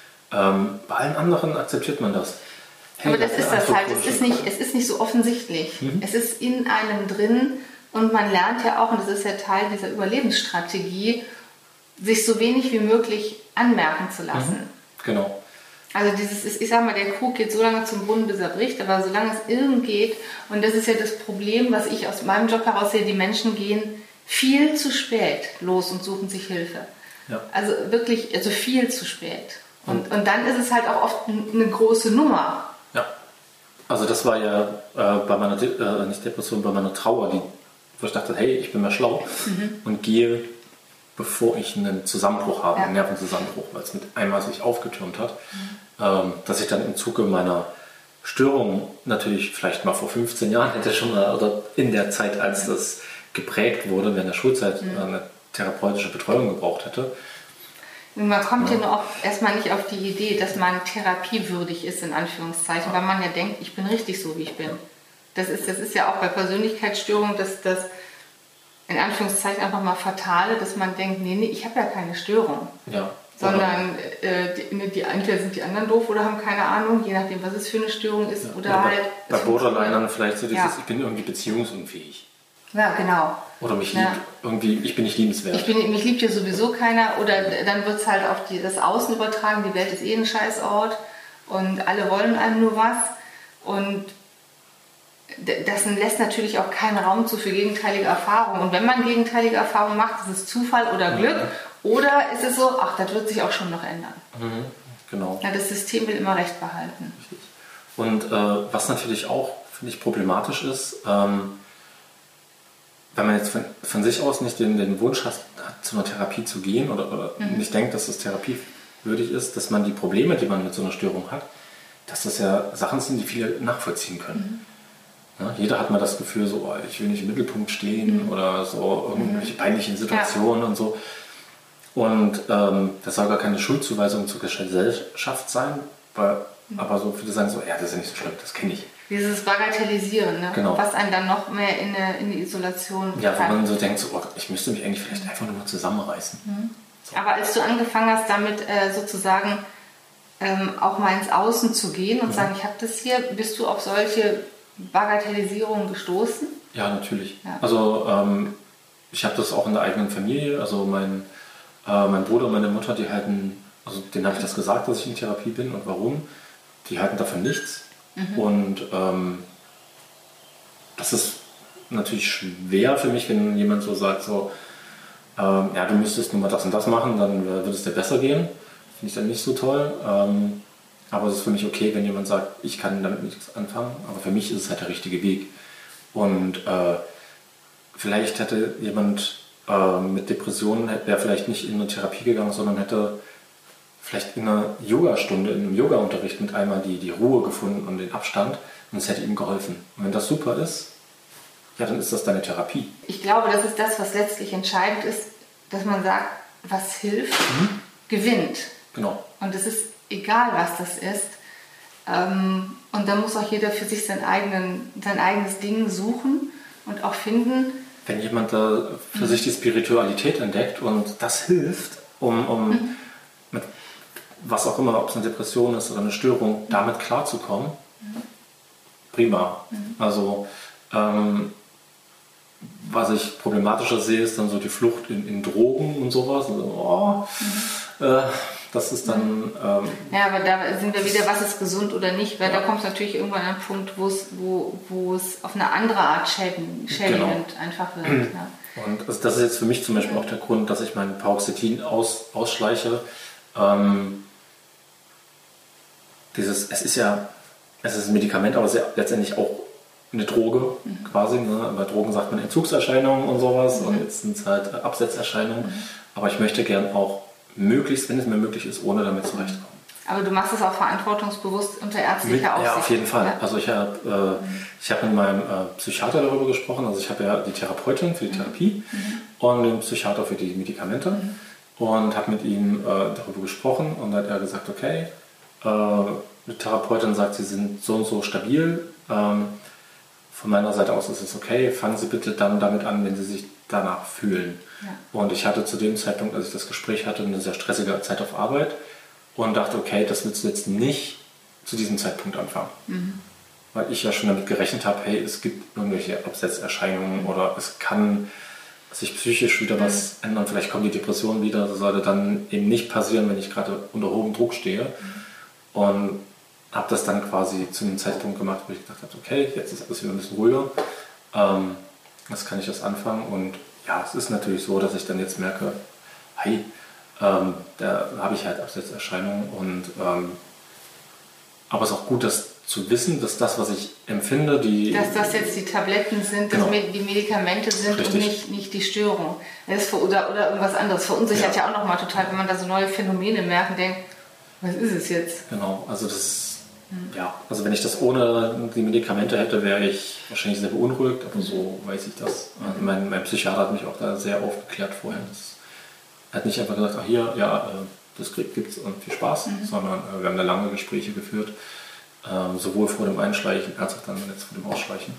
Bei allen anderen akzeptiert man das. Hey, aber das ist das halt, es ist nicht so offensichtlich. Es ist in einem drin und man lernt ja auch, und das ist ja Teil dieser Überlebensstrategie, sich so wenig wie möglich anmerken zu lassen. Genau. Also ich sag mal, der Krug geht so lange zum Brunnen, bis er bricht, aber solange es irgend geht, und das ist ja das Problem, was ich aus meinem Job heraus sehe, die Menschen gehen viel zu spät los und suchen sich Hilfe. Ja. Also wirklich, viel zu spät. Und dann ist es halt auch oft eine große Nummer. Ja, also das war ja bei meiner, nicht Depression, bei meiner Trauer, wo ich dachte, hey, ich bin mal schlau und gehe, bevor ich einen Zusammenbruch habe, einen Nervenzusammenbruch, weil es mit einmal sich aufgetürmt hat, dass ich dann im Zuge meiner Störung natürlich vielleicht mal vor 15 Jahren hätte schon mal, oder in der Zeit, als das geprägt wurde, während der Schulzeit eine therapeutische Betreuung gebraucht hätte. Man kommt ja nur erstmal nicht auf die Idee, dass man therapiewürdig ist, in Anführungszeichen, weil man ja denkt, ich bin richtig so, wie ich bin. Das ist ja auch bei Persönlichkeitsstörungen das in Anführungszeichen einfach mal Fatale, dass man denkt, nee, ich habe ja keine Störung. Ja. Sondern entweder sind die anderen doof oder haben keine Ahnung, je nachdem, was es für eine Störung ist. Ja. Oder halt. Bei Borderlinern vielleicht so dieses, ich bin irgendwie beziehungsunfähig. Ja, genau. Oder mich liebt irgendwie, ich bin nicht liebenswert. Mich liebt ja sowieso keiner. Oder dann wird es halt auf das Außen übertragen, die Welt ist ein Scheißort und alle wollen einem nur was. Und das lässt natürlich auch keinen Raum zu für gegenteilige Erfahrungen. Und wenn man gegenteilige Erfahrungen macht, ist es Zufall oder Glück. Oder ist es so, das wird sich auch schon noch ändern. Genau. Das System will immer Recht behalten. Richtig. Und was natürlich auch, finde ich, problematisch ist, wenn man jetzt von sich aus nicht den Wunsch hat, zu einer Therapie zu gehen oder nicht denkt, dass das therapiewürdig ist, dass man die Probleme, die man mit so einer Störung hat, dass das ja Sachen sind, die viele nachvollziehen können. Ja, jeder hat mal das Gefühl, so, ich will nicht im Mittelpunkt stehen oder so irgendwelche peinlichen Situationen und so. Und das soll gar keine Schuldzuweisung zur Gesellschaft sein, aber so viele sagen so, das ist ja nicht so schlimm, das kenne ich. Dieses Bagatellisieren, ne? Genau. Was einen dann noch mehr in die Isolation treibt. Ja, wo man so denkt, so, ich müsste mich eigentlich vielleicht einfach nur mal zusammenreißen. So. Aber als du angefangen hast, damit sozusagen auch mal ins Außen zu gehen und sagen, ich habe das hier, bist du auf solche Bagatellisierungen gestoßen? Ja, natürlich. Ja. Also ich habe das auch in der eigenen Familie, also mein Bruder und meine Mutter, die halten, also denen habe ich das gesagt, dass ich in Therapie bin und warum, die halten davon nichts. Und das ist natürlich schwer für mich, wenn jemand so sagt, so, du müsstest nur mal das und das machen, dann würde es dir besser gehen. Finde ich dann nicht so toll. Aber es ist für mich okay, wenn jemand sagt, ich kann damit nichts anfangen. Aber für mich ist es halt der richtige Weg. Und vielleicht hätte jemand mit Depressionen, wäre vielleicht nicht in eine Therapie gegangen, sondern hätte vielleicht in einer Yogastunde, in einem Yoga-Unterricht mit einmal die Ruhe gefunden und den Abstand und es hätte ihm geholfen. Und wenn das super ist, dann ist das deine Therapie. Ich glaube, das ist das, was letztlich entscheidend ist, dass man sagt, was hilft, gewinnt. Genau. Und es ist egal, was das ist. Und da muss auch jeder für sich sein eigenes Ding suchen und auch finden. Wenn jemand da für sich die Spiritualität entdeckt und das hilft, um mit was auch immer, ob es eine Depression ist oder eine Störung, damit klarzukommen, prima. Also was ich problematischer sehe, ist dann so die Flucht in Drogen und sowas. Also, das ist dann... ja, aber da sind wir wieder, was ist gesund oder nicht, weil da kommt es natürlich irgendwann an einen Punkt, wo es auf eine andere Art schädigend einfach wird. Ja. Und das ist jetzt für mich zum Beispiel auch der Grund, dass ich mein Paroxetin ausschleiche. Es ist ein Medikament, aber letztendlich auch eine Droge quasi. Ne? Bei Drogen sagt man Entzugserscheinungen und sowas und jetzt sind es halt Absetzerscheinungen. Aber ich möchte gern auch möglichst, wenn es mir möglich ist, ohne damit zurechtkommen. Aber du machst es auch verantwortungsbewusst unter ärztlicher Aufsicht. Ja, auf jeden Fall. Ja? Also ich habe mit meinem Psychiater darüber gesprochen. Also ich habe ja die Therapeutin für die Therapie und den Psychiater für die Medikamente und habe mit ihm darüber gesprochen und hat er gesagt, okay, die Therapeutin sagt, sie sind so und so stabil. Von meiner Seite aus ist es okay. Fangen Sie bitte dann damit an, wenn Sie sich danach fühlen. Ja. Und ich hatte zu dem Zeitpunkt, als ich das Gespräch hatte, eine sehr stressige Zeit auf Arbeit und dachte, okay, das willst du jetzt nicht zu diesem Zeitpunkt anfangen. Weil ich ja schon damit gerechnet habe, hey, es gibt irgendwelche Absetzerscheinungen oder es kann sich psychisch wieder was ändern, vielleicht kommt die Depression wieder, das sollte dann eben nicht passieren, wenn ich gerade unter hohem Druck stehe. Und habe das dann quasi zu einem Zeitpunkt gemacht, wo ich gedacht habe, okay, jetzt ist alles wieder ein bisschen ruhiger, jetzt kann ich das anfangen und ja, es ist natürlich so, dass ich dann jetzt merke, hey, da habe ich halt Absetzerscheinungen und aber es ist auch gut, das zu wissen, dass das, was ich empfinde, dass das jetzt die Tabletten sind, genau, dass die Medikamente sind. Richtig. Und nicht die Störung. Oder irgendwas anderes. Verunsichert ja auch nochmal total, wenn man da so neue Phänomene merkt und denkt, was ist es jetzt? Genau, also also wenn ich das ohne die Medikamente hätte, wäre ich wahrscheinlich sehr beunruhigt, aber so weiß ich das. Mein Psychiater hat mich auch da sehr aufgeklärt vorher. Er hat nicht einfach gesagt, ach hier, ja, das gibt's und viel Spaß, sondern wir haben da lange Gespräche geführt, sowohl vor dem Einschleichen als auch dann jetzt vor dem Ausschleichen.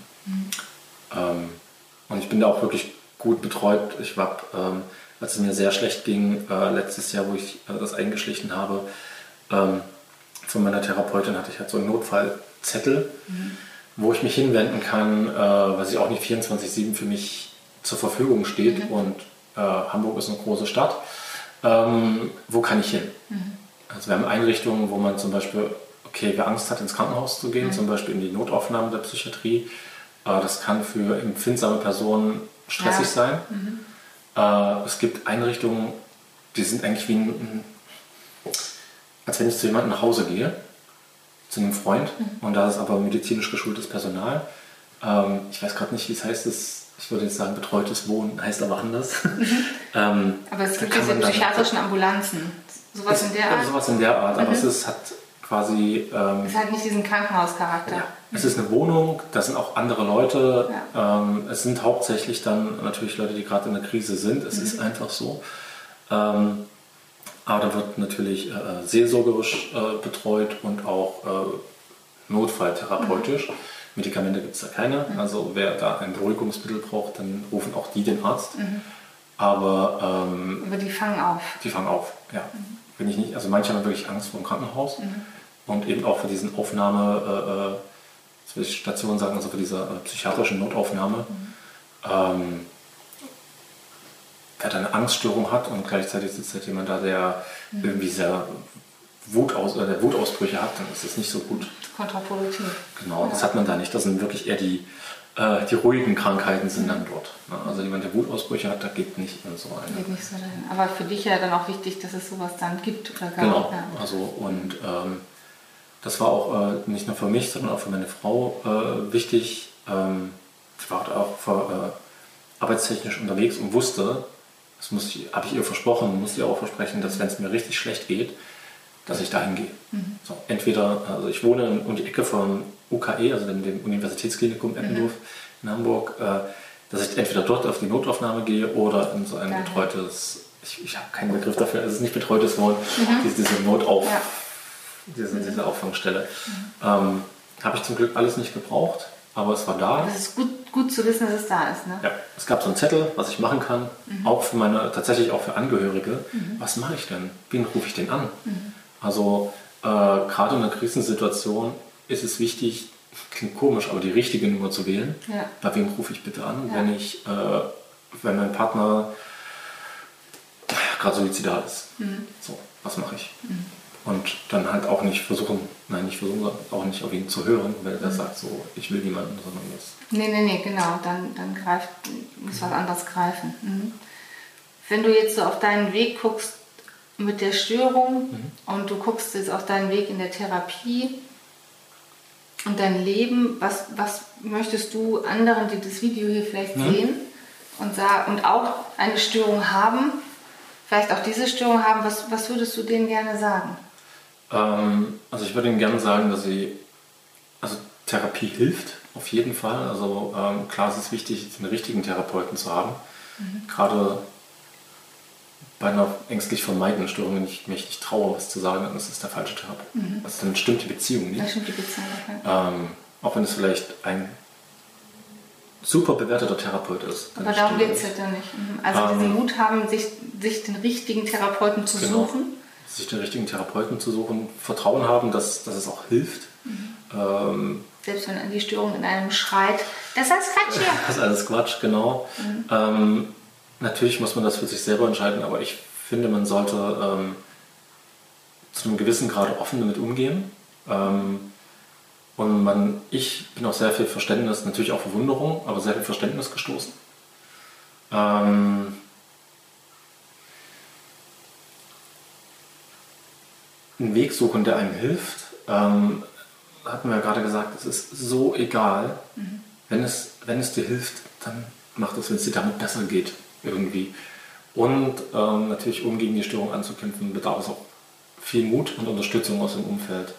Und ich bin da auch wirklich gut betreut. Ich war, als es mir sehr schlecht ging, letztes Jahr, wo ich das eingeschlichen habe, von meiner Therapeutin hatte ich halt so einen Notfallzettel, wo ich mich hinwenden kann, weil sie auch nicht 24/7 für mich zur Verfügung steht und Hamburg ist eine große Stadt. Wo kann ich hin? Also wir haben Einrichtungen, wo man zum Beispiel, okay, wer Angst hat, ins Krankenhaus zu gehen, zum Beispiel in die Notaufnahme der Psychiatrie, das kann für empfindsame Personen stressig sein. Es gibt Einrichtungen, die sind eigentlich wie als wenn ich zu jemandem nach Hause gehe, zu einem Freund, und da ist aber medizinisch geschultes Personal. Ich weiß gerade nicht, wie es heißt, ich würde jetzt sagen, betreutes Wohnen heißt aber anders. Aber es gibt diese psychiatrischen Ambulanzen, sowas in der Art? Sowas in der Art, aber es hat quasi... es hat nicht diesen Krankenhauscharakter. Ja. Es ist eine Wohnung, da sind auch andere Leute, es sind hauptsächlich dann natürlich Leute, die gerade in der Krise sind, es ist einfach so. Aber da wird natürlich seelsorgerisch betreut und auch notfalltherapeutisch. Medikamente gibt es da keine. Also wer da ein Beruhigungsmittel braucht, dann rufen auch die den Arzt. Aber die fangen auf. Die fangen auf, ja. Wenn ich nicht, also manche haben wirklich Angst vor dem Krankenhaus und eben auch vor diesen das will ich Station sagen, also für diese psychiatrischen Notaufnahme. Wer da eine Angststörung hat und gleichzeitig sitzt halt jemand da, der irgendwie sehr Wutausbrüche hat, dann ist das nicht so gut. Kontraproduktiv. Genau, das hat man da nicht. Das sind wirklich eher die ruhigen Krankheiten sind dann dort. Also jemand, der Wutausbrüche hat, da geht nicht in so eine. Geht nicht so dahin. Aber für dich ja dann auch wichtig, dass es sowas dann gibt. Oder gar genau, also und das war auch nicht nur für mich, sondern auch für meine Frau wichtig. Ich war auch arbeitstechnisch unterwegs und wusste, habe ich ihr versprochen, musste ihr auch versprechen, dass wenn es mir richtig schlecht geht, dass ich dahin gehe. So, entweder, also ich wohne um die Ecke vom UKE, also dem Universitätsklinikum Eppendorf in Hamburg, dass ich entweder dort auf die Notaufnahme gehe oder in so ein betreutes, ich habe keinen Begriff dafür, es ist nicht betreutes Wohnen, diese diese Auffangstelle. Habe ich zum Glück alles nicht gebraucht, aber es war da. Das ist gut zu wissen, dass es da ist. Ne? Ja, es gab so einen Zettel, was ich machen kann, auch tatsächlich auch für Angehörige. Was mache ich denn? Wen rufe ich denn an? Also gerade in einer Krisensituation ist es wichtig, klingt komisch, aber die richtige Nummer zu wählen. Ja. Bei wem rufe ich bitte an, wenn mein Partner gerade suizidal ist? So, was mache ich? Und dann halt auch nicht versuchen, sondern auch nicht auf ihn zu hören, weil er sagt so, ich will niemanden, sondern das. Nee, genau, dann muss was anderes greifen. Wenn du jetzt so auf deinen Weg guckst mit der Störung und du guckst jetzt auf deinen Weg in der Therapie, und dein Leben, was möchtest du anderen, die das Video hier vielleicht sehen und auch eine Störung haben, vielleicht auch diese Störung haben, was würdest du denen gerne sagen? Also ich würde Ihnen gerne sagen, dass Therapie hilft, auf jeden Fall. Also klar, es ist wichtig, den richtigen Therapeuten zu haben. Gerade bei einer ängstlich vermeidenden Störung, wenn ich mich nicht traue, was zu sagen, dann ist es der falsche Therapeut. Also dann stimmt die Beziehung nicht. Das stimmt die Beziehung, okay. Auch wenn es vielleicht ein super bewerteter Therapeut ist. Aber darum geht es ja dann nicht. Also diesen Mut haben, sich den richtigen Therapeuten zu suchen. Sich den richtigen Therapeuten zu suchen, Vertrauen haben, dass es auch hilft. Selbst wenn die Störung in einem schreit, das ist alles Quatsch hier. Das ist alles Quatsch, genau. Natürlich muss man das für sich selber entscheiden, aber ich finde, man sollte zu einem gewissen Grad offen damit umgehen. Und ich bin auch sehr viel Verständnis, natürlich auch Verwunderung, aber sehr viel Verständnis gestoßen. Einen Weg suchen, der einem hilft. Hatten wir ja gerade gesagt, es ist so egal. Wenn es dir hilft, dann mach das, wenn es dir damit besser geht, irgendwie. Und natürlich, um gegen die Störung anzukämpfen, bedarf es auch viel Mut und Unterstützung aus dem Umfeld.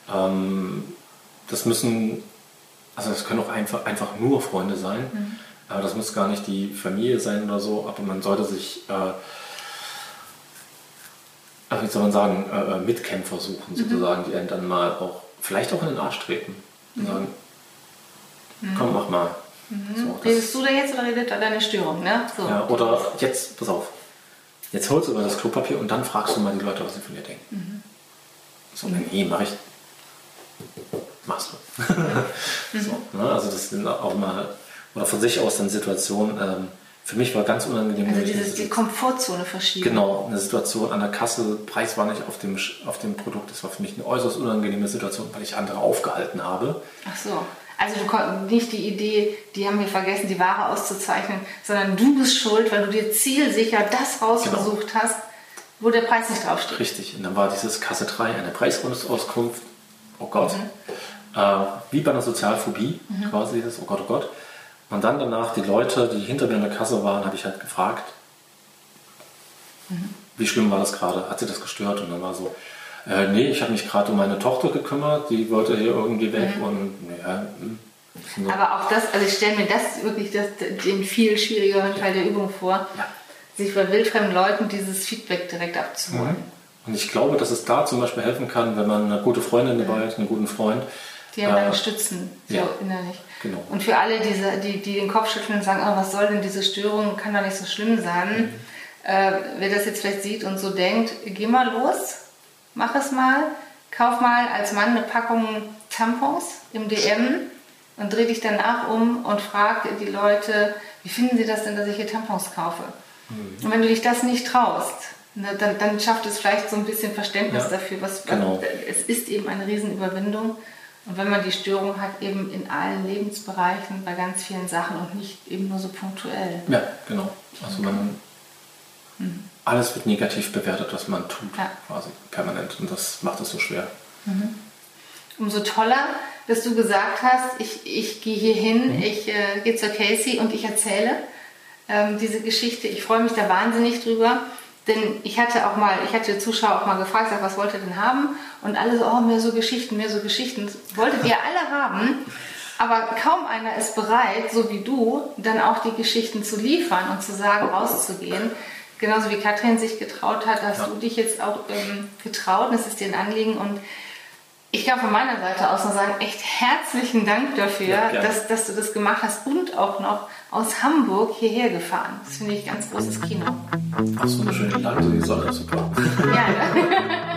Das können auch einfach nur Freunde sein. Das muss gar nicht die Familie sein oder so, aber man sollte sich, wie soll man sagen, Mitkämpfer suchen, sozusagen, die einen dann mal auch, vielleicht auch in den Arsch treten. Und sagen, komm, mach mal. So, redest du da jetzt oder redet da deine Störung? Ne? So. Ja, oder jetzt, pass auf, jetzt holst du mal das Klopapier und dann fragst du mal die Leute, was sie von dir denken. So, nee, mach ich. Machst du. So, ne? Also das sind auch mal, oder von sich aus dann Situationen, für mich war ganz unangenehm. Also die Komfortzone verschieben. Genau, eine Situation an der Kasse, Preis war nicht auf dem Produkt, das war für mich eine äußerst unangenehme Situation, weil ich andere aufgehalten habe. Ach so, also du konntest nicht die Idee, die haben wir vergessen, die Ware auszuzeichnen, sondern du bist schuld, weil du dir zielsicher das rausgesucht hast, wo der Preis nicht draufsteht. Richtig, und dann war dieses Kasse 3, eine Preisauskunft, oh Gott, wie bei einer Sozialphobie quasi, das, oh Gott, oh Gott. Und dann danach die Leute, die hinter mir in der Kasse waren, habe ich halt gefragt, wie schlimm war das gerade, hat sie das gestört? Und dann war so, nee, ich habe mich gerade um meine Tochter gekümmert, die wollte hier irgendwie weg und ja. Aber auch das, also ich stelle mir das wirklich den viel schwierigeren Teil der Übung vor, sich bei wildfremden Leuten dieses Feedback direkt abzuholen. Und ich glaube, dass es da zum Beispiel helfen kann, wenn man eine gute Freundin dabei hat, einen guten Freund. Die einen dann stützen, so innerlich. Genau. Und für alle, die den Kopf schütteln und sagen, oh, was soll denn diese Störung, kann doch nicht so schlimm sein. Wer das jetzt vielleicht sieht und so denkt, geh mal los, mach es mal, kauf mal als Mann eine Packung Tampons im DM und dreh dich danach um und frag die Leute, wie finden sie das denn, dass ich hier Tampons kaufe? Und wenn du dich das nicht traust, dann schafft es vielleicht so ein bisschen Verständnis dafür, es ist eben eine Riesenüberwindung. Und wenn man die Störung hat, eben in allen Lebensbereichen, bei ganz vielen Sachen und nicht eben nur so punktuell. Ja, genau. Also alles wird negativ bewertet, was man tut, quasi permanent. Und das macht es so schwer. Umso toller, dass du gesagt hast, ich gehe hier hin, ich gehe zur Casey und ich erzähle diese Geschichte. Ich freue mich da wahnsinnig drüber. Denn ich hatte die Zuschauer auch mal gefragt, was wollt ihr denn haben? Und alle so, oh, mehr so Geschichten. Wolltet ihr alle haben, aber kaum einer ist bereit, so wie du, dann auch die Geschichten zu liefern und zu sagen, rauszugehen. Genauso wie Katrin sich getraut hat, hast du dich jetzt auch getraut, und es ist dir ein Anliegen. Und ich kann von meiner Seite aus nur sagen, echt herzlichen Dank dafür, dass du das gemacht hast und auch noch aus Hamburg hierher gefahren. Das finde ich ganz großes Kino. Ach so, eine schöne Lage, die Sonne ist super. Ja, ne?